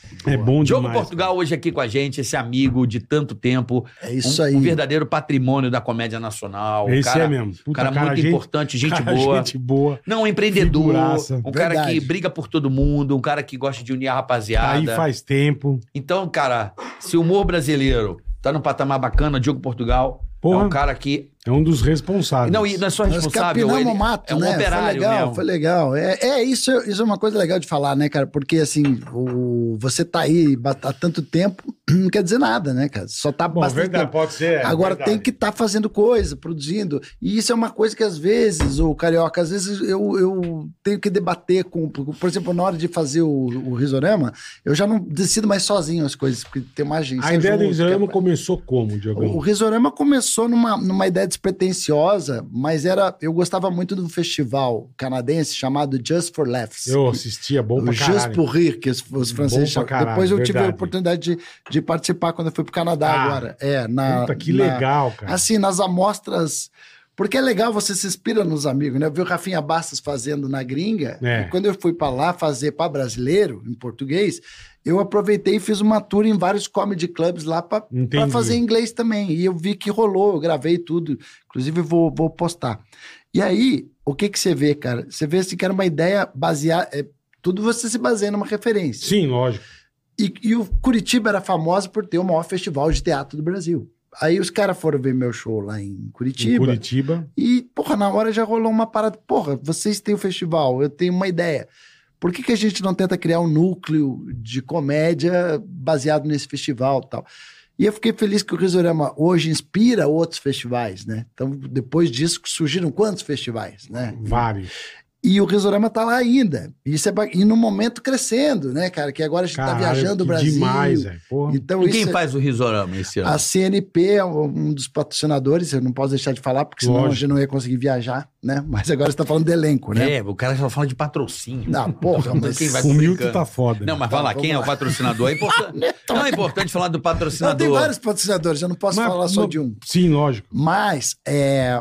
É bom Diogo demais. Portugal hoje aqui com a gente, esse amigo de tanto tempo. É isso um, aí. Um verdadeiro patrimônio da comédia nacional. Esse cara, é mesmo. Puta, cara, muito gente- importante, gente cara, boa. Gente boa. Não, um empreendedor. Figuraça. Um cara Verdade. que briga por todo mundo. Um cara que gosta de unir a Tá rapaziada. aí faz tempo. Então, cara, se o humor brasileiro tá num patamar bacana, Diogo Portugal Porra. é um cara que... É um dos responsáveis. Não, e não é só Nós responsável, capinamos ele o mato, é um né? operário foi legal, mesmo. Foi legal. É, é isso, isso é uma coisa legal de falar, né, cara? Porque, assim, o, você tá aí há tanto tempo, não quer dizer nada, né, cara? Só tá Bom, bastante verdade, tempo. pode ser. é Agora verdade. tem que estar fazendo coisa, produzindo. E isso é uma coisa que às vezes, o Carioca, às vezes eu, eu tenho que debater com... Por exemplo, na hora de fazer o, o Risorama, eu já não decido mais sozinho as coisas, porque tem uma agência A ideia do junto, Risorama que é- começou como, o, o Diogão? Risorama começou numa, numa ideia despretensiosa, mas era, eu gostava muito do festival canadense chamado Just for Laughs. Eu que- assistia, bom o pra Just caralho. pour Rire, que os, os franceses pra chamam. caralho, Depois eu tive a verdade. oportunidade de, de participar quando eu fui pro Canadá Ah, agora. É, na, Puta, que na- legal, cara. Assim, nas amostras. Porque é legal, você se inspira nos amigos, né? Eu vi o Rafinha Bastos fazendo na gringa. É. E quando eu fui para lá fazer para brasileiro, em português, eu aproveitei e fiz uma tour em vários comedy clubs lá para Entendi. fazer inglês também. E eu vi que rolou, eu gravei tudo. Inclusive, vou, vou postar. E aí, o que que você vê, cara? Você vê assim, que era uma ideia baseada. É, tudo você se baseia numa referência. Sim, lógico. E, e o Curitiba era famosa por ter o maior festival de teatro do Brasil. Aí os caras foram ver meu show lá em Curitiba. Em Curitiba. E, porra, na hora já rolou uma parada. Porra, vocês têm o festival, eu tenho uma ideia. Por que, que a gente não tenta criar um núcleo de comédia baseado nesse festival e tal? E eu fiquei feliz que o Risorama hoje inspira outros festivais, né? Então, depois disso, surgiram quantos festivais, né? Vários. E o Risorama tá lá ainda. E, isso é ba... e no momento crescendo, né, cara? Que agora a gente Caralho, tá viajando o que Brasil. demais, velho. Porra. Então, E isso quem é- faz o Risorama esse ano? a C N P é um dos patrocinadores, eu não posso deixar de falar, porque senão Lógico. a gente não ia conseguir viajar, né? Mas agora você tá falando de elenco, né? É, o cara só fala de patrocínio. Não, porra, mas Quem vai O Milton publicando? tá foda. Não, né? mas vai lá, Tá, quem é o vamos lá. patrocinador? É importante. Não é importante falar do Eu tenho patrocinador. vários patrocinadores, eu não posso Mas- falar só mas- de um. Sim, lógico. Mas, é,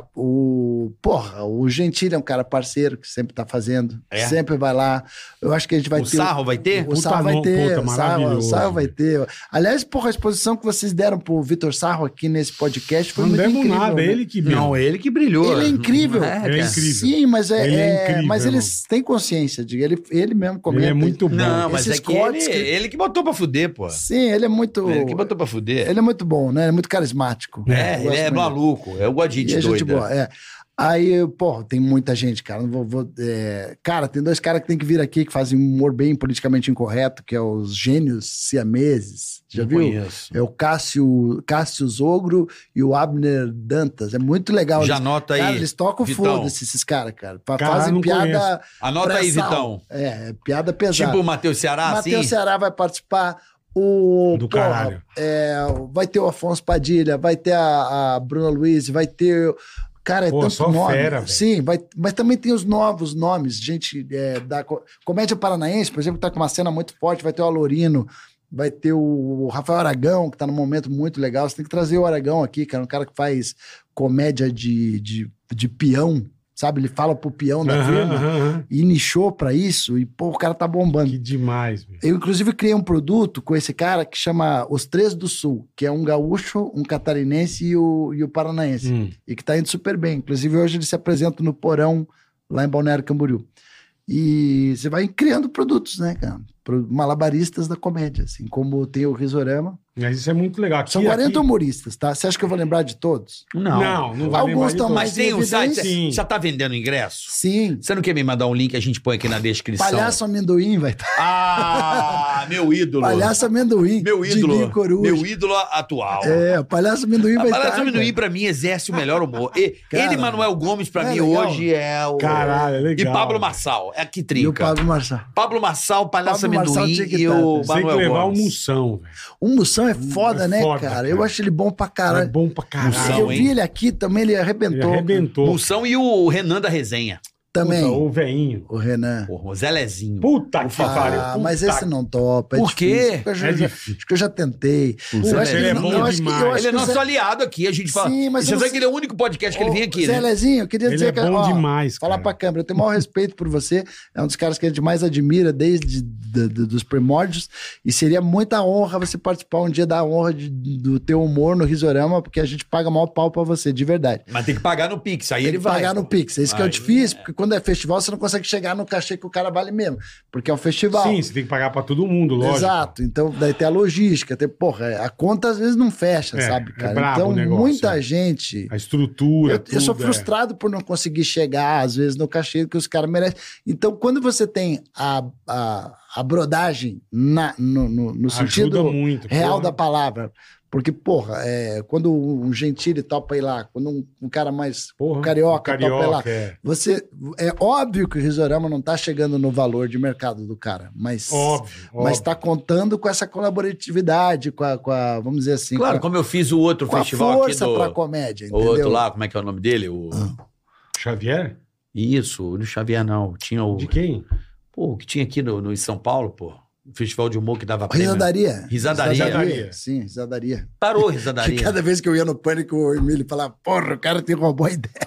o, porra, o Gentili é um cara parceiro que sempre tá fazendo, É? sempre vai lá. Eu acho que a gente vai O ter... Sarro vai ter? O Puta Sarro vai no- ter, puta, o Sarro, o maravilhoso. Sarro vai ter. Aliás, porra, a exposição que vocês deram pro Vitor Sarro aqui nesse podcast foi Não muito demos incrível. nada, né? ele que viu. Não, ele que brilhou. Ele é incrível. É, Ele é cara. incrível. Sim, mas é, Ele é é- incrível, mas irmão. eles têm consciência de ele, ele mesmo comenta. Ele é muito bom. Não, mas Esses é que ele, cortes que- ele que botou pra fuder, pô. Sim, ele é muito. Ele que botou pra fuder. Ele é muito bom, né? Ele é muito carismático. É, Eu ele gosto é muito dele. maluco. É o Guadite E a gente doido. boa, é. Aí, pô, tem muita gente, cara. Não vou, vou, é, Cara, tem dois caras que tem que vir aqui que fazem um humor bem politicamente incorreto, que é os gênios siameses. Já Não viu? conheço. É o Cássio, Cássio Zogro e o Abner Dantas. É muito legal. Já Eles- anota aí. Cara, eles tocam Vitão. foda-se, esses caras, cara. Fa- Caralho, Fazem não piada. Anota aí, pré-sal. Vitão. É, é piada pesada. Tipo o Matheus Ceará, Matheus assim? Ceará vai participar. O, Do porra, caralho. é, vai ter o Afonso Padilha, vai ter a, a Bruna Luiz, vai ter. Cara, é Pô, tanto só nome. fera, velho. Sim, vai, mas também tem os novos nomes. Gente é, da co- comédia paranaense, por exemplo, que tá com uma cena muito forte. Vai ter o Alorino, vai ter o Rafael Aragão, que tá num momento muito legal. Você tem que trazer o Aragão aqui, cara, um cara que faz comédia de, de, de peão, sabe? Ele fala pro peão da Aham, firma aham, aham. e nichou pra isso. E, pô, o cara tá bombando. Que demais, velho. Eu, inclusive, criei um produto com esse cara que chama Os Três do Sul, que é um gaúcho, um catarinense e o, e o paranaense. Hum. E que tá indo super bem. Inclusive, hoje ele se apresenta no Porão, lá em Balneário Camboriú. E você vai criando produtos, né, cara? Pro- Malabaristas da comédia, assim, como tem o Risorama. Mas isso é muito legal. Aqui, São quarenta aqui... humoristas, tá? Você acha que eu vou lembrar de todos? Não. Não, não vai Alguns lembrar de estão todos. mais Mas tem um site. evidência. Sim. Já tá vendendo ingresso? Sim. Você não quer me mandar um link? A gente põe aqui na descrição. Palhaço Amendoim vai estar. Ah, meu ídolo. Palhaço Amendoim. Meu ídolo. Diguinho Coruja. Meu ídolo atual. É, o Palhaço Amendoim A vai estar. Palhaço Amendoim, cara. pra mim, exerce o melhor humor. E, Cara, ele, Manuel Gomes, pra é mim, legal. hoje é o. Caralho, é legal. E Pablo Marçal. É que E o trinca. Pablo Marçal. Pablo Marçal, Palhaço Pablo Marçal Amendoim tinha que e tá, o Você tem que Manuel levar um Gomes. moção, velho. O Moção é foda, É né, foda, cara? cara. Eu acho ele bom pra É caralho. bom pra caralho. Moção, eu hein? vi ele aqui também, ele Ele arrebentou. arrebentou. Moção e o Renan da Resenha. Também. Puta, o veinho. O Renan. Porra, o Zé Lezinho. Puta que pariu. Ah, puta mas esse não topa. É Por quê? difícil, porque eu já- É já- difícil. Acho que eu já tentei. O Eu Zé acho que Lezinho é não- bom eu acho que- eu demais. acho Ele é que o nosso Zé- aliado aqui, a gente fala. Sim, mas Você eu não sabe sei- que ele é o único podcast que ele vem aqui, Zé né? Lezinho, eu queria Ele dizer é que... bom ó, demais, Falar cara. pra câmera, eu tenho o maior respeito por você, é um dos caras que a gente mais admira desde de- de- dos primórdios, e seria muita honra você participar um dia da honra de- do teu humor no Risorama, porque a gente paga maior pau pra você, de verdade. Mas tem que pagar no Pix, aí Tem ele que vai. pagar no Pix, é isso que é o Aí, difícil, porque quando é festival você não consegue chegar no cachê que o cara vale mesmo, porque é um festival. Sim, você tem que pagar pra todo mundo, lógico. Exato, então daí tem a logística, tem, porra, a conta às vezes não fecha, É, sabe, é cara? brabo então o negócio, muita é. gente... A estrutura, Eu, eu sou tudo, é. frustrado por não conseguir chegar, às vezes, no cachê que os caras merecem. Então, quando você tem a, a, a brodagem na, no, no, no Ajuda sentido muito, real porra. da palavra, porque, porra, é, quando um Gentili topa ir lá, quando um, um cara mais Porra, carioca, o topa ir lá, carioca, é. você, é óbvio que o Risorama não tá chegando no valor de mercado do cara, mas... Óbvio, Mas óbvio. está contando com essa colaboratividade, com a, com a vamos dizer assim, Claro, com, como eu fiz o outro a, com a festival aqui força do... pra comédia, O entendeu? outro lá, como é que é o nome dele? O... Xavier? Isso, no Xavier não. Tinha o... De quem? Pô, o que tinha aqui no, no em São Paulo, pô. O festival de humor que dava prêmio. Risadaria. Risadaria. Risadaria. Sim, risadaria. Parou, Que risadaria. cada vez que eu ia no Pânico, o Emílio falava, porra, o cara te roubou a ideia.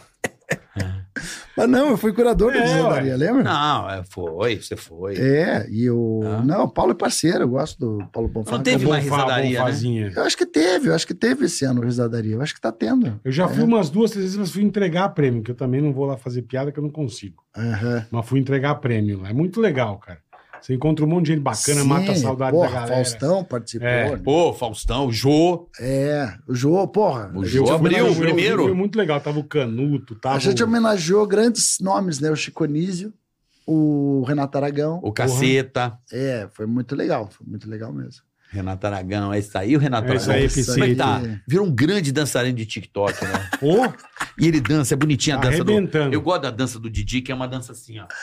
Mas não, eu fui curador da É, risadaria, ué. lembra? Não, é, foi, você foi. É, e o... Ah. Não, o Paulo é parceiro, eu gosto do Paulo Bonfá. Não teve O mais Bonfá, risadaria, né? Bonfazinha. Eu acho que teve, eu acho que teve esse ano risadaria. Eu acho que tá tendo. Eu já fui umas duas, três vezes, mas fui entregar prêmio, que eu também não vou lá fazer piada, que eu não consigo. Aham. Mas fui entregar prêmio lá. É muito legal, cara. Você encontra um monte de gente bacana, Sim, mata a saudade porra, da galera. Faustão participou. É. né? Pô, Faustão, o Jô. É, o Jô, porra. O a Jô gente abriu homenageou- o primeiro. Foi muito legal. Tava o Canuto, tava A gente o... homenageou grandes nomes, né? O Chico Anísio, o Renato Aragão. O Caceta. É, foi muito legal, foi muito legal mesmo. Renato Aragão, é isso aí, o Renato É isso Aragão. aí, Isso Como é que aí. tá? Virou um grande dançarino de TikTok, né? Ô, E ele dança, é bonitinha a Tá dança do... arrebentando. Eu gosto da dança do Didi, que é uma dança assim, ó.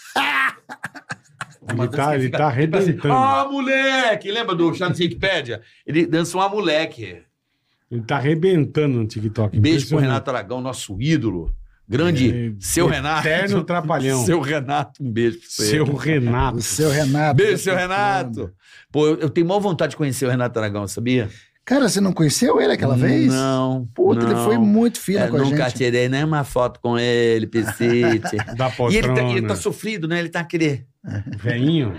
É uma Ele dança tá- que ele fica- tá tipo assim, arrebentando. Ah, moleque! Lembra do chat da Wikipédia? Ele dança uma moleque. ele tá arrebentando no TikTok. Beijo pro Impressionante. Renato Aragão, nosso ídolo. Grande É, seu Renato. eterno trapalhão. Seu Renato, um beijo pra você. Seu Renato. O seu Renato. Beijo, tá seu tocando. Renato. Pô, eu, eu tenho maior vontade de conhecer o Renato Aragão, sabia? Cara, você não conheceu ele aquela vez? Não. Puta, não. ele foi muito fino Eu com a nunca gente. tirei nenhuma foto com ele, Piscite. Da E ele tá, poltrona. ele tá sofrido, né? Ele tá aquele... Veinho.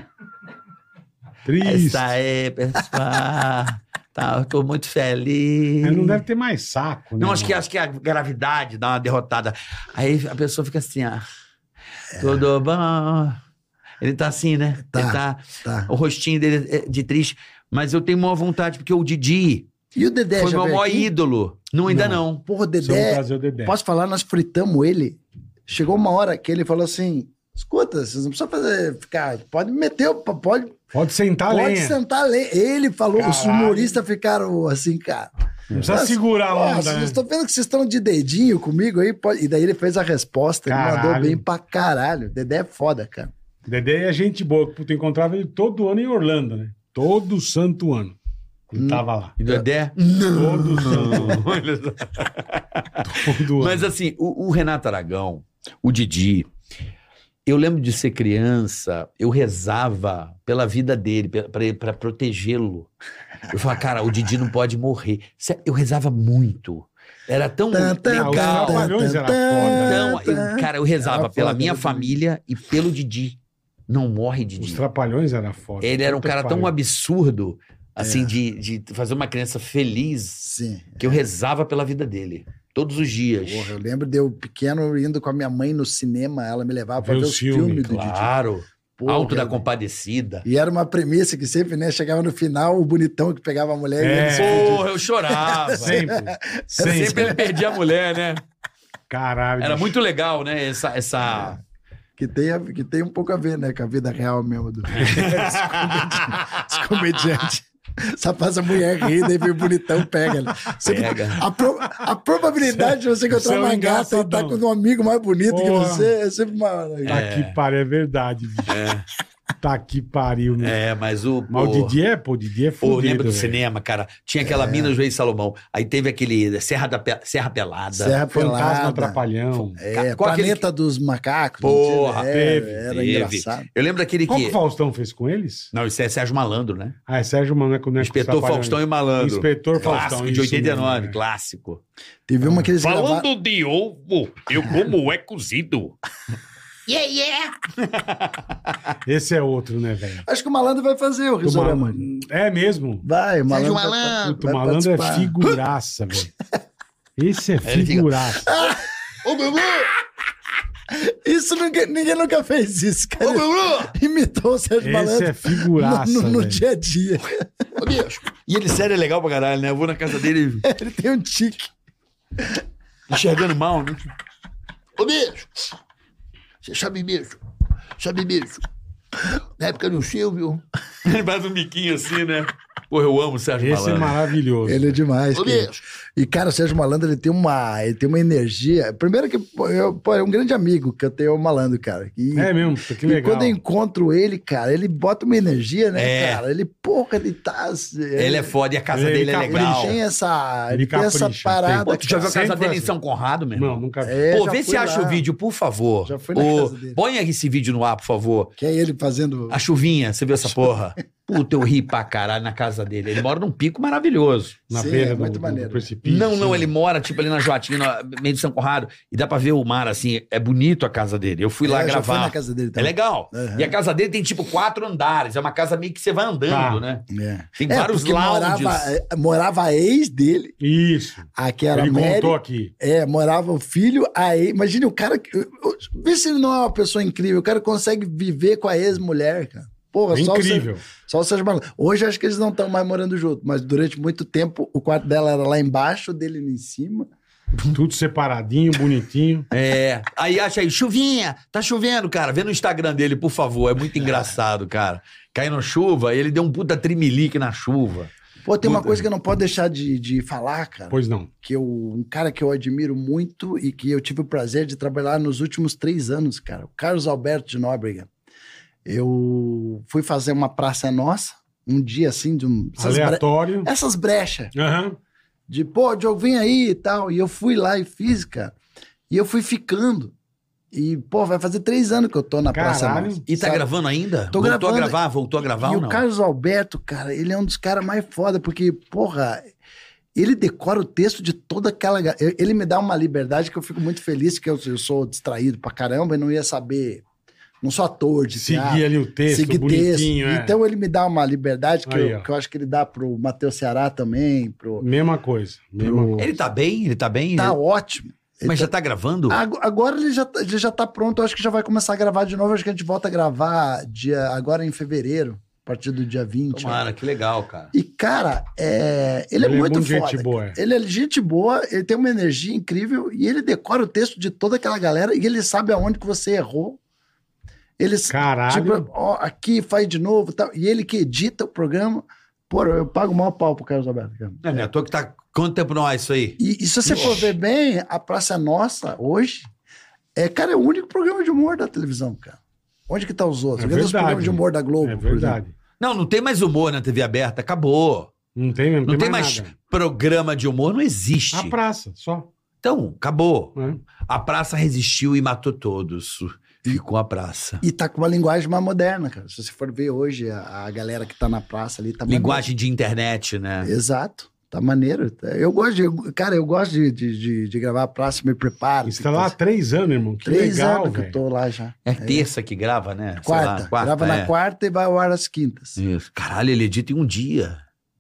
Triste. Isso aí, pessoal. Tá, eu tô muito feliz. Ele não deve ter mais saco, né? Não, acho que, mano? acho que a gravidade dá uma derrotada. Aí a pessoa fica assim, ó. Tudo bom? Ele tá assim, né? Tá. Ele tá... Tá. O rostinho dele é de triste. Mas eu tenho maior vontade, porque o Didi E o Dedé foi já meu veio maior aqui? ídolo. Não, ainda não. Porra, o Precisamos Dedé, trazer o Dedé. posso falar, nós fritamos ele. Chegou uma hora que ele falou assim, escuta, vocês não precisam fazer, ficar, pode meter, o- pode, Pode sentar a pode lenha. sentar a lenha. Ele falou, os Caralho. humoristas ficaram assim, cara. Não precisa Nossa, segurar a Ó, onda, vocês né? estão vendo que vocês estão de dedinho comigo aí? Pode... E daí ele fez a resposta, ele Caralho. mandou bem pra caralho. Dedé é foda, cara. Dedé é gente boa. Puta, eu encontrava ele todo ano em Orlando, né? Todo santo ano. Ele tava lá. E do Dedé? Todo santo ano. Olha só. Todo ano. Mas assim, o, o Renato Aragão, o Didi, eu lembro de ser criança, eu rezava pela vida dele, para protegê-lo. Eu falava, cara, o Didi não pode morrer. Sé- Eu rezava muito. Era tão Tan, tan, Não, os legal. tan, Trapalhões tan, era tan, foda. Então, eu- tan. cara, eu rezava Era pela foda, minha né, família e pelo Didi. Não morre, Os Didi. Trapalhões era foda. Ele era um Puta cara que tão pariu. absurdo, assim, É. de, de fazer uma criança feliz, Sim. que eu rezava pela vida dele. Todos os dias. Porra, eu lembro de eu pequeno indo com a minha mãe no cinema, ela me levava pra Ver ver os os filmes, filmes do Didi. Claro. Porra, Alto da eu- Compadecida. E era uma premissa que sempre, né, chegava no final, o bonitão que pegava a mulher e É. ele se- Porra, eu chorava. Sempre. Sempre, Sempre. ele perdia a mulher, né? Caralho. Era bicho. muito legal, né? Essa, essa... que, tem a- que tem um pouco a ver, né, com a vida real mesmo do dos comediantes. Só faz a mulher rir, daí vem o bonitão, pega. né? Você- Pega. A, pro- a probabilidade de você Você encontrar é um uma gata e engraçadão. estar com um amigo mais bonito que Porra. você é sempre uma... Tá que pariu, é verdade, bicho. Tá que pariu, meu. É, mas o... Mas o o- Didi é, pô, o Didi é Pô, fudido, lembra do velho. cinema, cara? Tinha aquela mina do Juiz Salomão. Aí teve aquele Serra, da Pe- Serra Pelada. Serra Fantasma Pelada. Trapalhão. É, Qual aquele Planeta dos Macacos. Porra, não tinha? teve, É, Era teve. engraçado. Eu lembro daquele Qual que que... o Faustão fez com eles? Não, isso é Sérgio Malandro, né? Ah, é Sérgio Mano, é com o Inspetor Faustão e Malandro. Inspetor Faustão. Clássico de isso oitenta e nove, mesmo, é. clássico. Teve uma que eles gravaram. Falando de ovo, eu como é cozido. Yeah, yeah. Esse é outro, né, velho? Acho que o Malandro vai fazer o O Risorama. Malandro- É mesmo. Vai, o Malandro. Sérgio vai- Malandro. Puta, o vai malandro é participar. figuraça, velho. Esse é Ele fica- figuraça. Ô, Bruno! Isso nunca, ninguém nunca fez isso, cara. Ô, Bruno! Imitou o Sérgio Esse Malandro é figuraça, no, no, no velho. dia a dia. Ô, bicho! E ele, sério, é legal pra caralho, né? Eu vou na casa dele Ele tem um tique. enxergando mal, né? Ô, bicho! Você sabe, bicho? Sabe, bicho? Na época do Silvio. Ele faz um biquinho assim, né? Porra, eu amo o Sérgio Esse é Malandro. maravilhoso. Ele é demais. Ô, cara. bicho! E, cara, o Sérgio Malandro, ele tem uma, ele tem uma energia. Primeiro que, pô, eu, pô, é um grande amigo que eu tenho, o Malandro, cara. E, É mesmo, puta, que e legal. quando eu encontro ele, cara, ele bota uma energia, né, É. cara? Ele, porra, ele tá... Ele é foda e a casa Ele dele é capricha. legal. Tem essa, Ele ele tem essa capricha, parada. Pô, tu já viu a Sempre casa dele em assim. São Conrado, meu Não, irmão? nunca vi. É, Pô, já vê fui se acha lá. o vídeo, por favor. Já fui na Ô, casa dele. põe esse vídeo no ar, por favor. Que é ele fazendo... A chuvinha, você viu essa porra? Puta, eu ri pra caralho na casa dele. Ele mora num pico maravilhoso. Na Sim, beira é do, muito do- do maneiro. precipício. Não, não, sim. ele mora, tipo, ali na Joatina, no meio de São Conrado. E dá pra ver o mar, assim. É bonito a casa dele. Eu fui lá É, eu já gravar. fui na casa dele É também. legal. Uhum. E a casa dele tem, tipo, quatro andares. É uma casa meio que você vai andando, Tá. né? É. Tem É, vários porque lounges. morava, é, morava a ex dele, Isso. a que era Ele Mary. contou aqui. É, morava o filho, a ex. Imagine o cara. que- Vê se ele não é uma pessoa incrível. O cara consegue viver com a ex-mulher, cara. Porra, É só incrível. o Sérgio, só o Sérgio Malandro. Hoje acho que eles não estão mais morando juntos, mas durante muito tempo o quarto dela era lá embaixo, dele em cima. Tudo separadinho, bonitinho. É. Aí acha aí, chuvinha, tá chovendo, cara. Vê no Instagram dele, por favor. É muito engraçado, cara. Caindo chuva, ele deu um puta trimelique na chuva. Pô, tem uma Puta. coisa que eu não posso deixar de, de falar, cara. Pois não. Que eu, um cara que eu admiro muito e que eu tive o prazer de trabalhar nos últimos três anos, cara. O Carlos Alberto de Nóbrega. Eu fui fazer uma Praça é Nossa, um dia assim, de um, essas, bre- Aleatório. essas brechas. Aham. De, pô, Diogo, vem aí e tal. E eu fui lá e fiz, cara. E eu fui ficando. E, pô, vai fazer três anos que eu tô na Praça é Caralho. Nossa. E tá sabe? gravando ainda? Tô Voltou gravando. a gravar? Voltou a gravar E ou o não? Carlos Alberto, cara, ele é um dos caras mais foda, porque, porra, ele decora o texto de toda aquela... ga- eu- Ele me dá uma liberdade que eu fico muito feliz, que eu, eu sou distraído pra caramba e não ia saber... Não sou ator de Seguir teatro, ali o texto, seguir bonitinho. texto. É. Então ele me dá uma liberdade que, Aí, eu, ó. que eu acho que ele dá pro Matheus Ceará também, pro... Mesma coisa. Mesma pro- coisa. Ele tá bem? Ele tá bem? Tá Ele- ótimo. Ele Mas tá- já tá gravando? Ag- Agora ele já, tá- ele já tá pronto, eu acho que já vai começar a gravar de novo, acho que a gente volta a gravar dia, agora em fevereiro, a partir do dia vinte. Tomara, que legal, cara. E, cara, é, ele, Ele é é muito muito foda. gente boa, é. Ele é gente boa, ele tem uma energia incrível e ele decora o texto de toda aquela galera e ele sabe aonde que você errou. Ele, Caralho. tipo, ó, aqui faz de novo tal. E ele que edita o programa. Pô, eu pago o maior pau pro Carlos Alberto. Cara. É, né? Tô que tá... Quanto tempo não há isso aí? E, e se você for ver bem, a Praça é Nossa, hoje, é, cara, é o único programa de humor da televisão, cara. Onde que tá os outros? É Cadê os verdade. programas de humor da Globo, É por exemplo? verdade. Não, não tem mais humor na T V aberta. Acabou. Não tem mesmo. Não tem mais nada. programa de humor. Não existe. A praça, só. Então, acabou. né? A praça resistiu e matou todos. Ficou a praça. E tá com uma linguagem mais moderna, cara. Se você for ver hoje, a, a galera que tá na praça ali tá Linguagem de internet, né? maneiro. Exato. Tá maneiro. Eu gosto de... eu- cara, eu gosto de, de, de, de gravar a praça, me preparo. Você tá lá há três anos, irmão. Que Três legal, anos que eu velho. tô lá já. É terça que grava, né? Sei Quarta. lá, quarta. Grava é. na quarta e vai ao ar às quintas. Isso. Caralho, ele edita em um dia.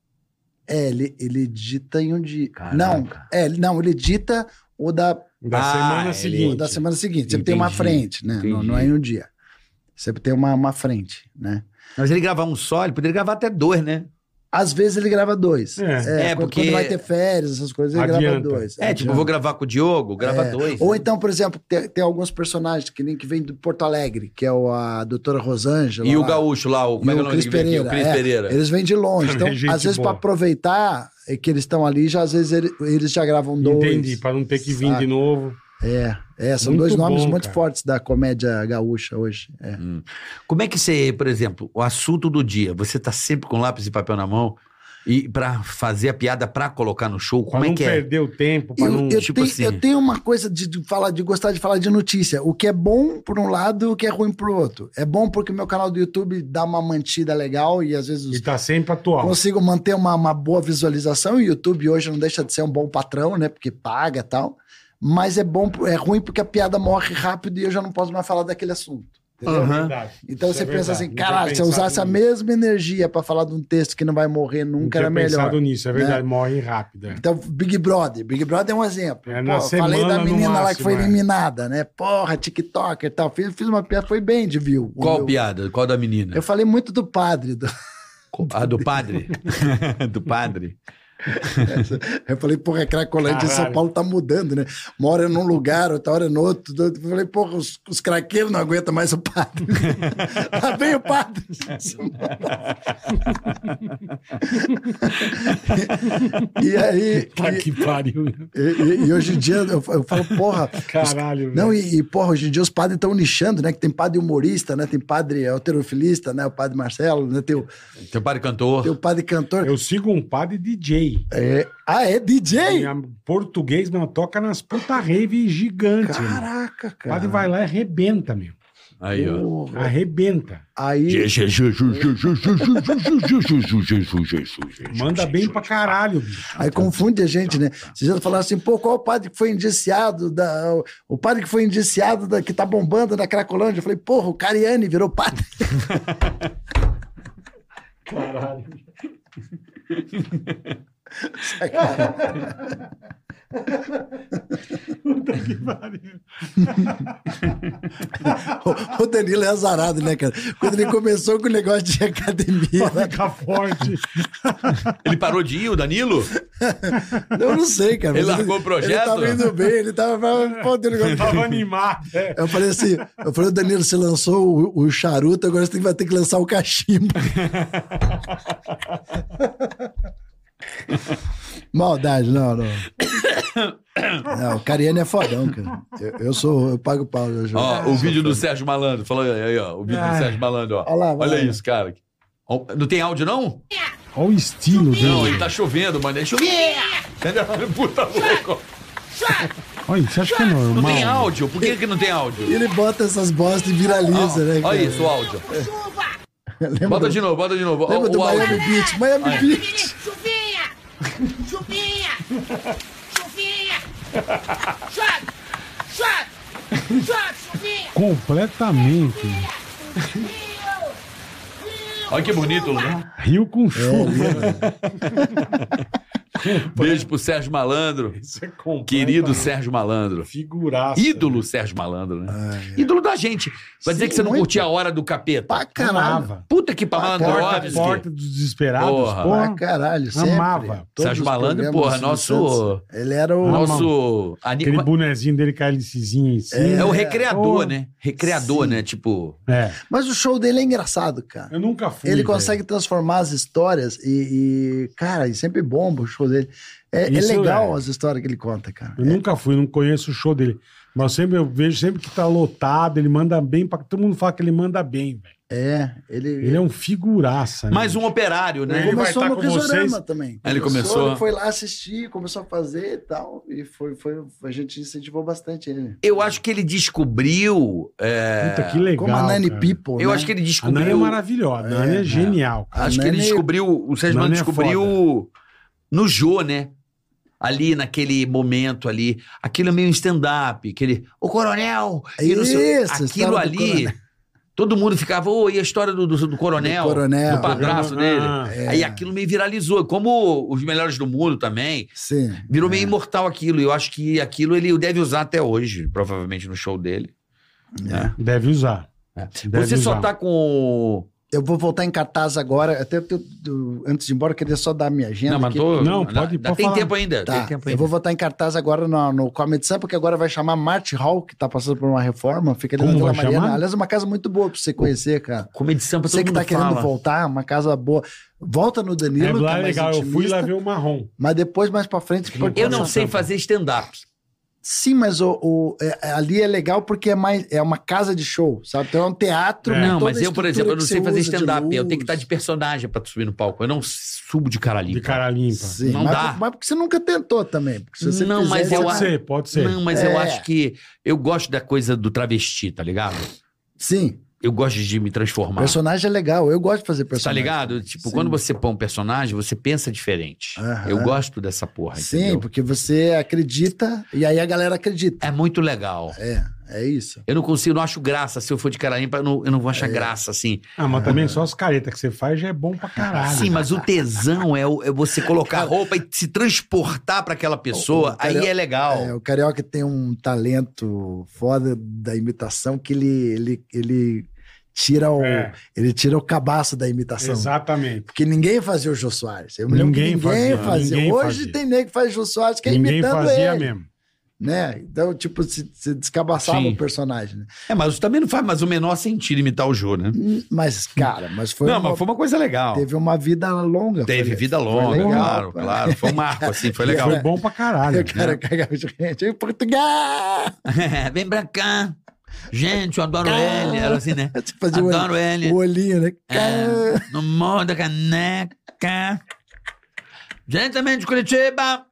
É, ele, ele edita em um dia. Caraca. Não, é, não, ele edita o da, Da Ah, semana ele- seguinte. o da semana seguinte. Sempre tem uma Entendi, frente, né? Não, entendi. não é em um dia. Sempre tem uma, uma frente, né? Mas ele gravar um só, ele poderia gravar até dois, né? Às vezes ele grava dois. É. É, quando, porque- quando vai ter férias, essas coisas, ele grava Adianta. dois. É, tipo, eu vou gravar com o Diogo, grava dois. Ou né? então, por exemplo, tem, tem alguns personagens que nem que vem do Porto Alegre, que é o, a doutora Rosângela. E o lá, Gaúcho lá, o, como é e que é o o nome Cris que vem aqui? Pereira. O Cris é, Pereira. Eles vêm de longe. Também Então, é gente às vezes, boa. para aproveitar é que eles estão ali, já às vezes ele- eles já gravam dois. Entendi, pra não ter que vir sabe? de novo. É, é são Muito dois nomes bom, muito cara. fortes da comédia gaúcha hoje. É. Hum. Como é que você, por exemplo, o assunto do dia, você tá sempre com lápis e papel na mão e pra fazer a piada pra colocar no show, Pra como é não que é? perder o tempo, pra Eu, não... eu tipo tenho, assim- eu tenho uma coisa de, de falar, de gostar de falar de notícia. O que é bom por um lado e o que é ruim por outro. É bom porque o meu canal do YouTube dá uma mantida legal e às vezes os E tá sempre atual. consigo manter uma, uma boa visualização. E o YouTube hoje não deixa de ser um bom patrão, né? Porque paga e tal. Mas é bom, é ruim porque a piada morre rápido e eu já não posso mais falar daquele assunto. Entendeu? É Aham. verdade. Então Isso você é pensa verdade. assim, Não tinha caralho, se eu pensado usasse a nisso. mesma energia pra falar de um texto que não vai morrer Não nunca, tinha era melhor. pensado nisso, é né? verdade, morre rápido. é. Então, Big Brother. Big Brother é um exemplo. É, na Pô, falei semana, da no menina lá que foi máximo, é. eliminada, né? Porra, TikToker e tal. Fiz, fiz uma piada, foi bem de view. O Qual meu- piada? Qual da menina? Eu falei muito do padre. do- A do padre? Do padre? Eu falei, porra, a Cracolândia em São Caralho. Paulo tá mudando, né? Uma hora num lugar, outra hora no outro. Eu falei, porra, os, os craqueiros não aguentam mais o padre. Lá vem o padre. E aí... Tá e- que pariu. E, e- e hoje em dia eu, eu falo, porra. Caralho, os- não, velho. e, e, porra, hoje em dia os padres estão nichando, né? Que tem padre humorista, né? Tem padre alterofilista, né? O padre Marcelo, né? Tem o, Teu padre cantor? tem o padre cantor. Eu sigo um padre D J. É, ah, é D J? Em português, não, toca nas puta rave gigante. irmão. Caraca, O cara. padre vai lá e arrebenta, meu. Aí, ó. Porra. Arrebenta. Aí, Manda bem pra caralho, bicho. aí confunde a gente, né? Vocês já falaram assim, pô, qual o padre que foi indiciado da... O, o padre que foi indiciado da, que tá bombando na Cracolândia? Eu falei, porra, o Cariani virou padre. Caralho. Puta que pariu. O, o Danilo é azarado, né, cara? Quando ele começou com o negócio de academia... Pra ficar forte. Ele parou de ir, o Danilo? Eu não sei, cara. Ele mas largou o projeto? Ele tava indo bem, ele tava... Pô, Danilo, Tava animado. É. eu falei assim, eu falei, Danilo, você lançou o, o charuto, agora você vai ter que lançar o cachimbo. Maldade, não, não. Não, o Cariani é fodão, cara. Eu, eu sou, eu pago pau. Eu jogo. Ó, o vídeo do Sérgio Malandro. Fala aí, aí, ó. O vídeo do Ah. Sérgio Malandro, ó. Olha lá, vai Olha lá. isso, cara. Ó, não tem áudio, não? Olha o estilo dele. Não, ele tá chovendo, mano. É chovendo. Entendeu? Puta louco. Olha, você acha que é normal? Não tem áudio? Por que, que não tem áudio? Ele bota essas bostas e viraliza, né? Olha cara? isso, o áudio. Lembra Bota do, de novo, bota de novo. Ó, lembra do o Miami áudio. Beach? Miami Beach. Chuvinha! Chuvinha! Chuvinha! Shot! Shot! Shot! Chuvinha! Completamente. Olha que bonito, né? Rio com chuva. Beijo pro Sérgio Malandro. Isso é completamente Querido Sérgio Malandro. Figuraça. Ídolo Sérgio Malandro, né? Ídolo da gente. Vai dizer Sim, que você não muito. curtia a hora do capeta. Pra caralho. Amava. Puta que Pra pariu, Porta, Malandrovski. porta dos desesperados. Porra. Porra. Pra caralho, sempre. Amava. Todos Sérgio os Malandro, programas porra, do nosso- Santos. Ele era o... Nosso... ani- Aquele bonezinho dele com a hélicezinha em cima. É o recreador, Porra. né? Recreador, Sim. né? Tipo... É. Mas o show dele é engraçado, cara. Eu nunca fui. Ele velho. consegue transformar as histórias e, e, cara, e sempre bomba o show dele. É, é Isso legal é. as histórias que ele conta, cara. Eu nunca fui, não conheço o show dele. Mas eu sempre eu vejo sempre que tá lotado, ele manda bem. Pra... Todo mundo fala que ele manda bem, velho. É, ele, Ele é um figuraça. né? Mais um operário, né? Ele vai começou tá no com Risorama vocês. também. Ele começou. Ele foi lá assistir, começou a fazer e tal. E foi, foi, a gente incentivou bastante ele. Eu acho que ele descobriu... é, Puta, que legal. Como a Nani cara. People, Eu né? acho que ele A Nani é descobriu... maravilhosa. A Nani é, É, genial. A Acho que ele Nani- descobriu... O Sérgio Nani Malandro é descobriu no Jô, né? Ali naquele momento ali. Aquilo é meio stand-up. Aquele... O coronel! e não sei- Isso, a Aquilo história do ali... coronel. Todo mundo ficava... Ô, e a história do, do, do coronel? Do coronel. Do padrasto Ah, dele. é. Aí aquilo meio viralizou. Como os melhores do mundo também. Sim. Virou É. meio imortal aquilo. E eu acho que aquilo ele deve usar até hoje. Provavelmente no show dele. né? Deve usar. É. Deve Você só usar. tá com... Eu vou voltar em cartaz agora. Até eu- eu- antes de ir embora, eu queria só dar a minha agenda. Não, mas aqui. tô... Não, dá- pode- dá- pode Tem falar. tempo ainda. Tá, Tem tempo eu ainda. vou voltar em cartaz agora no, no Comedy Sam, porque agora vai chamar Mart Hall, que tá passando por uma reforma. Fica ali Como na Vila vai Mariana. chamar? Aliás, é uma casa muito boa pra você conhecer, cara. Comedy Sampa, todo Você que mundo tá querendo fala. voltar, uma casa boa. Volta no É, Danilo, lá que é é mais legal. Eu fui intimista, lá ver o marrom. Mas depois, mais pra frente... pode Eu não passar. sei fazer stand-up. Sim, mas o, o- é- ali é legal porque é mais é uma casa de show, sabe? Então é um teatro. É. Não, com toda mas a eu, por estrutura exemplo, eu que não sei você fazer usa de stand-up. Eu tenho que luz. estar de personagem pra subir no palco. Eu não subo de cara limpa. De cara limpa. Sim, Não mas, dá. mas porque você nunca tentou também. Porque se você Não, fizer, mas você eu Pode vai- ser, pode ser. Não, mas É. eu acho que eu gosto da coisa do travesti, tá ligado? Sim, Eu gosto de me transformar. personagem é legal. Eu gosto de fazer Tá personagem. ligado? Tipo, Sim. quando você põe um personagem, você pensa diferente. Aham. Eu gosto dessa porra, Sim, entendeu? porque você acredita e aí a galera acredita. É muito legal. É, é isso. Eu não consigo, não acho graça. Se eu for de cara limpa, eu não, eu não vou achar É. graça, assim. Ah, mas também só as caretas que você faz já é bom pra caralho. Sim, mas o tesão é, o- é você colocar a roupa e se transportar pra aquela pessoa. O- o cara- aí é legal. É, o Carioca tem um talento foda da imitação que ele, ele, ele, tira, o, É. ele tira o cabaço da imitação. Exatamente. Porque ninguém fazia o Jô Soares. Eu me lembro Ninguém que ninguém fazia, fazia. ninguém Hoje fazia. tem nego que faz Jô Soares que é Ninguém imitando fazia ele. mesmo. Né? Então, tipo, se, se descabaçava Sim. o personagem. Né? É, mas também não faz mais o menor sentido imitar o Jô, né? Hum, Mas, cara, mas foi, não, uma, mas foi uma coisa legal. Teve, teve uma vida longa. foi- vida foi longa, legal, claro, pô. claro. Foi um marco, assim, foi legal. Foi bom pra caralho. Eu quero cagar de gente em Portugal. Vem pra cá. Gente, eu adoro ele. Era assim, né? Você fazia o olho- Adoro ele. o olhinho, né? É, no morro da caneca. Diretamente de Curitiba.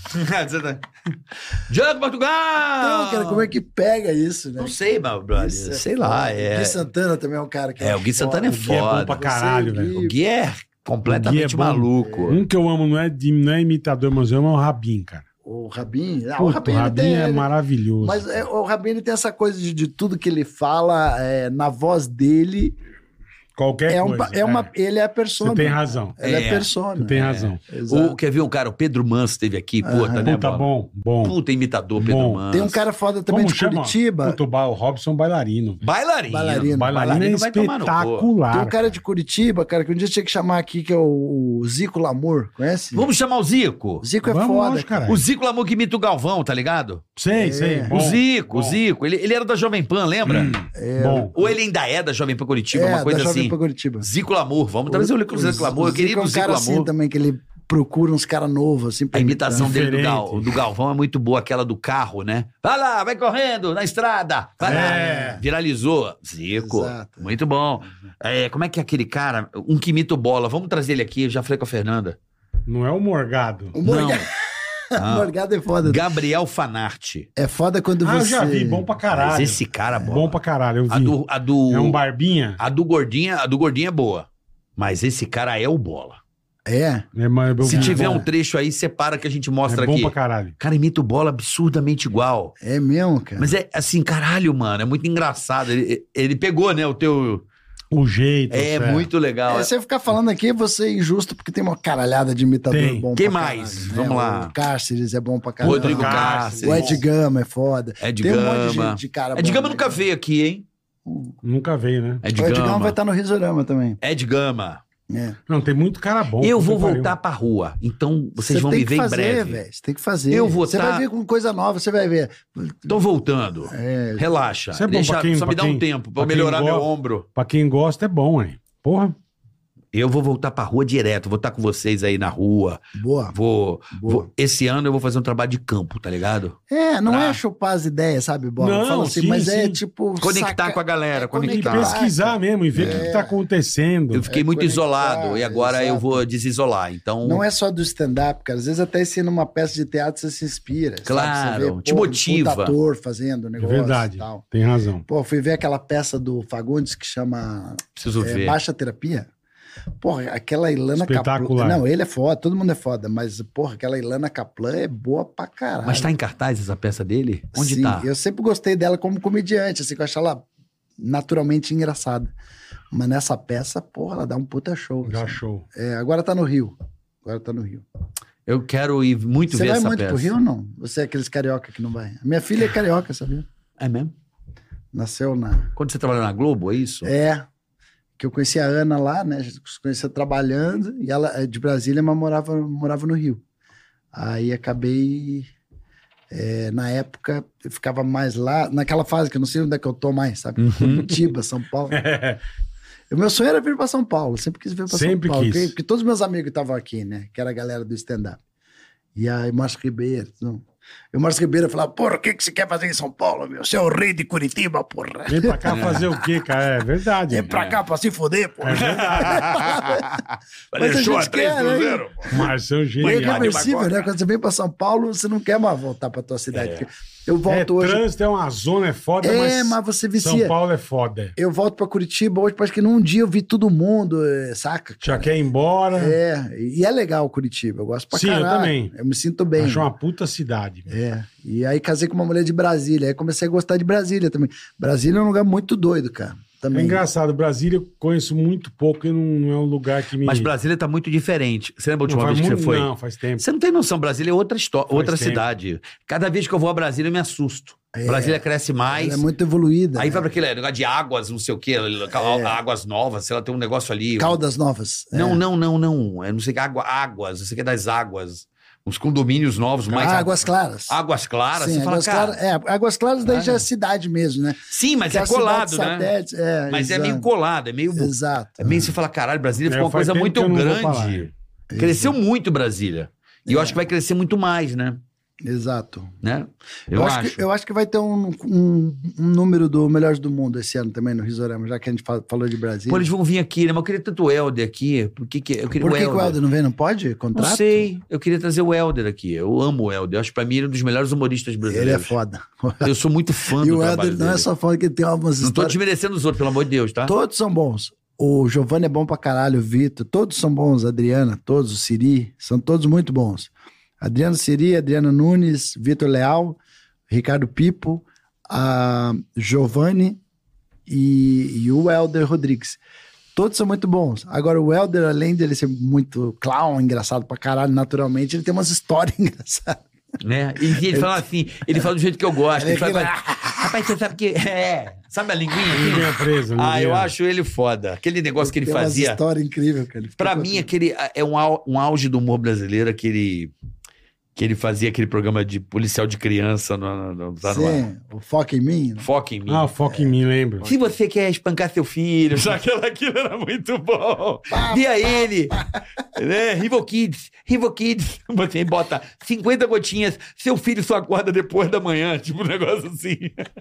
Diogo Portugal! Não, cara, como é que pega isso, né? Não sei, meu brother. Isso é sei foda. lá. O É, Gui Santana também é um cara que é o Gui Santana é O Gui é bom foda. pra caralho, Você, velho. O Gui é completamente O Gui é bom. maluco. Um que eu amo não é, de- não é imitador, mas eu amo é o Rabin, cara. O Rabin. Ah, o Puta, Rabin, o ele Rabin tem, é ele- maravilhoso. Mas é, o Rabin ele tem essa coisa de, de tudo que ele fala é, na voz dele. Qualquer É, um, coisa. é uma, ele é a persona. Você tem razão. Ele é, É, persona. Você tem razão. Exato. O, quer ver um cara? O Pedro Manso esteve aqui. Puta, Aham. né, Puta, bola? bom, bom. Puta imitador, Pedro Bom. Manso. Tem um cara foda também Como de chama? Curitiba. Puta, o Ba- o Robson Bailarino. Bailarino. Bailarino. Bailarino é vai tomar no cu. espetacular. Tem um cara de Curitiba, cara, que um dia tinha que chamar aqui, que é o, o Zico Lamour. Conhece? Vamos chamar o Zico. O Zico é Vamos, foda. lógico, cara. caralho. O Zico Lamour que imita o Galvão, tá ligado? Sei, sei. É. Bom, o Zico, bom, o Zico. Ele, ele era da Jovem Pan, lembra? Bom. Ou ele ainda é da Jovem Pan Curitiba, É, uma coisa da Jovem assim. Pan Curitiba. Zico Lamour. Vamos trazer o Zico Lamour. Eu O queria Zico ir é no um Zico cara Lamour. assim também, que ele procura uns caras novos, assim, A pra imitação imitar. dele do, Diferente. Gal, do Galvão é muito boa, aquela do carro, né? Vai lá, vai correndo na estrada. Vai É. lá. Viralizou. Zico. Exato. Muito bom. É, como é que é aquele cara? Um que imita o Bola. Vamos trazer ele aqui. Eu já falei com a Fernanda. Não é o Morgado. O Morgado, Ah. o Morgado é foda. Gabriel Fanarte. É foda quando Ah, eu você... já vi. Bom pra caralho. Mas esse cara, Bola. Bom pra caralho, eu vi. A do, a do, É um barbinha? a do Gordinha, a do Gordinha é boa. Mas esse cara é o Bola. É. É, mas eu Se vi. tiver Bom. um trecho aí, separa que a gente mostra É bom aqui. pra caralho. O cara imita o Bola absurdamente igual. É mesmo, cara. Mas é assim, caralho, mano, é muito engraçado. Ele, ele pegou, né, o teu... O jeito. É, certo. muito legal. É, você ficar falando aqui, você é injusto, porque tem uma caralhada de imitador Tem. bom Quem pra mais? caralho, né? Vamos lá. O Cárceres é bom pra caralho. Rodrigo Cárceres. O Cárceres. Ed Gama é foda. Ed Tem um monte de Gama. gente de cara Ed bom, Gama né, nunca cara? veio aqui, hein? Nunca veio, né? Ed O Ed Gama Gama. vai estar no Risorama também. Ed Gama. É. Não, tem muito cara bom. Eu puta vou que pariu. voltar pra rua. Então, vocês Você vão tem me que ver em fazer, breve. velho. Você tem que fazer. Eu vou Você tá- vai ver com coisa nova, você vai ver. Tô voltando. É, Relaxa. Isso é bom Deixa, pra quem- só me pra dá um quem- tempo pra eu pra quem melhorar meu gosta. ombro. Pra quem gosta é bom, hein? Porra. Eu vou voltar pra rua direto. Vou estar com vocês aí na rua. boa. Vou, Boa. vou- Esse ano eu vou fazer um trabalho de campo, tá ligado? É, não Pra- é chupar as ideias, sabe, Bola? Não, Fala assim, sim, mas é sim. tipo. Conectar saca- com a galera, é E conectar. conectar. pesquisar mesmo e ver o que, que tá acontecendo. Eu fiquei É muito conectar, isolado e agora eu exato. vou desisolar. Então, Não é só do stand-up, cara. Às vezes até se numa peça de teatro você se inspira. sabe? Claro, Você vê, te pô, motiva. Um puta ator fazendo o É negócio verdade. e tal. Tem razão. Pô, fui ver aquela peça do Fagundes que chama preciso é, ver. Baixa Terapia. Porra, aquela Ilana Espetacular. Kaplan. Não, ele é foda, todo mundo é foda, mas, porra, aquela Ilana Kaplan é boa pra caralho. Mas tá em cartaz essa peça dele? Onde Sim, tá? Eu sempre gostei dela como comediante, assim, que eu acho ela naturalmente engraçada. Mas nessa peça, porra, ela dá um puta show. Já assim. show. É, agora tá no Rio. Agora tá no Rio. Eu quero ir muito Você ver vai essa muito peça. pro Rio ou não? Você é aqueles carioca que não vai? A minha filha é carioca, sabia? É mesmo? Nasceu na... Quando você trabalhou na Globo, é isso? É, que eu conheci a Ana lá, né? A gente se conhecia trabalhando, e ela é de Brasília, mas morava, morava no Rio. Aí acabei... é, na época, eu ficava mais lá, naquela fase que eu não sei onde é que eu tô mais, sabe? Uhum. Curitiba, São Paulo. O meu sonho era vir para São Paulo, sempre quis vir para São Sempre Paulo. quis. Porque, porque todos meus amigos estavam aqui, né? Que era a galera do stand-up. E aí, Márcio Ribeiro. Não. E o Márcio Ribeiro falava, porra, o que, que você quer fazer em São Paulo, meu? Você é o rei de Curitiba, porra. Vem pra cá fazer o quê, cara? É verdade. Vem pra cá pra se foder, porra. Mas a deixou gente a três quer, né? cruzeiro, pô. Marcelo E é genial. irreversível, né? Quando você vem pra São Paulo, você não quer mais voltar pra tua cidade. porque Eu É, volto hoje... trânsito é uma zona, é foda, É, mas, mas você vicia. São Paulo é foda. Eu volto pra Curitiba hoje, parece que num dia eu vi todo mundo, é, saca? Já quer ir embora. É, e é legal Curitiba, eu gosto pra Sim, eu caralho. também. Eu me sinto bem. Acho uma puta cidade. velho. É, e aí casei com uma mulher de Brasília, aí comecei a gostar de Brasília também. Brasília é um lugar muito doido, cara. É Também. engraçado, Brasília eu conheço muito pouco e não, não é um lugar que me... Mas Brasília tá muito diferente. Você lembra a última Não, vez faz que muito- você foi? Não, faz tempo. Você não tem noção, Brasília é outra história, outra tempo. cidade. Cada vez que eu vou a Brasília, eu me assusto. É. Brasília cresce mais. Ela é muito evoluída. Aí né? vai pra aquele negócio de águas, não sei o quê, águas novas, sei lá, tem um negócio ali. Caldas Novas. Não, é. não, não, não. É não sei o que, água, águas, não sei o que das águas. Uns condomínios novos, mais. Ah, Águas Claras. Águas Claras, Sim, você fala, Águas cara. Claras. É, Águas Claras daí Ah, já é é. cidade mesmo, né? Sim, mas Que é a cidade colado, né? satélite, É, Mas é exato. meio colado, é meio. Exato. É meio você fala, caralho, Brasília É, ficou uma faz coisa tempo muito que eu não vou pra lá. grande. Cresceu muito Brasília. E eu acho que vai crescer muito mais, né? Exato. né? Eu, Eu, acho, acho. Que, eu acho que vai ter um, um, um número do Melhores do Mundo esse ano também no Risorama, já que a gente fa- falou de Brasília. Pô, eles vão vir aqui, né? Mas eu queria tanto o Helder aqui. Por que, que eu queria Por que, o que o Helder não vem? Não pode? Contrato? Não sei. Eu queria trazer o Helder aqui. Eu amo o Helder. Eu acho que pra mim ele é um dos melhores humoristas Ele brasileiros. é foda. Eu sou muito fã E do o trabalho Helder não dele. é só foda que ele tem algumas Não tô histórias. desmerecendo os outros, pelo amor de Deus, tá? Todos são bons. O Giovanni é bom pra caralho, o Vitor, todos são bons, a Adriana, todos, o Siri, são todos muito bons. Adriano Siri, Adriano Nunes, Vitor Leal, Ricardo Pipo, a Giovanni e, e o Helder Rodrigues. Todos são muito bons. Agora, o Helder, além de ele ser muito clown, engraçado pra caralho, naturalmente, ele tem umas histórias engraçadas. Né? E ele fala assim, ele fala do jeito que eu gosto. Ele Ele fala, fica- rapaz, você sabe que. É, sabe a linguinha? Linguinha presa, Ah, linguinha. eu acho ele foda. Aquele negócio que ele tem umas fazia. histórias incríveis, cara. Ele fica Pra contando. mim, aquele é um, au- um auge do humor brasileiro, aquele. Que ele fazia aquele programa de policial de criança no, no, no, tá no ar. Sim, o Foca em Mim. né? Foca em mim. Ah, o foco em mim, lembro. Se você quer espancar seu filho, já aquilo, aquilo era muito bom. Via ele, né? Rival Kids, Rival Kids. Você bota cinquenta gotinhas, seu filho só acorda depois da manhã, tipo um negócio assim.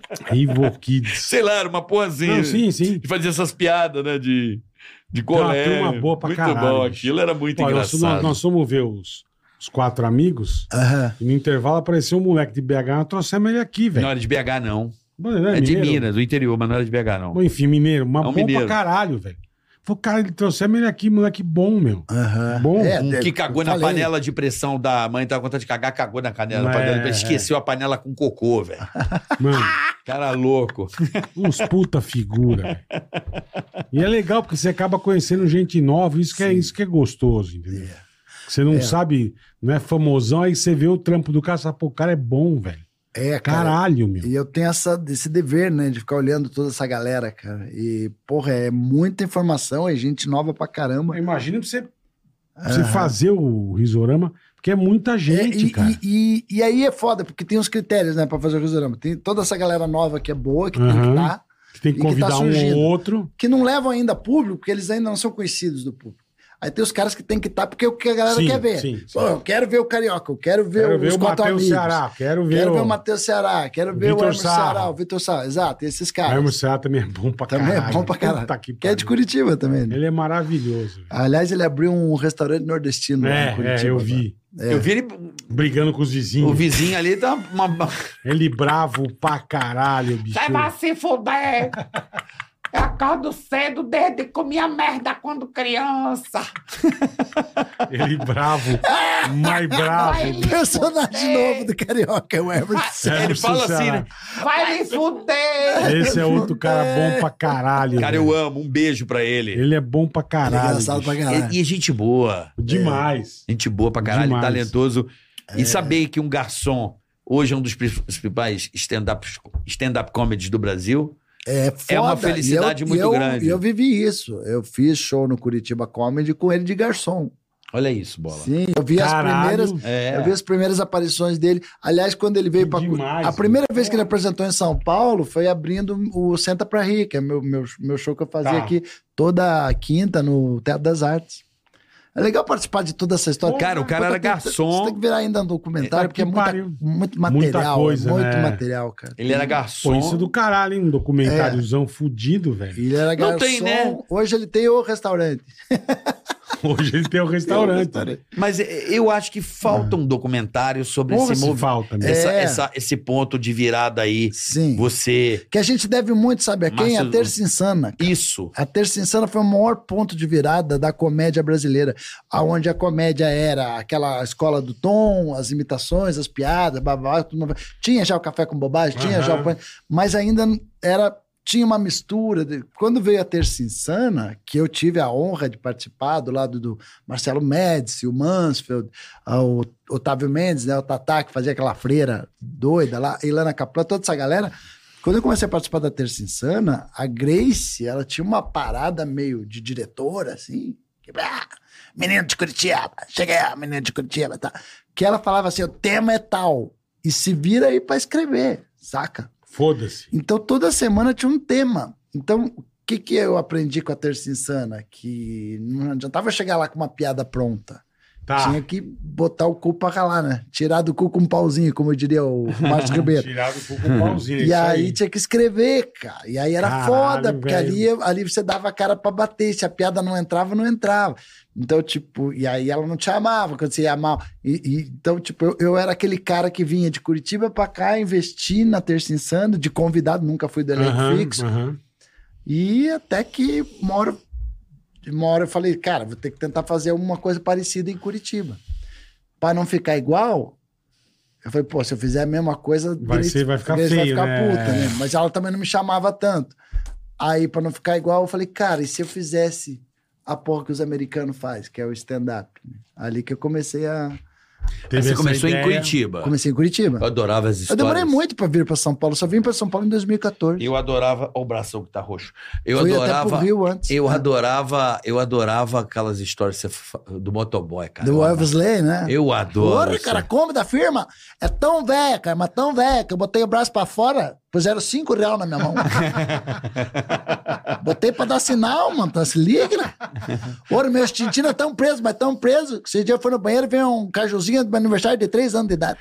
Rivo Kids. Sei lá, era uma porra assim. Não, sim, sim. De fazer essas piadas, né? De, de Tem uma colégio. turma boa pra muito caralho, bom, bicho. aquilo era muito Olha, nós, engraçado. nós, nós fomos ver os, os quatro amigos Aham. e no intervalo apareceu um moleque de B H, nós trouxemos ele aqui, Não velho. era de B H, não. Mano, ele É de mineiro. Minas, do interior, mas não era de B H, não. Bom, enfim, mineiro. Mas É um bom mineiro. pra caralho, velho. Falei, cara, ele trouxemos ele aqui, moleque bom, meu. Aham. Bom. É, Um é, que cagou na falei. panela de pressão da mãe, tava com vontade de cagar, cagou na panela, na É, panela, é. esqueceu a panela com cocô, velho. Mano, Cara louco. uns puta figura, velho. E é legal, porque você acaba conhecendo gente nova, isso que é, isso que é gostoso, entendeu? Você não É. sabe, não é famosão, aí você vê o trampo do cara e fala, pô, o cara é bom, velho. É, cara. Caralho, meu. E eu tenho essa, esse dever, né, de ficar olhando toda essa galera, cara. E, porra, é muita informação, é gente nova pra caramba. Imagina pra você, pra você fazer o risorama, porque é muita gente, É, e, cara. E, e- e aí é foda, porque tem os critérios, né, pra fazer o Risorama. Tem toda essa galera nova que é boa, que tem que Aham. estar, Você tem que e que tá convidar um surgindo. ou outro. que não levam ainda público, porque eles ainda não são conhecidos do público. Aí tem os caras que tem que estar porque é o que a galera Sim, quer ver. sim, sim. Pô, eu quero ver o Carioca, eu quero ver Quero ver os o quatro Matheus amigos. Ceará, quero ver Quero o... ver o Matheus Ceará, quero ver Vitor o Emerson Sarra. Ceará, o Vitor Sarra. Exato, esses O caras. Hermes Ceará também é bom pra Também caralho. é bom pra caralho. Puta que Que é de pariu. Curitiba também, né? Ele é maravilhoso. velho. Aliás, ele abriu um restaurante nordestino lá É, em Curitiba. é, eu agora. vi. É. Eu vi ele, Brigando com os vizinhos. o vizinho ali, tá uma... Ele bravo pra caralho, bicho. Você vai se fuder. Eu acordo cedo desde que comia merda quando criança. Ele bravo, mais bravo. Vai. bicho. Personagem novo do Carioca, é o Emerson. É, ele fala Ceará. assim, né? Vai me fuder. Esse é outro cara bom pra caralho. Cara, eu velho. amo. Um beijo pra ele. Ele é bom pra Ele é caralho. engraçado bicho. pra caralho. E, e gente boa. Demais. Gente boa pra caralho, Demais. talentoso. E saber que um garçom, hoje é um dos principais stand-up stand-up comedies do Brasil. É foda. É uma felicidade E eu- muito e eu, grande. E eu vivi isso. Eu fiz show no Curitiba Comedy com ele de garçom. Olha isso, Bola. Sim, eu vi as Caralho. primeiras. É. Eu vi as primeiras aparições dele. Aliás, quando ele veio Que para demais, a primeira velho. vez que ele apresentou em São Paulo foi abrindo o Senta Pra Rir, que é meu, meu, meu show que eu fazia Tá. aqui toda quinta no Teatro das Artes. É legal participar de toda essa história. Cara, o cara era garçom. Você tem que virar ainda um documentário, É, porque é que muita, pariu. muito material. Muita coisa, muito né? material, cara. Ele era Pô, garçom. isso do caralho, hein? Um documentáriozão fudido, velho. Ele era Não garçom. tem, né? Hoje ele tem o restaurante. Hoje ele tem o restaurante. Mas eh, eu acho que falta um documentário sobre Porra, esse se movimento. falta mesmo. Essa, É. essa- esse ponto de virada aí. Sim. Você. Que a gente deve muito, sabe a quem? Márcio- A Terça Insana. Isso. A Terça Insana foi o maior ponto de virada da comédia brasileira, aonde a comédia era aquela escola do tom, as imitações, as piadas, babá, tudo. Tinha já o café com bobagem, tinha Aham. já o pão, mas ainda era tinha uma mistura. De, quando veio a Terça Insana, que eu tive a honra de participar do lado do Marcelo Médici, o Mansfeld, o Otávio Mendes, né, o Tatá, que fazia aquela freira doida lá, Ilana Kaplan, toda essa galera. Quando eu comecei a participar da Terça Insana, a Grace, ela tinha uma parada meio de diretora, assim. Que, ah, menino de Curitiba, cheguei, menino de Curitiba, tá? Que ela falava assim, o tema é tal, e se vira aí pra escrever, saca? Foda-se. Então, toda semana tinha um tema. Então, o que que eu aprendi com a Terça Insana? Que não adiantava eu chegar lá com uma piada pronta. Tá. Tinha que botar o cu pra ralar, né? Tirar do cu com um pauzinho, como eu diria o Márcio Ribeiro. Tirado um pouco o pauzinho. E isso aí, tinha que escrever, cara. E aí era Caralho, foda, porque ali, velho. ali você dava a cara pra bater. Se a piada não entrava, não entrava. Então, tipo, e aí ela não te amava quando você ia mal. E, e, então, tipo, eu, eu era aquele cara que vinha de Curitiba pra cá, investir na Terça Insana, de convidado, nunca fui do elenco Aham, fixo. aham. E até que uma hora, uma hora eu falei, cara, vou ter que tentar fazer alguma coisa parecida em Curitiba. Pra não ficar igual, eu falei, pô, se eu fizer a mesma coisa... Vai ser- vai ficar Grace feio, vai ficar né? puta, né? Mas ela também não me chamava tanto. Aí, pra não ficar igual, eu falei, cara, e se eu fizesse a porra que os americanos fazem, que é o stand-up? Ali que eu comecei a... Teve Você essa começou em ideia. Curitiba. Comecei em Curitiba. Eu adorava as Eu histórias. demorei muito pra vir pra São Paulo. Só vim pra São Paulo em dois mil e quatorze. Eu adorava. Olha o bração que tá roxo. Eu Fui até adorava. pro Rio antes. Eu né? adorava. Eu adorava aquelas histórias que você fa- do motoboy, cara. Do Eu Elvis Lay, né? Eu adoro. Porra, isso. cara, como da firma? É tão velha, cara, mas tão velha que eu botei o braço pra fora, puseram cinco reais na minha mão. Botei pra dar sinal, mano, tá se liga, né? Ora, meus tintinos tão presos, mas tão presos, que esse dia eu fui no banheiro e veio um cajuzinho do meu aniversário de três anos de idade.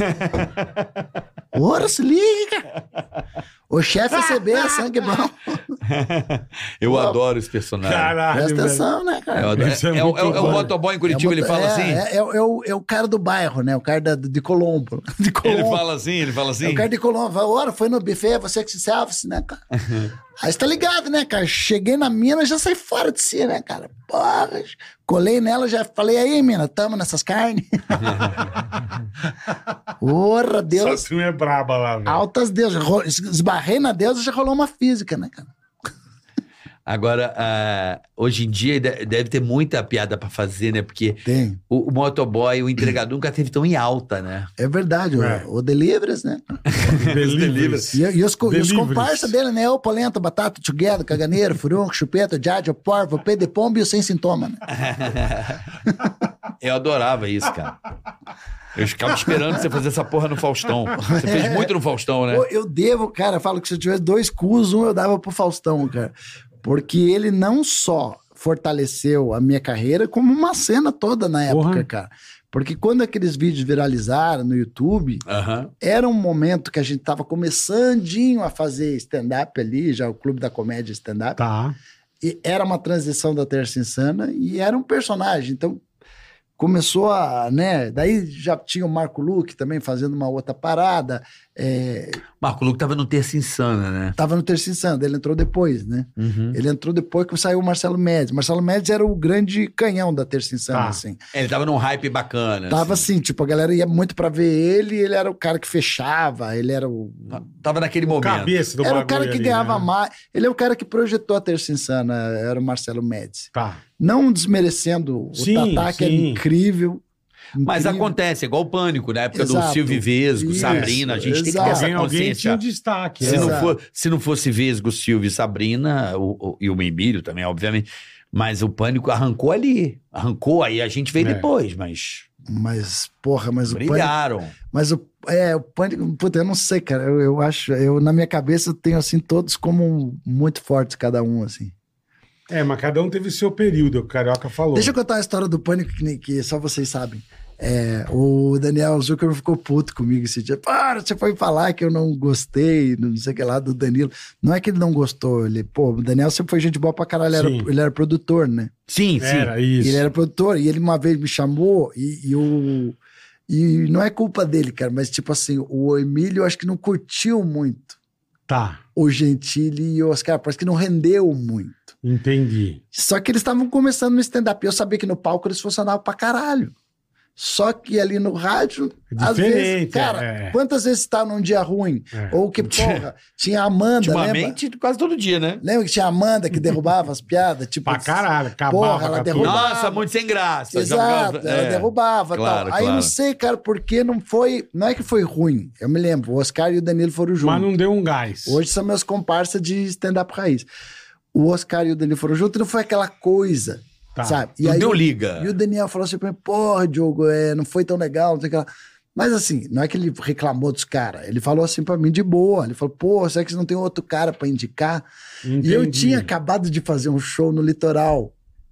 Ora, se liga, cara. O chefe é C B, é sangue bom. Eu adoro esse personagem. Caralho, Presta velho. atenção, né, cara? Eu adoro. Isso é É, o- muito é o- é o bom. motoboy em Curitiba, É ele uma- fala é, assim? É, é, é o, é o cara do bairro, né? O cara da- de Colombo. De Colombo. Ele fala assim, ele fala É assim. o cara de Colombo. Fala, ora, foi no buffet, você que se serve, né, cara? Aí você tá ligado, né, cara? Cheguei na mina, já saí fora de si, né, cara? Porra, colei nela, já falei, aí, mina, tamo nessas carnes. Porra, Deus. Essa turma é braba lá, velho. Altas deusas. Ro- Esbarrei na deusa, já rolou uma física, né, cara? Agora, ah, hoje em dia de- deve ter muita piada pra fazer, né? Porque Tem. o, o motoboy, o entregador nunca teve tão em alta, né? É verdade, É. o, o Deliveries, né? Deliveries. E, e os, co- e os Deliveries. comparsas dele, né? O polenta, batata, tchuguedo, caganeiro, furunco, chupeta, jade, o porvo, o pé de pombo e o sem sintoma, né? Eu adorava isso, cara. Eu ficava esperando você fazer essa porra no Faustão. Você fez muito no Faustão, né? Pô, eu devo, cara, eu falo que se eu tivesse dois cus, um eu dava pro Faustão, cara. Porque ele não só fortaleceu a minha carreira, como uma cena toda na época, Porra. cara. Porque quando aqueles vídeos viralizaram no YouTube, Aham. era um momento que a gente tava começandinho a fazer stand-up ali, já o Clube da Comédia stand-up. Tá. E era uma transição da Terça Insana e era um personagem. Então, começou a, né? Daí já tinha o Marco Luque também fazendo uma outra parada. É, Marco Luque tava no Terça Insana, né? tava no Terça Insana, ele entrou depois, né? Uhum. Ele entrou depois que saiu o Marcelo Médici. Marcelo Médici era o grande canhão da Terça Insana, Tá. assim. É, ele tava num hype bacana. Tava assim. assim, tipo, a galera ia muito pra ver ele, ele era o cara que fechava, ele era o... Tava naquele momento. Cabeça do Era o bagulho cara que ali, ganhava né? mais. Ele é o cara que projetou a Terça Insana, era o Marcelo Médici. Tá. Não desmerecendo Sim, o Tatá, que era sim. incrível. Mas incrível. acontece, é igual o Pânico, na época Exato. do Silvio Vesgo, Isso, Sabrina, a gente tem que ter exato. essa Alguém, alguém consciência. tinha um destaque. Se é. não, Exato. for, se não fosse Vesgo, Silvio e Sabrina, o, o- e o Emílio também, obviamente, mas o Pânico arrancou ali. Arrancou, aí a gente veio É. depois, mas Mas, porra, mas o Pânico... brilharam. Mas o, é, o Pânico... Puta, eu não sei, cara. Eu, eu acho... Eu, na minha cabeça, eu tenho, assim, todos como muito fortes, cada um, assim. É, mas cada um teve seu período, o Carioca falou. Deixa eu contar a história do Pânico que, nem- que só vocês sabem. É, o Daniel Zuckerman ficou puto comigo esse dia. Para, você foi falar que eu não gostei, não sei o que lá, do Danilo. Não é que ele não gostou, ele, pô, o Daniel sempre foi gente boa pra caralho, ele Sim. era, ele era produtor, né? Sim, sim. Era isso. Ele era produtor e ele uma vez me chamou e, e o. E não é culpa dele, cara, mas tipo assim, o Emílio acho que não curtiu muito Tá, o Gentili e o Oscar, parece que não rendeu muito. entendi. Só que eles estavam começando no stand-up. Eu sabia que no palco eles funcionavam pra caralho. Só que ali no rádio, É às diferente, vezes, cara, é. quantas vezes tá num dia ruim? É. Ou que, porra, tinha a Amanda, lembra? Ultimamente, quase todo dia, né? Lembra que tinha a Amanda que derrubava as piadas? Tipo, Pra caralho, acabava Porra, ela com a derrubava. turma. Nossa, muito sem graça. Exato, Jogava- ela é. derrubava e Claro, tal. Aí eu não claro. sei, cara, porque não foi... Não é que foi ruim, eu me lembro, o Oscar e o Danilo foram juntos. Mas não deu um gás. Hoje são meus comparsas de stand-up raiz. O Oscar e o Danilo foram juntos e não foi aquela coisa, Tá. sabe? E Não aí deu o- liga. E o Daniel falou assim pra mim, porra, Diogo, é, não foi tão legal, não sei o que lá. Mas assim, não é que ele reclamou dos caras. Ele falou assim pra mim de boa. Ele falou, pô, será que você não tem outro cara pra indicar? Entendi. E eu tinha acabado de fazer um show no litoral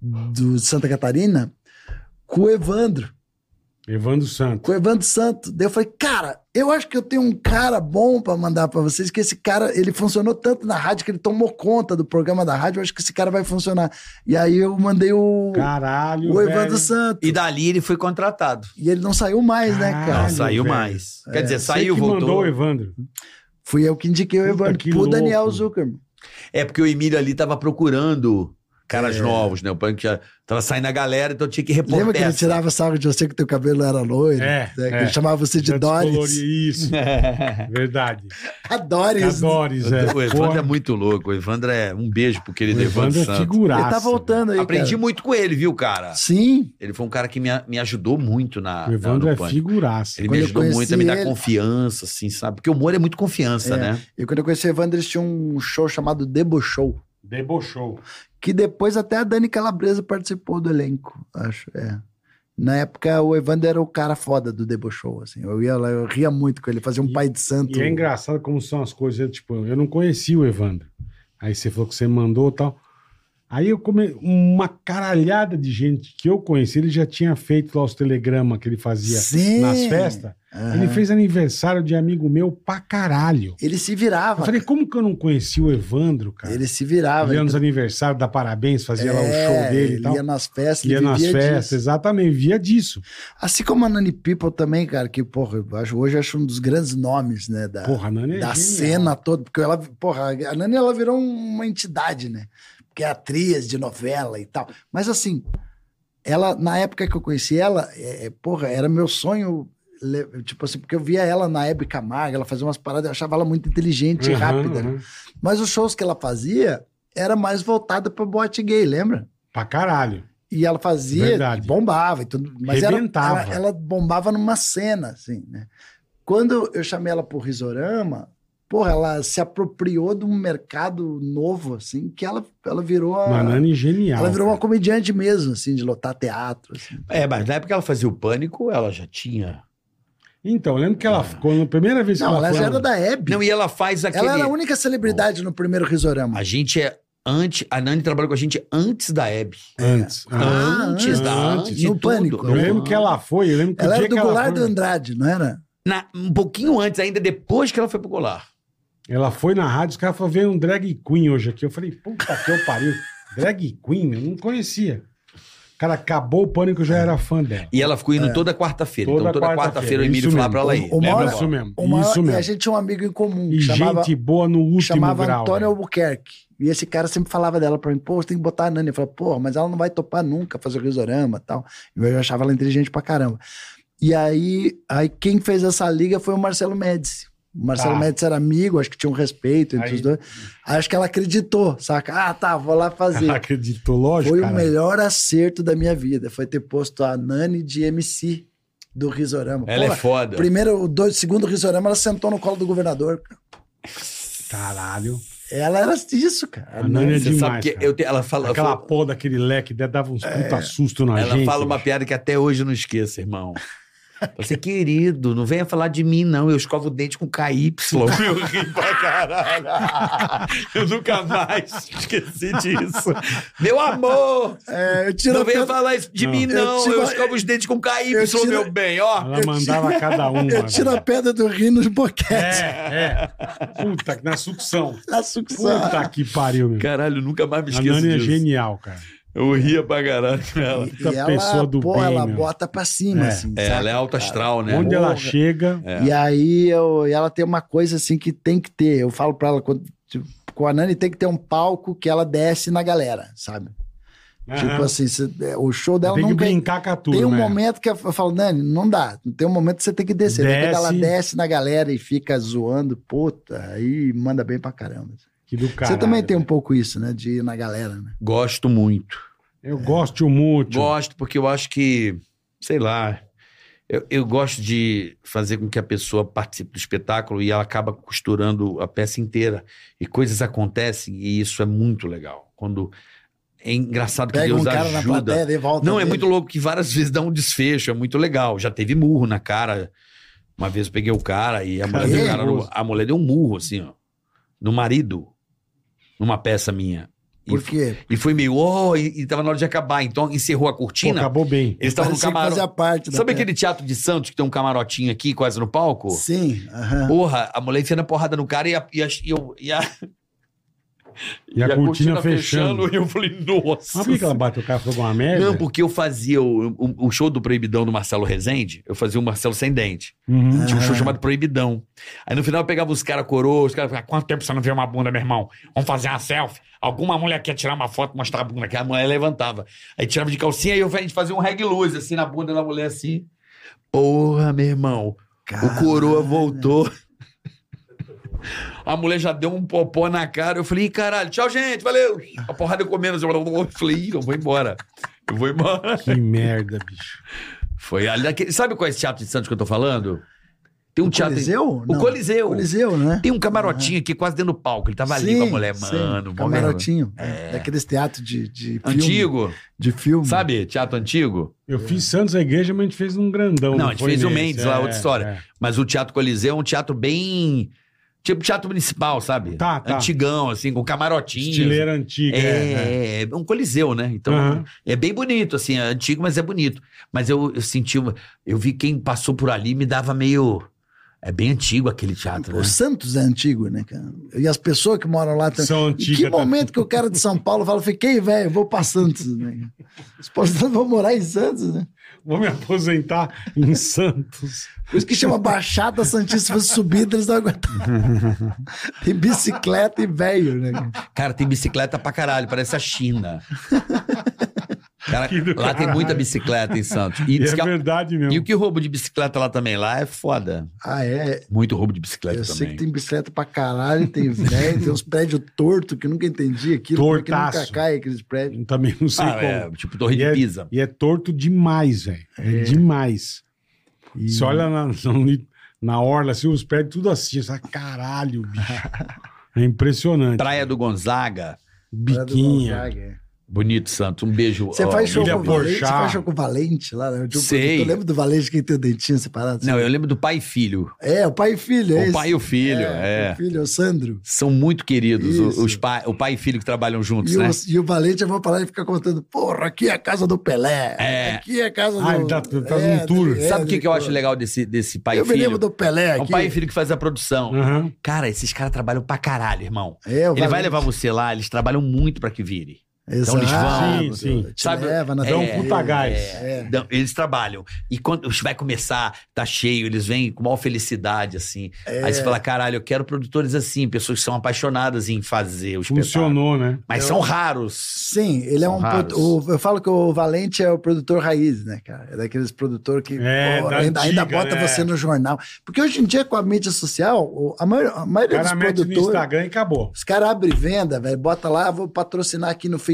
do Santa Catarina com o Evandro. Evandro Santos. Com o Evandro Santos. Daí eu falei, cara, eu acho que eu tenho um cara bom pra mandar pra vocês, que esse cara, ele funcionou tanto na rádio que ele tomou conta do programa da rádio, eu acho que esse cara vai funcionar. E aí eu mandei o, Caralho, o velho. Evandro Santos. E dali ele foi contratado. E ele não saiu mais, né, Caralho. cara? Não, saiu velho. mais. Quer dizer, Você saiu, que voltou. mandou o Evandro. Fui eu que indiquei o Puta, Evandro que pro louco. Daniel Zuckerman. É porque o Emílio ali tava procurando É. caras novos, né? O Pânico já tava saindo a galera, então tinha que repor Lembra que ele peça. tirava sarro de você que teu cabelo era loiro? É, né? Que é. ele chamava você de Já Doris. descoloria Isso, verdade. A Doris. A Doris, é. O Evandro Porra, é muito louco. O Evandro é um beijo pro o querido Evandro Evandro é Santos. figuraça. Ele tá voltando aí, Aprendi cara. muito com ele, viu, cara? Sim. Ele foi um cara que me, me ajudou muito na, O Evandro na, é no Pânico. figuraça. Ele Quando me eu ajudou conheci muito a me dar ele- confiança, assim, sabe? Porque o humor é muito confiança, É. né? E quando eu conheci o Evandro, eles tinham um show chamado Debo Show. Debochou. Que depois até a Dani Calabresa participou do elenco, acho. É. Na época, o Evandro era o cara foda do Debo Show, assim. Eu ia lá, eu ria muito com ele, fazia um E- pai de santo. E é engraçado como são as coisas. eu, Tipo, eu não conhecia o Evandro. Aí você falou que você mandou e tal. Aí eu come... uma caralhada de gente que eu conheci, ele já tinha feito lá os telegramas que ele fazia Sim. nas festas. Aham. Ele fez aniversário de amigo meu pra caralho. Ele se virava. Eu falei, como que eu não conheci o Evandro, cara? Ele se virava. Ele ia Ele- nos aniversários, dar parabéns, fazia lá o É, show dele e ele tal. ia nas festas, Ia ele nas vivia festas, disso. exatamente, via disso. Assim como a Nani People também, cara, que, porra, eu acho, hoje eu acho um dos grandes nomes, né, da, Porra, a Nani é da genial. cena toda, porque ela, porra, a Nani, ela virou uma entidade, né, porque é atriz de novela e tal, mas assim, ela, na época que eu conheci ela, é, é, porra, era meu sonho, le- tipo assim, porque eu via ela na Hebe Camargo, ela fazia umas paradas, eu achava ela muito inteligente e Aham, rápida, né? aham. Mas os shows que ela fazia era mais voltada pra boate gay, lembra? Pra caralho. E ela fazia, Verdade. bombava e tudo. Mas era, Rebentava. ela, ela bombava numa cena, assim, né? Quando eu chamei ela pro Risorama, porra, ela se apropriou de um mercado novo, assim, que ela, ela virou a, Uma Nani genial. ela virou uma cara. comediante mesmo, assim, de lotar teatro, assim. É, mas na época que ela fazia o Pânico, ela já tinha... Então, eu lembro que ela ficou, na primeira vez que Não, ela foi... já era da Hebe. Não, e ela faz aquele... Ela era a única celebridade no primeiro Risorama. A gente é antes... A Nani trabalhou com a gente antes da Hebe. Antes. Ah, antes antes. da... Antes. de No tudo. Pânico. Eu lembro que ela foi, eu lembro que Ela o dia era do que ela Goulart do foi, Andrade, não era? Na- um pouquinho antes, ainda depois que ela foi pro Goulart. ela foi na rádio, os caras falaram, veio um drag queen hoje aqui. Eu falei, puta que eu pariu. Drag queen? Eu não conhecia. Cara, acabou o Pânico, eu já era fã dela. E ela ficou indo toda quarta-feira. Toda Então toda quarta-feira, quarta-feira o Emílio isso falava pra ela ir. O- o Lembra, maior- Isso Bola? mesmo, Uma- isso E mesmo. a gente tinha um amigo em comum E que chamava, gente boa no último chamava grau. Antônio velho. Albuquerque. E esse cara sempre falava dela pra mim, pô, você tem que botar a Nani. Eu falava, pô, mas ela não vai topar nunca fazer o Risorama e tal. E eu achava ela inteligente pra caramba. E aí, aí quem fez essa liga foi o Marcelo Médici. O Marcelo Tá. Médici era amigo, acho que tinha um respeito entre Aí- os dois. Aí acho que ela acreditou, saca? Ah, tá, vou lá fazer. Ela acreditou, lógico, Foi cara. o melhor acerto da minha vida. Foi ter posto a Nani de M C do Risorama. Ela é Porra, foda. Primeiro, o dois, segundo Risorama, ela sentou no colo do governador. Caralho. Ela era isso, cara. A Nani é Você demais, sabe que cara. eu te- ela fala... Aquela ela porra daquele leque dela dava uns puta susto na ela gente. fala uma bicho. piada que até hoje eu não esqueço, irmão. Você, querido, não venha falar de mim, não. Eu escovo o dente com K Y. Eu ri pra caralho. Eu nunca mais esqueci disso. Meu amor! É, eu tiro Não a venha pedra- falar isso de Não. mim, Eu não. Eu, tiro- escovo os dentes com K Y, eu tiro- meu bem, ó. Ela mandava cada um. Eu tiro a pedra do rim nos boquetes. É, é. Puta, na sucção. Na sucção. Puta que pariu, meu. Caralho, nunca mais me A esqueço Nani é disso. genial, cara. Eu ria pra caralho com ela. Puta E ela, pessoa do pô, bem, ela meu. bota pra cima, É. assim. É, saca, ela é alto cara? astral, né? Onde ela Porra. chega... É. E aí eu, e ela tem uma coisa assim que tem que ter. Eu falo pra ela, quando, tipo, com a Nani tem que ter um palco que ela desce na galera, sabe? Tipo Aham. assim, cê- o show dela Tem que nunca... brincar com a turma. Tem um é. momento que eu falo, Nani, não dá. Tem um momento que você tem que descer. Daí quando ela Desce. desce na galera e fica zoando, puta, aí manda bem pra caramba. Que do Você caralho, também tem um velho. pouco isso, né? De ir na galera, né? Gosto muito. Eu gosto muito. Gosto porque eu acho que, sei lá, eu, eu gosto de fazer com que a pessoa participe do espetáculo e ela acaba costurando a peça inteira. E coisas acontecem e isso é muito legal. Quando é engraçado que Pega Deus um cara na ajuda. plateia e volta. Não, é dele. muito louco que várias vezes dá um desfecho, é muito legal. Já teve murro na cara. Uma vez eu peguei o cara e a mulher, Caramba. deu, cara no- a mulher deu um murro, assim, ó, no marido, numa peça minha. E, Por quê? e foi meio, oh, e, e tava na hora de acabar. Então encerrou a Pô, cortina. acabou bem. Eles estavam no Parecia que camarote. fazia parte da Sabe peça. aquele teatro de Santos que tem um camarotinho aqui, quase no palco? Sim, aham. Porra, a mulher enfiando a porrada no cara e a, e a, e eu- e a, E a cortina fechando. E eu falei, nossa. Mas por que que ela bateu o cara? Foi alguma merda? Não, porque eu fazia o, o, o show do Proibidão do Marcelo Rezende, eu fazia o Marcelo Sem Dente. Uhum. Tinha um show Ah. chamado Proibidão. Aí no final eu pegava os caras coroas, os caras falavam, quanto tempo você não vê uma bunda, meu irmão? Vamos fazer uma selfie? Alguma mulher quer tirar uma foto, mostrar a bunda, que a mulher levantava. Aí tirava de calcinha e eu, a gente fazia um reggae luz, assim, na bunda da mulher, assim. Porra, meu irmão. O coroa voltou. A mulher já deu um popó na cara. Eu falei, "Ih, caralho, tchau, gente, valeu." A porrada comendo. Eu falei, "Ih, eu vou embora. Eu vou embora." Que merda, bicho. Foi ali naquele... Sabe qual é esse teatro de Santos que eu tô falando? Tem um O teatro... Coliseu? O Não. Coliseu. Coliseu, né? Tem um camarotinho aqui quase dentro do palco. Ele tava ali Sim, com a mulher, sim, mano. mó Camarotinho. É. Daqueles teatros de, de filme. Antigo. De filme. Sabe? Teatro antigo. Eu fiz Santos a igreja, mas a gente fez num grandão. Não, a gente foi fez o nesse? Mendes lá, É, outra história. é. Mas o Teatro Coliseu é um teatro bem... Tipo teatro municipal, sabe? Tá, tá. Antigão, assim, com camarotinho. Estileira antiga. É, é. É, é um coliseu, né? Então, Aham. é bem bonito, assim, é antigo, mas é bonito. Mas eu, eu senti, uma- eu vi quem passou por ali me dava meio... É bem antigo aquele teatro, né? O Santos é antigo, né, cara? E as pessoas que moram lá também. São Em antigas. que momento que o cara de São Paulo fala, fiquei velho, vou pra Santos, né? Os paulistas vão morar em Santos, né? Vou me aposentar em Santos. Por isso que chama Baixada Santista. Se fosse subida, eles não aguentavam. Tem bicicleta e velho, né? Cara, tem bicicleta pra caralho, parece a China. Cara, Que do lá tem caralho. muita bicicleta em Santos. E, E diz é que a- verdade mesmo. e o que roubo de bicicleta lá também? Lá é foda. Ah, é? Muito roubo de bicicleta Eu também. sei que tem bicicleta pra caralho, tem velho, tem uns prédios tortos que eu nunca entendi aquilo. Como é que nunca Tortaço. cai aqueles prédios? Eu também não sei Ah, como. é, tipo Torre E de é, Pisa. e é torto demais, velho. É. demais. E- Você olha na, na, na orla, assim, os prédios tudo assim. Você fala, caralho, bicho. É impressionante. Praia do Gonzaga. Praia do Biquinha. Gonzaga, é. Bonito, Santos. Um beijo. Você ó, faz show Ilha com o Valente? Você Porchat. faz show com o Valente lá, né? Eu, Sei. eu lembro do Valente que tem o dentinho separado. Não, eu lembro do pai e filho. É, o pai e filho, é O esse. pai e o filho, é. O filho, é o Sandro. São muito queridos. o- Isso. Os pai, o pai e filho que trabalham juntos, E, né? o, e o Valente, eu vou parar e ficar contando, porra, aqui é a casa do Pelé. É. Aqui é a casa Ah, do... ele tá- faz um tour. é, Sabe o que, que eu pô. acho legal desse, desse pai Eu e me filho? lembro do Pelé É aqui. o pai e filho que faz a produção. Aham. Cara, esses caras trabalham pra caralho, irmão. É, o Ele vai Valente. levar você lá, eles trabalham muito pra que vire. Exato. eles vão. Sim, sim. Te Sabe, leva na Dá um é, puta gás. É. Então, eles trabalham. E quando vai começar, tá cheio, eles vêm com maior felicidade, assim. É. Aí você fala, caralho, eu quero produtores assim, pessoas que são apaixonadas em fazer o espetáculo. Funcionou, né? Mas são raros. Sim, ele é São um. raros. produ- o- eu falo que o Valente é o produtor raiz, né, cara? É daqueles produtor que É, pô, da ainda, ainda antiga, bota né? você no jornal. Porque hoje em dia, com a mídia social, o- a, maior, a O maioria cara dos mete no produtores. Instagram e acabou. Os caras abrem venda, velho, bota lá, vou patrocinar aqui no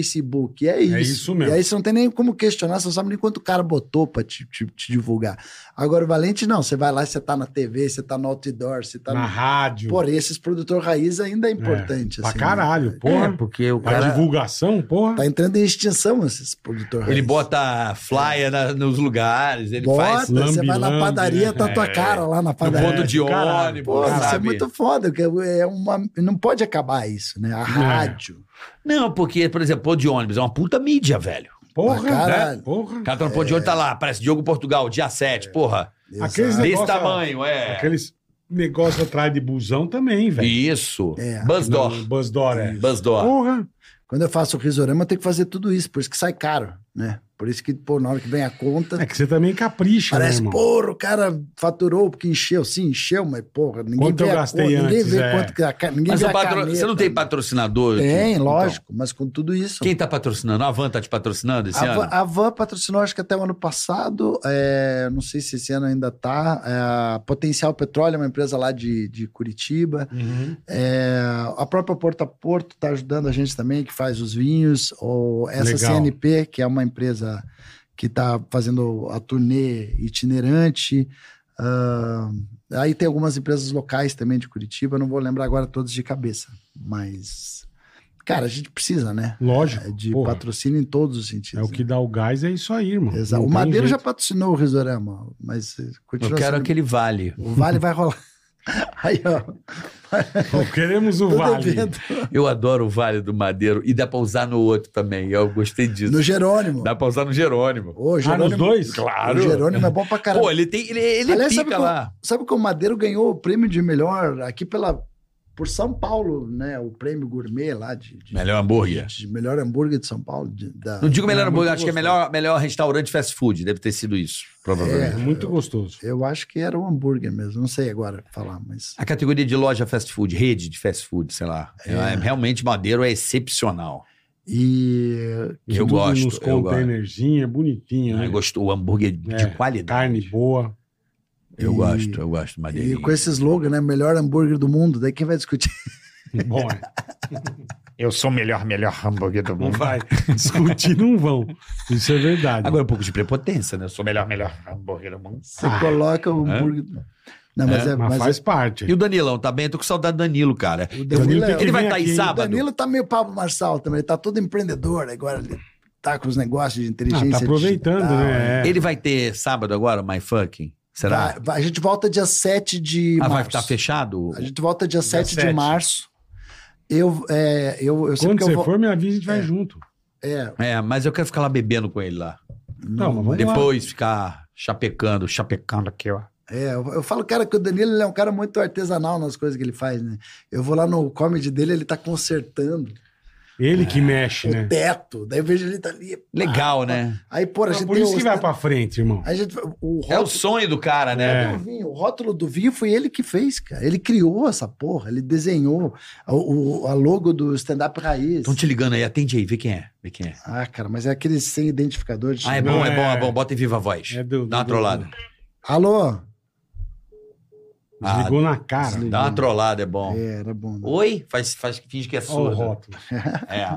Facebook. E é isso. É isso mesmo. E aí você não tem nem como questionar, você não sabe nem quanto o cara botou pra te, te, te divulgar. Agora, o Valente, não. Você vai lá, você tá na T V, você tá no outdoor, você tá Na no... rádio. Pô, esses produtor raiz ainda é importante. Pra assim, caralho, né? porra. É, porque o Pra cara... divulgação, porra. Tá entrando em extinção esses produtor raiz. Ele bota flyer na- nos lugares, ele Bota, faz você vai na lambe-lambe, padaria, né? tá a tua cara lá na no padaria. ponto de caralho. ônibus, Pô, isso é sabe? muito foda, porque é uma... não pode acabar isso, né? A rádio. Não, porque, por exemplo, ponto de ônibus é uma puta mídia, velho. Porra, Pra caralho. né? Porra. O cara tá no ponto de ônibus, tá lá, parece Diogo Portugal, dia sete, porra. Aqueles Exato. Desse negócio- tamanho, é. Aqueles negócios atrás de busão também, velho. Isso. É. Buzzdoor. Não, Buzzdoor, é. Buzzdoor. Porra. Quando eu faço o risorama, eu tenho que fazer tudo isso, por isso que sai caro, né? Por isso que, pô, na hora que vem a conta, É que você também capricha, né, parece, irmão? porra, o cara faturou porque encheu. Sim, encheu, mas, porra, ninguém Quanto vê eu a gastei conta, ninguém antes, vê é. quanto que a, ca- ninguém Mas vê o a patro- caneta. você não tem patrocinador? Tem, Então, lógico, mas com tudo isso... Quem tá patrocinando? A Van tá te patrocinando esse A ano? Van, a Van patrocinou, acho que até o ano passado, é, não sei se esse ano ainda tá, é, a Potencial Petróleo, uma empresa lá de, de Curitiba. Uhum. É, a própria Porto a Porto está ajudando a gente também, que faz os vinhos. Ou essa Legal. C N P, que é uma empresa que está fazendo a turnê itinerante. Ah, aí tem algumas empresas locais também de Curitiba, não vou lembrar agora todas de cabeça. Mas, cara, a gente precisa, né? Lógico. É, de porra. patrocínio em todos os sentidos. É o que dá o gás, é isso aí, irmão. Exato. Não O tem Madeiro já jeito. patrocinou o Risorama, mas eh, continua Eu quero sendo- aquele vale. O Vale vai rolar. Aí, ó. Ó, queremos o Tô vale. devendo. Eu adoro o Vale do Madeiro e dá pra usar no outro também. Eu gostei disso. No Jerônimo. Dá pra usar no Jerônimo. Ô, Ah, Jerônimo. nos dois? Claro. O Jerônimo é bom pra caramba. Pô, ele tem. Ele, ele Aliás, pica sabe que, lá. o, sabe que o Madeiro ganhou o prêmio de melhor aqui pela, por São Paulo, né? O prêmio gourmet lá de, de, Melhor hambúrguer. de melhor hambúrguer de São Paulo. de- da- Não digo melhor É, hambúrguer, muito acho que é gostoso. melhor, melhor restaurante fast food. Deve ter sido isso, provavelmente. É muito gostoso. Eu acho que era o hambúrguer mesmo. Não sei agora falar, mas. A categoria de loja fast food, rede de fast food, sei lá. É, realmente, Madeiro é excepcional. E. Eu Tudo gosto, Nos eu gosto. containerzinho, bonitinho, né? Eu gosto, o hambúrguer de É, qualidade. Carne boa. Eu E- gosto, eu gosto do Madeiro. E com esse slogan, né? Melhor hambúrguer do mundo. Daí quem vai discutir? Bom, é. Eu sou o melhor, melhor hambúrguer do Não mundo. vai discutir, não vão. Isso é verdade. Agora um pouco de prepotência, né? Eu Sou sou o melhor, melhor hambúrguer do mundo. Você Ah. coloca o hambúrguer. Não, mas é. mas, mas faz é- parte. E o Danilão, tá bem? Eu tô com saudade do Danilo, cara. o Danilo Danilo, tem é- que Ele vai vir estar aí aqui. o sábado? Danilo tá meio Pablo Marçal também. Ele tá todo empreendedor agora. Ele tá com os negócios de Ah, inteligência. tá aproveitando, digital, né? É. Ele vai ter sábado agora, My Fucking? Será? Vai- vai- a gente volta dia sete de ah, vai março. estar fechado? A gente volta dia sete de sete. março. Eu, é, eu, eu sei Quando que você eu vou. for, me avisa, a gente vai junto. É, É, mas eu quero ficar lá bebendo com ele lá. Não, mas vamos lá. Depois ficar chapecando, chapecando aqui, ó. é, eu, eu falo, cara, que o Danilo ele é um cara muito artesanal nas coisas que ele faz, né? Eu vou lá no comedy dele, ele tá consertando Ele que mexe, o né? teto. Daí eu vejo ele tá ali. Legal, né? Aí, pô, a Mas gente por tem isso o- que vai pra frente, irmão. A gente, o É o rótulo, sonho do cara, né? É. do vinho, o rótulo do vinho foi ele que fez, cara. Ele criou essa porra, ele desenhou o, o- a logo do stand-up raiz. Estão te ligando aí, atende aí, vê quem é. Vê quem é. Ah, cara, mas é aquele sem identificador de Ah, é Não, bom, é, é- bom, é bom. Bota em viva voz. É do- Dá uma do- trollada. Alô? Desligou na cara. Dá uma trollada, é bom. É, era bom. Né? Oi? Faz, faz, finge que é Olha o surdo. rótulo. É.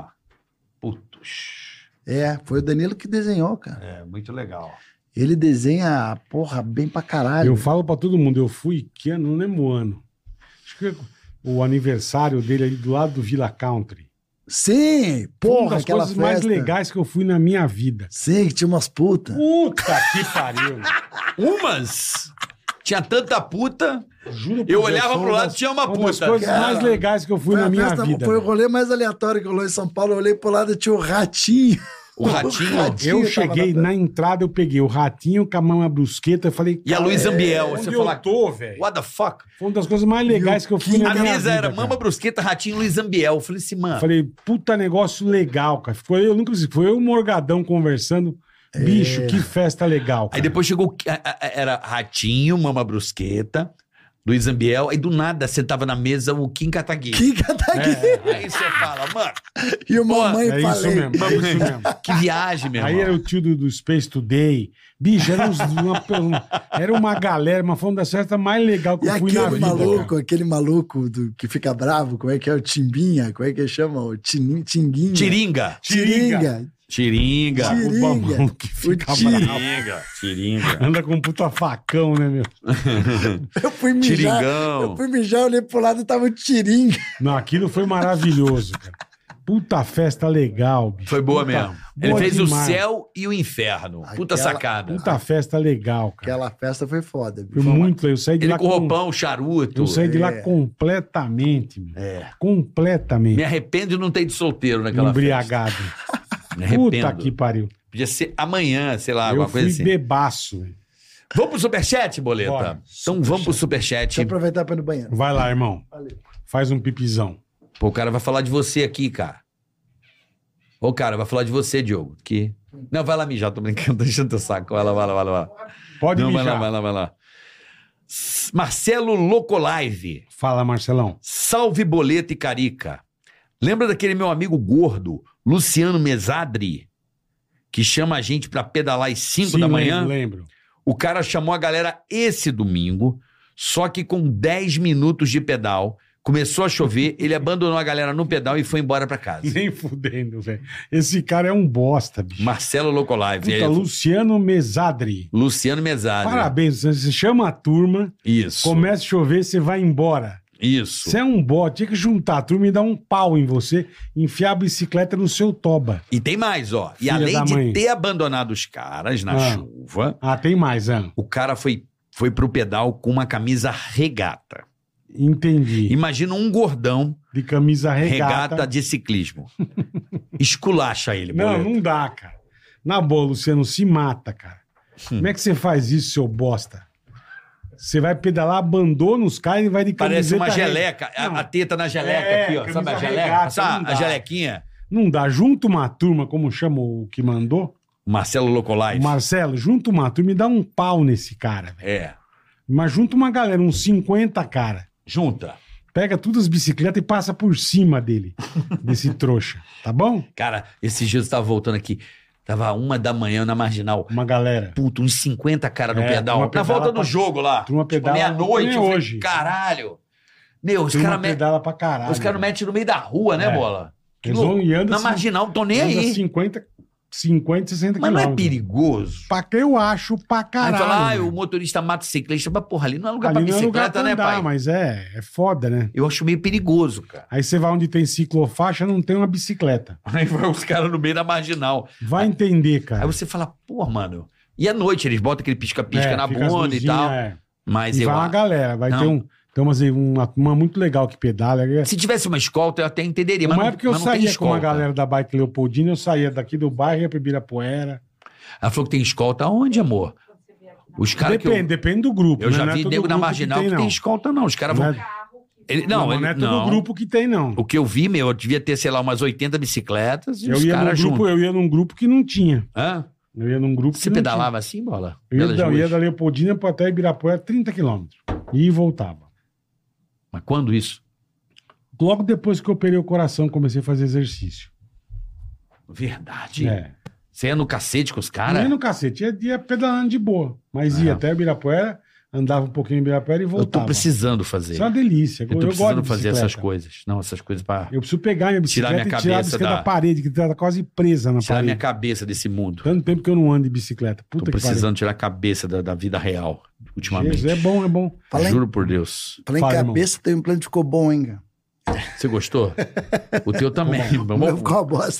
Putos. É, foi o Danilo que desenhou, cara. É, muito legal. Ele desenha, porra, bem pra caralho. Eu falo pra todo mundo, eu fui, que ano, não lembro o ano. Acho que o aniversário dele ali do lado do Villa Country. Sim, Foi uma porra, das aquela coisas festa. mais legais que eu fui na minha vida. Sim, que tinha umas putas. Puta que pariu. Umas? Tinha tanta puta. Juro por Eu Deus, olhava foi pro uma lado das- e tinha uma Uma das puta. coisas cara. mais legais que eu fui Foi, na a minha festa- vida. foi o velho. rolê mais aleatório que rolou em São Paulo. Eu olhei pro lado e tinha o ratinho. O ratinho. Eu tava cheguei na- na entrada, eu peguei o ratinho com a mão na brusqueta, eu falei... E a cara, Luiz Ambiel. onde Você eu fala, tô, velho? what the fuck? Foi uma das coisas mais legais que eu fui na A minha mesa vida, era cara. Mama Brusqueta, Ratinho, Luiz Ambiel. Eu falei assim, mano. Falei, puta negócio legal, cara. Foi eu, nunca sei, foi eu e o Morgadão conversando. Bicho, que festa legal, cara. Aí depois chegou. a- a- a- Era Ratinho, Mama Brusqueta, Luiz Ambiel, aí do nada você tava na mesa o Kim Kataguiri. Kim Kataguiri. Aí você fala, mano, E o Mamãe É isso Falei. mesmo, é isso mesmo. que viagem, meu Aí irmão. era o tio do, do Space Today. Bicho, era, uns- uma, era uma galera, mas foi uma das festas mais legais que E eu fui na aquele vida. maluco, cara. aquele maluco do, que fica bravo, como é que é? O Timbinha, como é que chama? O Tinim, Tinguinha. Tiringa. Tiringa. Tiringa. Tiringa. O babão que fica O Tiringa. bravo. Tiringa. Tiringa. Anda com um puta facão, né, meu? Eu fui mijar, Tiringão. eu fui mijar, olhei pro lado e tava o Tiringa. Não, aquilo foi maravilhoso, cara. Puta festa legal, bicho. Foi boa Puta- mesmo. Ele boa fez o demais. céu e o inferno. Puta Aquela- sacada. Puta festa legal, cara. Aquela festa foi foda, Foi bicho. muito, eu saí de Ele lá com roupão, charuto. Eu saí de lá É. completamente, meu. É. Completamente. Me arrependo de não ter ido solteiro naquela Embriagado. festa. Me Puta arrependo. que pariu. Podia ser amanhã, sei lá, Eu alguma fui coisa assim. bebaço, velho. Vamos pro superchat, Boleta? Bora. Então vamos pro superchat. Deixa eu aproveitar pra ir no banheiro. Vai lá, irmão. Valeu. Faz um pipizão. Pô, o cara vai falar de você aqui, cara. Ô, cara, vai falar de você, Diogo. Que... Não, vai lá mijar, tô brincando, tô enchendo teu saco. Vai lá, vai lá, vai lá. Vai lá. Pode Não, vai mijar. lá, vai lá, vai lá. S- Marcelo Locolive. Fala, Marcelão. Salve Boleta e Carica. Lembra daquele meu amigo gordo, Luciano Mesadri, que chama a gente pra pedalar às cinco Sim, da manhã? Lembro, lembro. O cara chamou a galera esse domingo, só que com dez minutos de pedal, começou a chover, ele abandonou a galera no pedal e foi embora pra casa. Nem fudendo, velho. Esse cara é um bosta, bicho. Marcelo Locolive. Puta, é- Luciano Mesadri. Luciano Mesadri. Parabéns, você chama a turma, Isso. começa a chover, você vai embora. Isso. Você é um bote, tinha que juntar a turma e dar um pau em você, enfiar a bicicleta no seu toba. E tem mais, ó. E Filha além da de mãe. ter abandonado os caras na Ah. chuva, Ah, tem mais, ah. o cara foi, foi pro pedal com uma camisa regata. Entendi. Imagina um gordão De camisa regata. regata, de ciclismo. Esculacha ele, Não, Boleta. não dá, cara. Na boa, Luciano, se mata, cara. Hum. Como é que você faz isso, seu bosta? Você vai pedalar, abandona os caras e vai de Parece camiseta uma rega- geleca. A, Não. a teta na geleca É, aqui, ó. Sabe a camisa geleca? regata, Sabe não a dá. gelequinha? Não dá. Junta uma turma, como chama o que mandou. Marcelo Locolive. Marcelo, junta uma turma e dá um pau nesse cara, velho. É. Mas junta uma galera, uns cinquenta cara. Junta. Pega todas as bicicletas e passa por cima dele, desse trouxa. Tá bom? Cara, esses dias eu tava voltando aqui. Tava uma da manhã na Marginal. Uma galera. Puta, uns cinquenta cara no É, pedal. turma Na pedala volta do pra- jogo lá. turma Tipo, pedala meia-noite. nem eu falei, hoje. Caralho. Meu, os Turma caras me... pedala pra caralho. os caras velho. metem no meio da rua, né, É. Bola? Que Eles vão louco. e andam Na assim- Marginal, não tô nem Anda aí. cinquenta, cinquenta, sessenta Mas não é quilômetros. perigoso. Pra que eu acho pra Aí caralho. fala, ah, velho. o motorista mata o ciclista. Mas, porra, ali não é lugar Ali pra não é lugar bicicleta, pra né, andar, pai? mas é, é foda, né? Eu acho meio perigoso, cara. Aí você vai onde tem ciclofaixa, não tem uma bicicleta. Aí vai os caras no meio da Marginal. Vai entender, cara. Aí você fala, pô, mano. E à noite eles botam aquele pisca-pisca É, na fica as bunda e luzinhas, tal. é. Mas E eu vai uma acho. galera, vai Não. ter um, tem umas, uma turma muito legal que pedala. Se tivesse uma escolta, eu até entenderia. Mas Uma não, época eu mas não tem saía com uma escolta. galera da Bike Leopoldina, eu saía daqui do bairro, ia pra Ibirapuera. Ela falou que tem escolta aonde, amor? Os caras que Depende, eu, depende do grupo. eu né? já Não é vi todo nego na grupo Marginal que que tem, não. escolta, não. Os caras Não vão... é, Ele, não, não, mas ele, não é todo não. grupo que tem, não. O que eu vi, meu, eu devia ter, sei lá, umas oitenta bicicletas e Eu os ia, num caras grupo, juntos. eu ia num grupo que não tinha. Hã? Eu ia num grupo Você que não pedalava assim, Bola? tinha. Eu Pelas ia, da- eu ia ruas? da Leopoldina pra até Ibirapuera, trinta quilômetros. E voltava. Mas quando isso? Logo depois que eu operei o coração, comecei a fazer exercício. Verdade. É. Você ia no cacete com os Não caras? ia no cacete, ia, ia pedalando de boa. Mas ia É. até Ibirapuera, andava um pouquinho em Ibirapuera e Eu voltava. tô precisando fazer. Isso é uma delícia. Eu tô Eu, gosto precisando de fazer bicicleta. essas coisas. Não, essas coisas pra Eu preciso pegar minha Tirar bicicleta minha e tirar a cabeça bicicleta da- da parede, que tá quase presa na tirar parede. minha cabeça desse mundo. Tanto tempo que eu não ando de bicicleta. Tô Puta que precisando tirar a cabeça da, da vida real, pariu. ultimamente. Jesus, é bom, é bom. Fala em, Juro por Deus. fala em Fala, irmão. cabeça, teu implante ficou bom, hein, cara? Você gostou? O teu também. O Vamos, meu ficou uma bosta.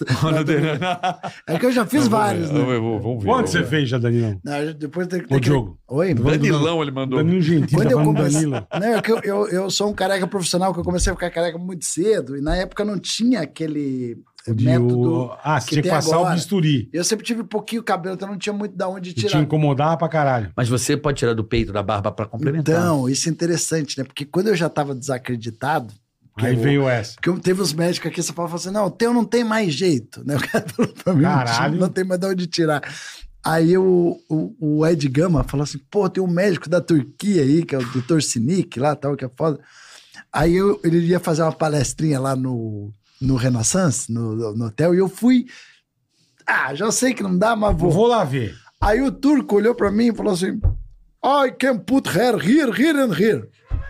É que eu já fiz vários, né? Vamos ver. Onde você fez já, Danilão? Não, depois tem, Ô, tem que... Diogo. Oi? Danilão, ele mandou. Danilo Gentili, Quando tá eu falando comecei... Danilo. Não, é que eu, eu, eu sou um careca profissional, que eu comecei a ficar careca muito cedo, e na época não tinha aquele O de- método... o- Ah, você que tinha que tem passar agora. o bisturi. Eu sempre tive pouquinho cabelo, então não tinha muito da onde E tirar. te incomodava pra caralho. Mas você pode tirar do peito, da barba pra complementar. Então, isso é interessante, né? Porque quando eu já estava desacreditado, que Aí eu- veio essa. porque eu teve os médicos aqui, você fala assim, não, o teu não tem mais jeito, né? O cara falou pra mim, Caralho. não tem mais de onde tirar. Aí o, o, o Ed Gama falou assim, pô, tem um médico da Turquia aí, que é o doutor Sinik lá, tal, que é foda. Aí eu, ele ia fazer uma palestrinha lá no, no Renaissance, no, no hotel, e eu fui... Ah, já sei que não dá, mas vou. Vou lá ver. Aí o turco olhou pra mim e falou assim, I can put her here, here and here.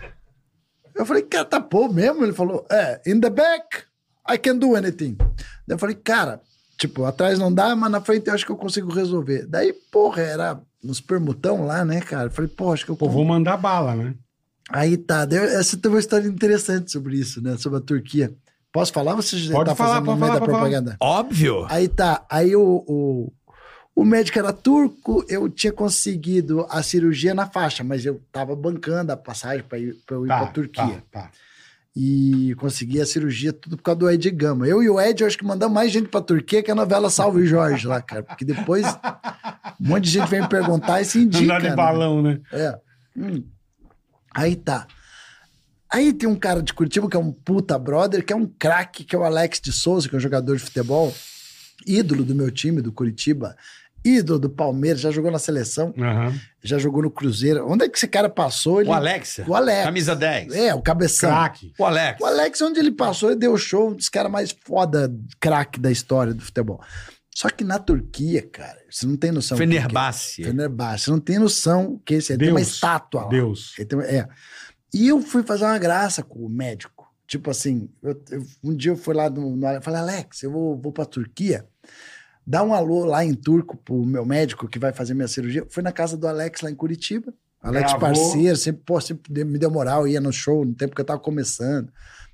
Eu falei, cara, tá pô mesmo? Ele falou, é, in the back, I can do anything. Daí eu falei, cara... Tipo, atrás não dá, mas na frente eu acho que eu consigo resolver. Daí, porra, era nos permutão lá, né, cara? Eu falei, pô, acho que eu... Pô, vou mandar bala, né? Aí tá, daí, essa tem uma história interessante sobre isso, né? Sobre a Turquia. Posso falar ou você já Pode tá falar, fazendo pode no meio falar, da pode propaganda? Óbvio. Aí tá, aí o, o, o médico era turco, eu tinha conseguido a cirurgia na faixa, mas eu tava bancando a passagem pra, ir, pra eu ir Tá, pra Turquia. tá, tá. E consegui a cirurgia tudo por causa do Ed Gama. Eu e o Ed, eu acho que mandamos mais gente pra Turquia que a novela Salve Jorge lá, cara. Porque depois um monte de gente vem me perguntar e se indica. Andar de né? balão, né? É. Hum. Aí tá. Aí tem um cara de Curitiba que é um puta brother, que é um craque, que é o Alex de Souza, que é um jogador de futebol, ídolo do meu time, do Curitiba, ídolo do Palmeiras, já jogou na seleção, Aham. já jogou no Cruzeiro. Onde é que esse cara passou? Ele... O Alex. O Alex. Camisa dez. É, o cabeção. Craque. O Alex. O Alex, onde ele passou, ele deu show, um dos caras mais foda, craque da história do futebol. Só que na Turquia, cara, você não tem noção. Fenerbahçe. Fenerbahçe. Você não tem noção que esse aí tem uma Deus. estátua lá. Deus. Ele tem- é. E eu fui fazer uma graça com o médico. Tipo assim, eu- eu- um dia eu fui lá no, no eu falei, Alex, eu vou, vou pra Turquia, dá um alô lá em turco pro meu médico que vai fazer minha cirurgia. Fui na casa do Alex lá em Curitiba. Alex Gravou. parceiro, sempre, pô, sempre deu- me deu moral, ia no show no tempo que eu tava começando.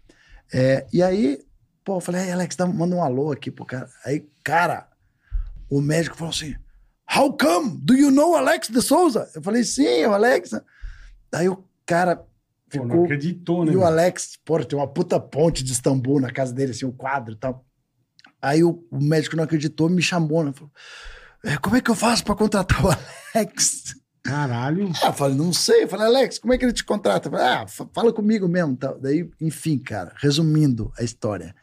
É, e aí, pô, eu falei, "Ei, Alex, dá, manda um alô aqui pro cara." Aí, cara, o médico falou assim, "How come? Do you know Alex de Souza?" Eu falei, sim, o Alex. Aí o cara Pô, ficou... não acreditou, né? E o meu? Alex, pô, tem uma puta ponte de Istambul na casa dele, assim, um quadro e tal. Aí o, o médico não acreditou, me chamou, né? Falou, "É, como é que eu faço pra contratar o Alex?" Caralho. Ah, eu falei, não sei. Eu falei, Alex, como é que ele te contrata? Eu falei, ah, fa- fala comigo mesmo. Tal. Daí, enfim, cara, resumindo a história.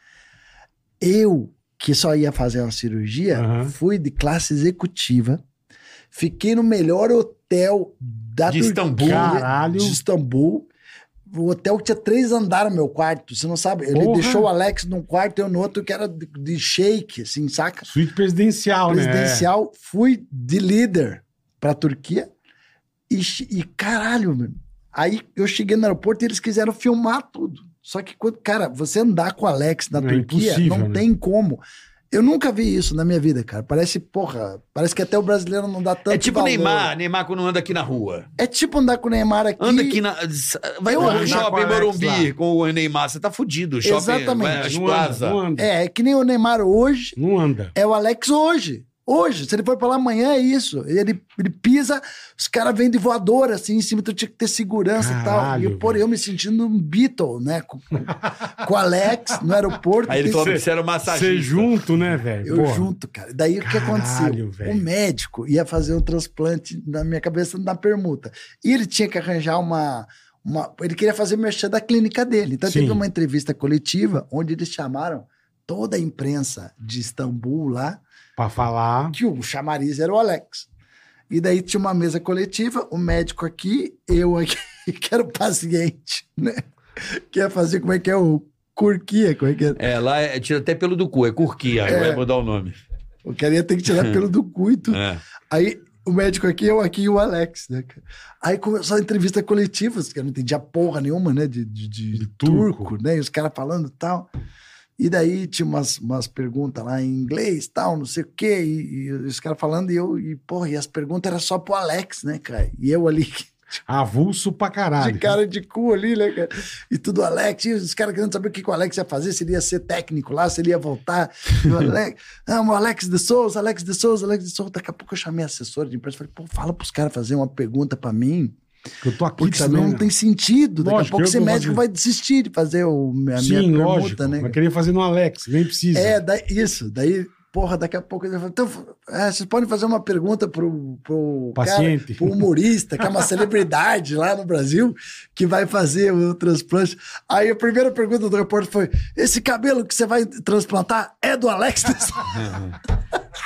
Eu, que só ia fazer uma cirurgia, Aham. fui de classe executiva, fiquei no melhor hotel da De Turquia, Istambul. Caralho. de Istambul. O hotel que tinha três andares no meu quarto, você não sabe. Ele Porra. deixou o Alex num quarto e eu no outro que era de, de shake, assim, saca? Suíte presidencial, né? Presidencial. Fui de líder pra Turquia e, che- e caralho, mano. Aí eu cheguei no aeroporto e eles quiseram filmar tudo. Só que, quando, cara, você andar com o Alex na É Turquia, impossível, não né? tem como. Eu nunca vi isso na minha vida, cara. Parece, porra, parece que até o brasileiro não dá tanto É tipo valor. Neymar. Neymar quando anda aqui na rua. É tipo andar com o Neymar aqui. Anda aqui na... Vai Eu no ando shopping com o Alex Morumbi lá. com o Neymar. Você tá fudido. Shopping, Exatamente. vai, Não Plaza. anda, não anda. É, é que nem o Neymar hoje, Não anda. é o Alex hoje. Hoje, se ele for pra lá amanhã, é isso. Ele, ele pisa, os caras vêm de voadora, assim, em cima, tu tinha que ter segurança e tal. E Caralho, eu, por velho. eu me sentindo um Beatle, né? Com, com o Alex no aeroporto. Aí ele Tem- falou que você era o massagista. Ser junto, né, velho? Eu Porra. junto, cara. Daí o que Caralho, aconteceu? velho. O médico ia fazer um transplante na minha cabeça na permuta. E ele tinha que arranjar uma. uma ele queria fazer merchan da clínica dele. Então Sim. teve uma entrevista coletiva onde eles chamaram toda a imprensa de Istambul lá, Pra falar. que o chamariz era o Alex. E daí tinha uma mesa coletiva, o médico aqui, eu aqui, que era o paciente, né? Que ia fazer, como é que é o Curquia, como é que é? É, lá é, tira até pelo do cu. É Curquia. Agora vai mudar o nome. O cara ia ter que tirar pelo do cu e tudo. É. Aí o médico aqui, eu aqui e o Alex, né? cara? Aí começou a entrevista coletiva, que eu não entendia porra nenhuma, né? De, de, de De turco. turco, né? E os caras falando e tal. E daí tinha umas, umas perguntas lá em inglês, tal, não sei o quê, e, e os caras falando, e eu, e porra, e as perguntas eram só pro Alex, né, cara? E eu ali, Avulso pra caralho. de cara de cu ali, né, cara? E tudo Alex, e os caras querendo saber o que, que o Alex ia fazer, se ele ia ser técnico lá, se ele ia voltar. E o Alex, ah, o Alex de Souza, Alex de Souza, Alex de Souza. Daqui a pouco eu chamei a assessora de imprensa e falei, pô, fala pros caras fazer uma pergunta pra mim, Que eu tô aqui porque também. senão não né? tem sentido. Daqui Lógico, a pouco eu esse vou médico fazer. vai desistir de fazer o, a Sim, minha permuta, lógico. né? Vai querer fazer no Alex, nem precisa. É, daí, isso. Daí, porra, daqui a pouco ele falou, então, é, vocês podem fazer uma pergunta pro, pro Paciente. cara, pro humorista, que é uma celebridade lá no Brasil, que vai fazer o transplante. Aí a primeira pergunta do repórter foi, esse cabelo que você vai transplantar é do Alex?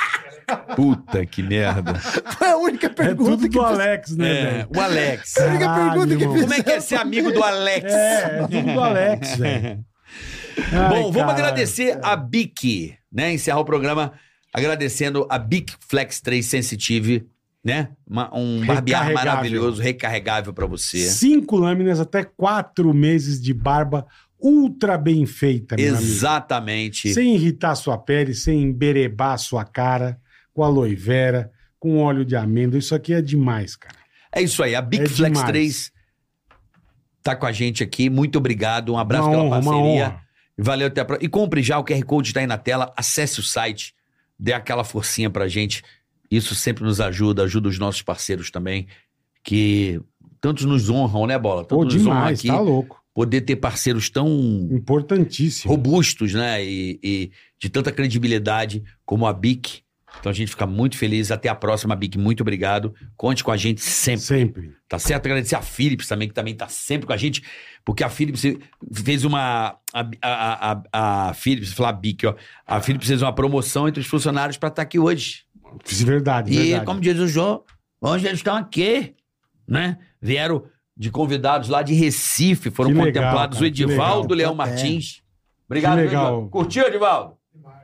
Puta que merda. Foi a única É pergunta tudo que do fiz. Alex, né, É, velho? o Alex. A única Caralho, pergunta que irmão. fiz. Como é que é ser amigo do Alex? É, é tudo do Alex, velho. Ai, Bom, vamos caralho. agradecer a Bic, né? Encerrar o programa agradecendo a Bic Flex três Sensitive, né? Uma- um barbear Recarregável. maravilhoso, recarregável pra você. Cinco lâminas, até quatro meses de barba ultra bem feita, meu amigo. Exatamente. Sem irritar sua pele, sem emberebar sua cara, com aloe vera, com óleo de amêndoa. Isso aqui é demais, cara. É isso aí, a Bic É Flex demais. três tá com a gente aqui. Muito obrigado, um abraço Uma pela honra, uma parceria. honra. Valeu, até a próxima. E compre já, o Q R Code tá aí na tela. Acesse o site, dê aquela forcinha pra gente. Isso sempre nos ajuda, ajuda os nossos parceiros também, que tantos nos honram, né, Bola? Pô, Tantos nos honram demais, aqui. tá louco. Poder ter parceiros tão Importantíssimo. robustos, né? E, e de tanta credibilidade como a Bic. Então a gente fica muito feliz. Até a próxima, Bic. Muito obrigado. Conte com a gente sempre. Sempre. Tá certo? Agradecer a Philips também, que também tá sempre com a gente, porque a Philips fez uma. A, a, a, a Philips, vou falar a Bic, ó. A Philips fez uma promoção entre os funcionários pra estar aqui hoje. Verdade, E, verdade. como diz o João, hoje eles estão aqui, né? Vieram de convidados lá de Recife, foram Que legal, contemplados cara, o que Edivaldo legal. Leão É. Martins. Obrigado, Que viu, legal. Edivaldo? Curtiu, Edivaldo?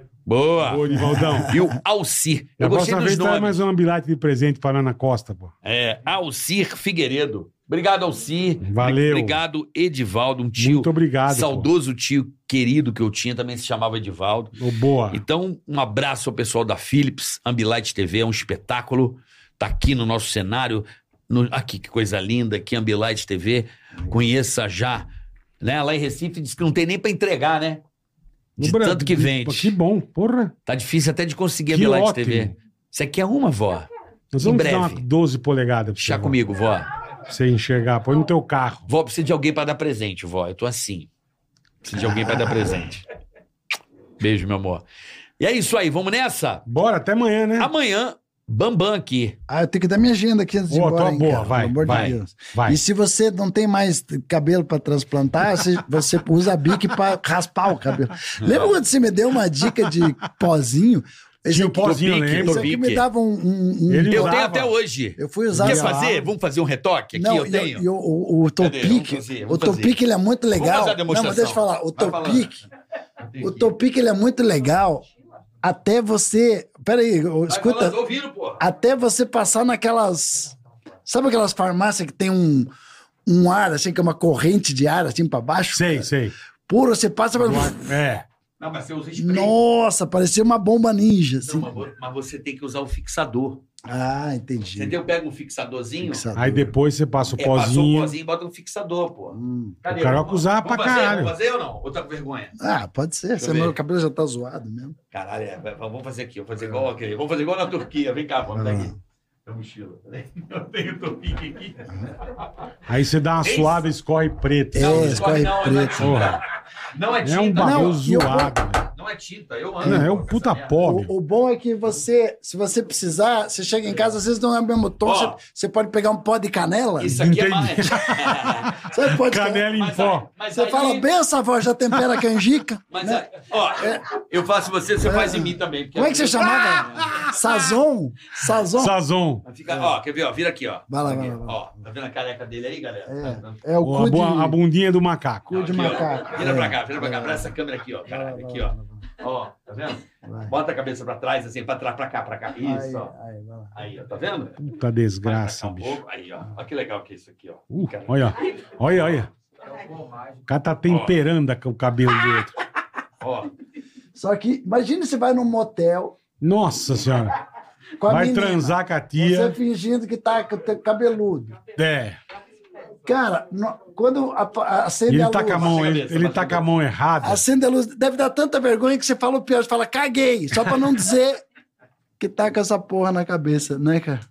Boa. Ô, Nivaldão. E o Alcir. Da Eu gostei próxima dos vez traz nomes. mais um ambilete de presente pra Ana Costa, pô. É, Alcir Figueiredo. Obrigado, Alcir. Valeu. Obrigado, Edivaldo, um tio. Muito obrigado, saudoso tio querido que eu tinha, também se chamava Edivaldo. pô. Ô, boa. Então, um abraço ao pessoal da Philips. Ambilight T V é um espetáculo. Tá aqui no nosso cenário. No- aqui, que coisa linda. Aqui, Ambilight T V. Conheça já. Né? Lá em Recife diz que não tem nem pra entregar, né? No De Bra- tanto que vende. Pô, que bom, porra. Tá difícil até de conseguir Que Ambilight ótimo. T V. Isso aqui é uma, vó. Nós Em vamos te breve. dar uma doze polegadas pra Chá você, comigo, vó. pra você enxergar. Põe no teu carro. Vó, precisa de alguém pra dar presente, vó. Eu tô assim. Precisa de alguém pra dar presente. Beijo, meu amor. E é isso aí, vamos nessa? Bora, até amanhã, né? Amanhã, Bambam aqui. Ah, eu tenho que dar minha agenda aqui antes de ir Ô, embora, tô hein, boa, cara, vai, pelo amor vai. de Deus. Vai. E se você não tem mais cabelo pra transplantar, você, você usa a Bic pra raspar o cabelo. Lembra quando você me deu uma dica de pozinho? Esse Tinha o aqui, pozinho, Topique, lembra? esse aqui Topique. me dava um... um- um- Ele Eu usava. tenho até hoje. Eu fui usar... Quer essa- fazer? Vamos fazer um retoque? Aqui Não, eu e- tenho. E, o, o, o Cadê? Topic, Vamos fazer, o vamos Topic ele é muito legal. fazer a Não, demonstração. mas deixa eu falar. O Vai falar. Topic, o Topic ele é muito legal até você... Peraí, escuta. Tô ouvindo, porra. Até você passar naquelas... Sabe aquelas farmácias que tem um, um ar, assim, que é uma corrente de ar, assim, pra baixo? Sei, sei. Puro, você passa... É. Não, mas você usa spray. Nossa, parecia uma bomba ninja, assim. Não, mas, mas você tem que usar o fixador. Ah, entendi. Entendeu? Pega um fixadorzinho. Fixador. Aí depois você passa o É, passou o pozinho. pozinho e bota um fixador, pô. Hum. Cadê? O Carioca Vamos- usava vamos pra fazer? caralho. Vamos fazer ou não? Ou tá com vergonha? Ah, pode ser. Deixa eu Senão ver. meu cabelo já tá zoado mesmo. Caralho, é, vai- vamos fazer aqui. Vamos fazer igual aquele. Vamos fazer igual na Turquia. Vem cá, vamos daqui. Minha mochila. Eu tenho o topique aqui. Aí você dá uma Isso. suada e escorre preto. É, Não, escorre não, não é preto. tinta. Não é tinta. É um bagulho Não, e eu- zoado, velho. Não é tinta. Eu ando. Não, é pô, um com puta essa merda. pobre. O, o bom é que você, se você precisar, você chega em casa, às vezes não é o mesmo tom, Ó. você, você pode pegar um pó de canela. Isso aqui é Entendi. mais. Você pode Canela em Mas pó. aí- mas Você aí- fala, benção, avó, já tempera a canjica. Mas, né? aí- ó, eu faço você, você faz em mim também. porque Como é que você eu- chamava? Sazon? Sazon? Sazon. Fica, ó, quer ver, ó, vira aqui, ó. Vai lá, Aqui, vai lá, vai lá. Ó, tá vendo a careca dele aí, galera? Tá vendo? É, é o Ó, cu a, de... bu- a bundinha do macaco. cu de Aqui, ó. macaco. Vira É. pra cá, vira pra cá, pra essa câmera aqui, ó. Caralho, aqui, ó. Ó, tá vendo? Vai. Bota a cabeça pra trás, assim, pra trás, pra cá, pra cá. Isso, Aí, ó. aí, vai lá. Aí, ó, tá vendo? Puta desgraça, Vai pra cá um bicho. pouco. Aí, ó. Olha que legal que é isso aqui, ó. Uh, Cara. olha, olha, olha. O cara tá temperando o cabelo do outro. Ó, Só que, imagine você vai num motel Nossa senhora. com a Vai menina, transar com a você tia. fingindo que tá com o cabeludo. É. Cara, no- quando a- a- acende Ele a tá luz... com a mão, Baixa a ele, cabeça, ele baixa tá a com a mão errada. Acende a luz, deve dar tanta vergonha que você fala o pior, você fala caguei, só pra não dizer que tá com essa porra na cabeça, né, cara?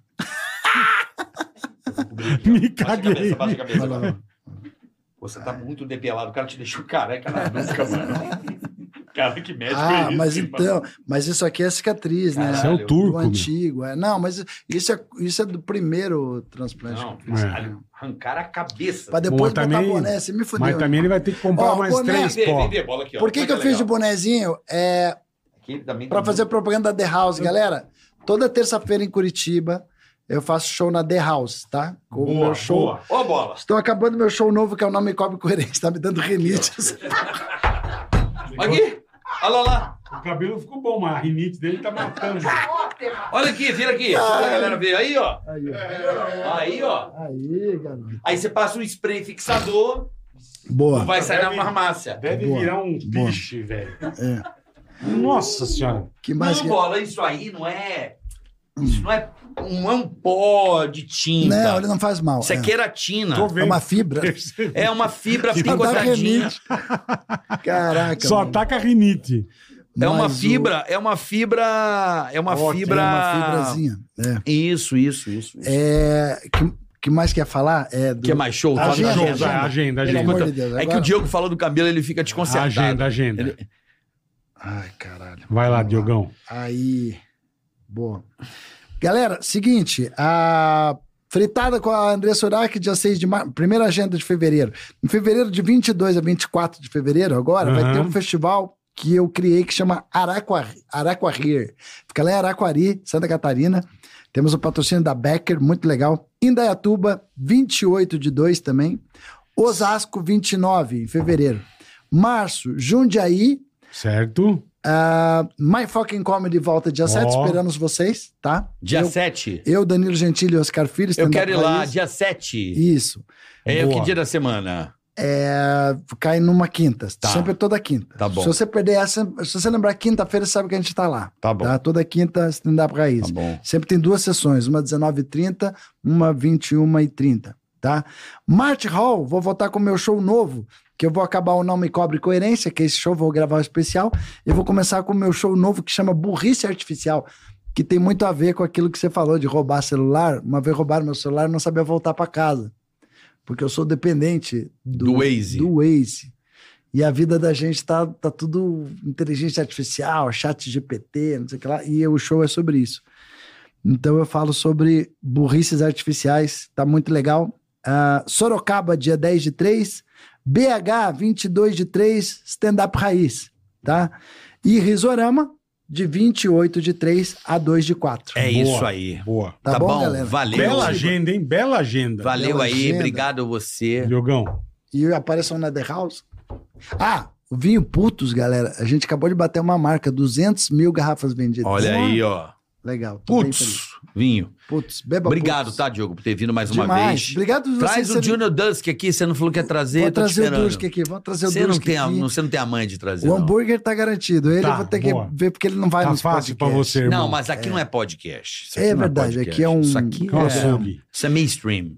Me baixa a caguei. cabeça, baixa a cabeça. Vai lá, vai lá. Você tá muito depelado, o cara te deixou careca na nuca, mano. Cara, que médico Ah, é esse, mas irmão? então, mas isso aqui é cicatriz, né? Isso é o Caralho. turco, Do meu. antigo, é. Não, mas isso é, isso é do primeiro transplante. Não, É. caralho, arrancar a cabeça. Pra depois Bom, botar também- boné, você me fudeu. Mas também ele vai ter que comprar Ó, mais boné, três Vem ver, pó. vem ver, bola aqui, ó. Por que, Olha que eu fiz de legal. bonezinho? É Aqui também pra tem fazer muito- propaganda da The House, galera. Toda terça-feira em Curitiba, eu faço show na The House, tá? Com o Boa, meu show. boa. Ô, bola. Estou acabando meu show novo, que é o Não Me Cobre Coerência. Tá me dando rinite. Aqui. Olha lá. O cabelo ficou bom, mas a rinite dele tá matando. Olha aqui, vira aqui. Deixa a galera ver. Aí, ó. Aí, ó. Aí, ó. Aí, garoto. Aí você passa um spray fixador, Boa. vai sair na Deve- farmácia. Deve Boa. virar um Boa. piche, velho. É. Nossa senhora. Que mais Não, que... bola, isso aí não é... Isso não é, não é um pó de tinta. Não, ele não faz mal. Isso é é. queratina. Tô É vendo. uma fibra. É uma fibra Só dá picotadinha. rinite. Caraca. Só mano. tá com a rinite. É uma Mas o- fibra, é uma fibra... É uma Ótimo, fibra... É uma fibrazinha. É. Isso, isso, isso. O É... Que, que mais quer falar? É do... que é mais show? Fala Agenda, da Show, agenda. agenda, agenda. Pelo agenda. amor de Deus. É que agora- o Diogo falou do cabelo, ele fica desconcertado. Agenda, agenda. Ele- Ai, caralho. Vai lá, Vamos Diogão. Aí. Boa. Galera, seguinte, a fritada com a Andressa Urach, dia seis de março, primeira agenda de fevereiro. Em fevereiro, de vinte e dois a vinte e quatro de fevereiro, agora, vai Aham. ter um festival que eu criei que chama Araquari, Araquari. Fica lá em Araquari, Santa Catarina. Temos o patrocínio da Becker, muito legal. Indaiatuba, vinte e oito de dois também. Osasco, vinte e nove, em fevereiro. Março, Jundiaí. Certo? Uh, My Fucking Comedy volta dia sete, Ó. esperamos vocês, tá? Dia eu, sete. eu, Danilo Gentili e Oscar Filho. Eu stand-up quero ir lá, raiz. dia sete. Isso. É o que Boa. dia da semana? É, cai numa quinta. Tá. Sempre toda quinta. Tá bom. Se você perder essa, se você lembrar quinta-feira, você sabe que a gente tá lá. Tá bom. Tá? Toda quinta, stand-up raiz. Tá bom. Sempre tem duas sessões, uma dezenove e trinta, uma vinte e uma e trinta, tá? Mart Hall, vou voltar com o meu show novo, que eu vou acabar o Não Me Cobre Coerência, que esse show vou gravar um especial, e vou começar com o meu show novo que chama Burrice Artificial, que tem muito a ver com aquilo que você falou de roubar celular. Uma vez roubaram meu celular e não sabia voltar para casa, porque eu sou dependente do, Do Waze. do Waze. E a vida da gente tá, tá tudo inteligência artificial, chat G P T, não sei o que lá, e o show é sobre isso. Então eu falo sobre burrices artificiais, tá muito legal. Uh, Sorocaba, dia dez de três, B H, vinte e dois de três, stand-up raiz, tá? E Risorama, de vinte e oito de três a dois de quatro. É Boa. isso aí. Boa. Tá Tá, bom, bom, galera? valeu. Bela agenda, hein? Bela agenda. Valeu Bela aí, agenda. obrigado a você. Diogão. E apareçam na The House. Ah, o vinho Putos, galera. A gente acabou de bater uma marca, duzentas mil garrafas vendidas. Olha aí, ó. Legal. tô bem feliz. Putz, vinho. Putz, beba Obrigado, Putos. tá, Diogo, por ter vindo mais uma Demais. vez. Obrigado por vocês Traz o serem- Junior Dusk aqui, você não falou que ia trazer, Vou eu tô te trazer o esperando. Dusk aqui. Vamos trazer o Você não, Dusk tem a, aqui. não, você não tem a mãe de trazer, O não. hambúrguer tá garantido. Ele Tá, eu vou ter que boa. ver porque ele não vai Tá nos fácil pra podcasts. você, irmão. Não, mas aqui não é podcast. Isso É aqui não verdade, podcast. aqui é um- Isso aqui É um é, açougue. isso é mainstream.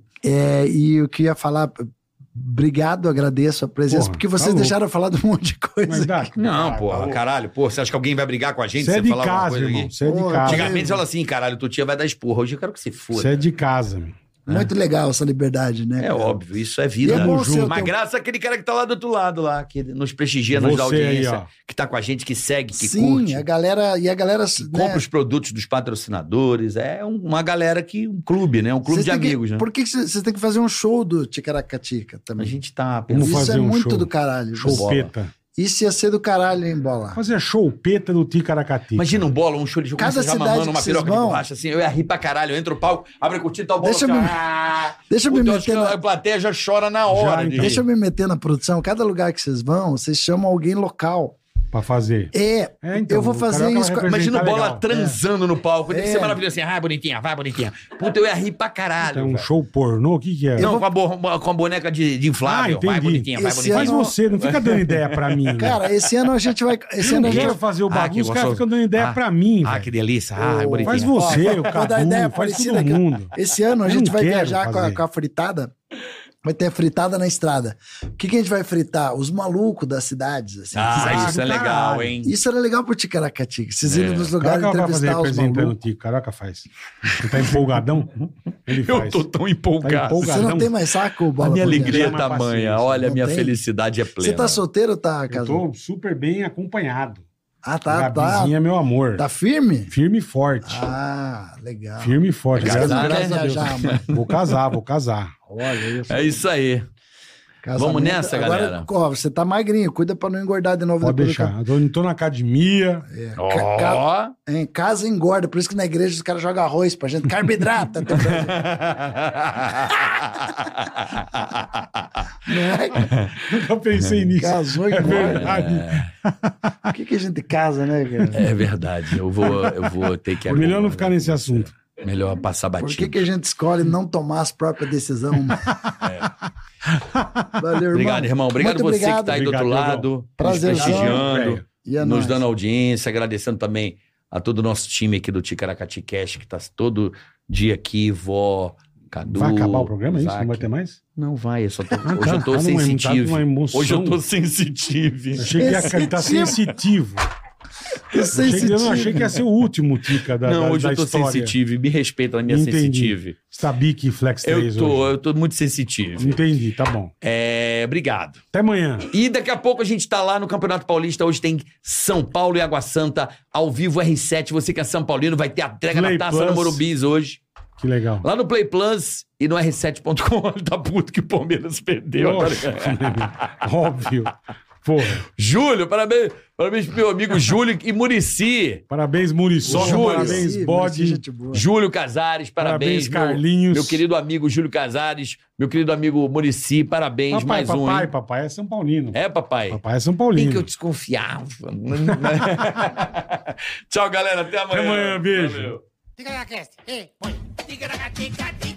É, e eu queria falar... Obrigado, agradeço a presença, Porra, porque tá vocês louco. deixaram eu falar de um monte de coisa. Mas dá. Não, Ah, pô, tá louco. caralho, pô, você acha que alguém vai brigar com a gente Você se é de falar alguma casa, coisa irmão. aqui? Você é de Pô, casa. Antigamente fala assim, caralho, tua tia vai dar esporra. Hoje eu quero que você foda. Você é de casa, meu. Muito legal essa liberdade, né? É cara? óbvio, isso é vida. E é bom ser o Mas teu- graças àquele cara que tá lá do outro lado, lá, que nos prestigia, nos dá Você aí, audiência, ó. que tá com a gente, que segue, que Sim, curte, a galera... E a galera... que né, compra os produtos dos patrocinadores. É um- uma galera que, um clube, né? Um clube vocês de têm que- amigos, né? Por que que vocês vocês têm que fazer um show do Ticaracatica A também? gente tá Vamos pensando. Isso fazer é um muito show. do caralho. Choupeta. Isso ia ser do caralho, hein, Bola? Fazer choupeta do Ticaracati. Imagina um bola, um show de Cada começa já cidade mamando que uma vocês piroca de vão- borracha assim. Eu ia rir pra caralho. Eu entro o palco, abre a cortina, tá o bola. Deixa eu assim, me- ah, Deixa eu me puta, eu acho meter que na- A plateia já chora na hora. Já, de então. Deixa eu rir. me meter na produção. Cada lugar que vocês vão, vocês chamam alguém local. Pra fazer. É, É, então, eu vou o fazer Carioca isso. vai com- representar Imagina o bola legal. transando no palco. Deve É. ser maravilhoso assim. Ah, bonitinha, vai, bonitinha. Puta, eu ia rir pra caralho. É um velho. show pornô? O que que é? Não, com, a bo- com a boneca de, de inflável. Ah, vai, entendi. bonitinha, vai, Esse bonitinha. Faz ano- você, não fica dando ideia pra mim. né? Cara, esse ano a gente vai. Esse eu ano não a gente quero vai. fazer o Ah, que bagulho, os caras gostoso. ficam dando ideia Ah. pra mim, Ah, velho. que delícia. Ah, Ô, bonitinha. Faz você, Ó, o vou Cadu, dar ideia faz parecida, todo cara. mundo. Esse ano a Eu gente não vai quero viajar com a, fazer. com a fritada. Vai ter fritada na estrada. O que, que a gente vai fritar? Os malucos das cidades. Assim. Ah, Ah, isso é do legal, caralho. hein? Isso era legal pro Ticaracatica. Vocês É. irem nos lugares Caraca vai fazer entrevistar os representando o malucos. Tico. Caraca faz. Ele tá empolgadão? Ele faz. Eu tô tão Tá empolgado. empolgado. Você não tem mais saco, A Bola? minha pra alegria é viajar? uma tamanha. paciência. Olha, a Não minha tem? felicidade é plena. Você tá solteiro ou tá Eu casado? tô super bem acompanhado. Ah, tá, tá. Gabizinha é meu amor. Tá firme? Firme e forte. Ah, legal. Firme e forte. Vai Graças, casar, graças né? a Deus. Viajar, mano. Vou casar, vou casar. Olha isso. É isso aí. Casamento- Vamos nessa, Agora, galera? ó, você tá magrinho, cuida pra não engordar de novo. Pode depois do deixar. Eu tô, não tô na academia. ca- é, Ó. ca- ca- Em casa engorda, por isso que na igreja os caras jogam arroz pra gente. Carboidrato. até pra- Não é? Nunca pensei nisso. Casou e É engorda. verdade. Por que, que a gente casa, né, cara? É verdade, eu vou, eu vou ter que... É melhor não ficar nesse assunto. Melhor passar Por batido. que, que a gente escolhe não tomar as próprias decisões? Valeu, irmão. Obrigado, irmão. Obrigado Muito você que tá aí do outro Obrigado, lado, nos Prazerzão, prestigiando, velho. E é nos nóis. dando audiência, agradecendo também a todo o nosso time aqui do Ticaracati Cast, que tá todo dia aqui, vó, Cadu... Vai acabar o programa, é isso? Isaac. Não vai ter mais? Não vai, eu só tô, Ah, hoje tá, eu tô tá numa- tá sensitivo. numa emoção. Hoje eu tô sensitivo. Achei que ia cantar sensitivo. Achei que, eu não achei que ia ser o último Tica da, Não, da, hoje da eu tô história. sensitivo. Me respeita na minha Entendi. sensitive. Stabic Flex três Eu tô, hoje. eu tô muito sensitivo. Entendi, tá bom. É, obrigado. Até amanhã. E daqui a pouco a gente tá lá no Campeonato Paulista. Hoje tem São Paulo e Água Santa, ao vivo R sete. Você que é São Paulino vai ter a entrega Play da taça Plus. no Morumbis hoje. Que legal. Lá no Play Plus e no R sete ponto com. Tá puto que o Palmeiras perdeu. Lógico. Óbvio. Porra. Júlio, parabéns, parabéns pro meu amigo Júlio e Murici. Parabéns, Muriçoca. Júlio. Parabéns, Sim, Bode. gente boa. Júlio Casares, parabéns. Parabéns, Carlinhos. Meu, meu querido amigo Júlio Casares, meu querido amigo Murici, parabéns. Papai, mais um, papai, hein? papai é São Paulino. É, papai? Papai é São Bem Paulino. que eu desconfiava. Tchau, galera. Até amanhã. Até amanhã, beijo. Valeu. Ticaracast, ei, põe. Ticaracatica, tica.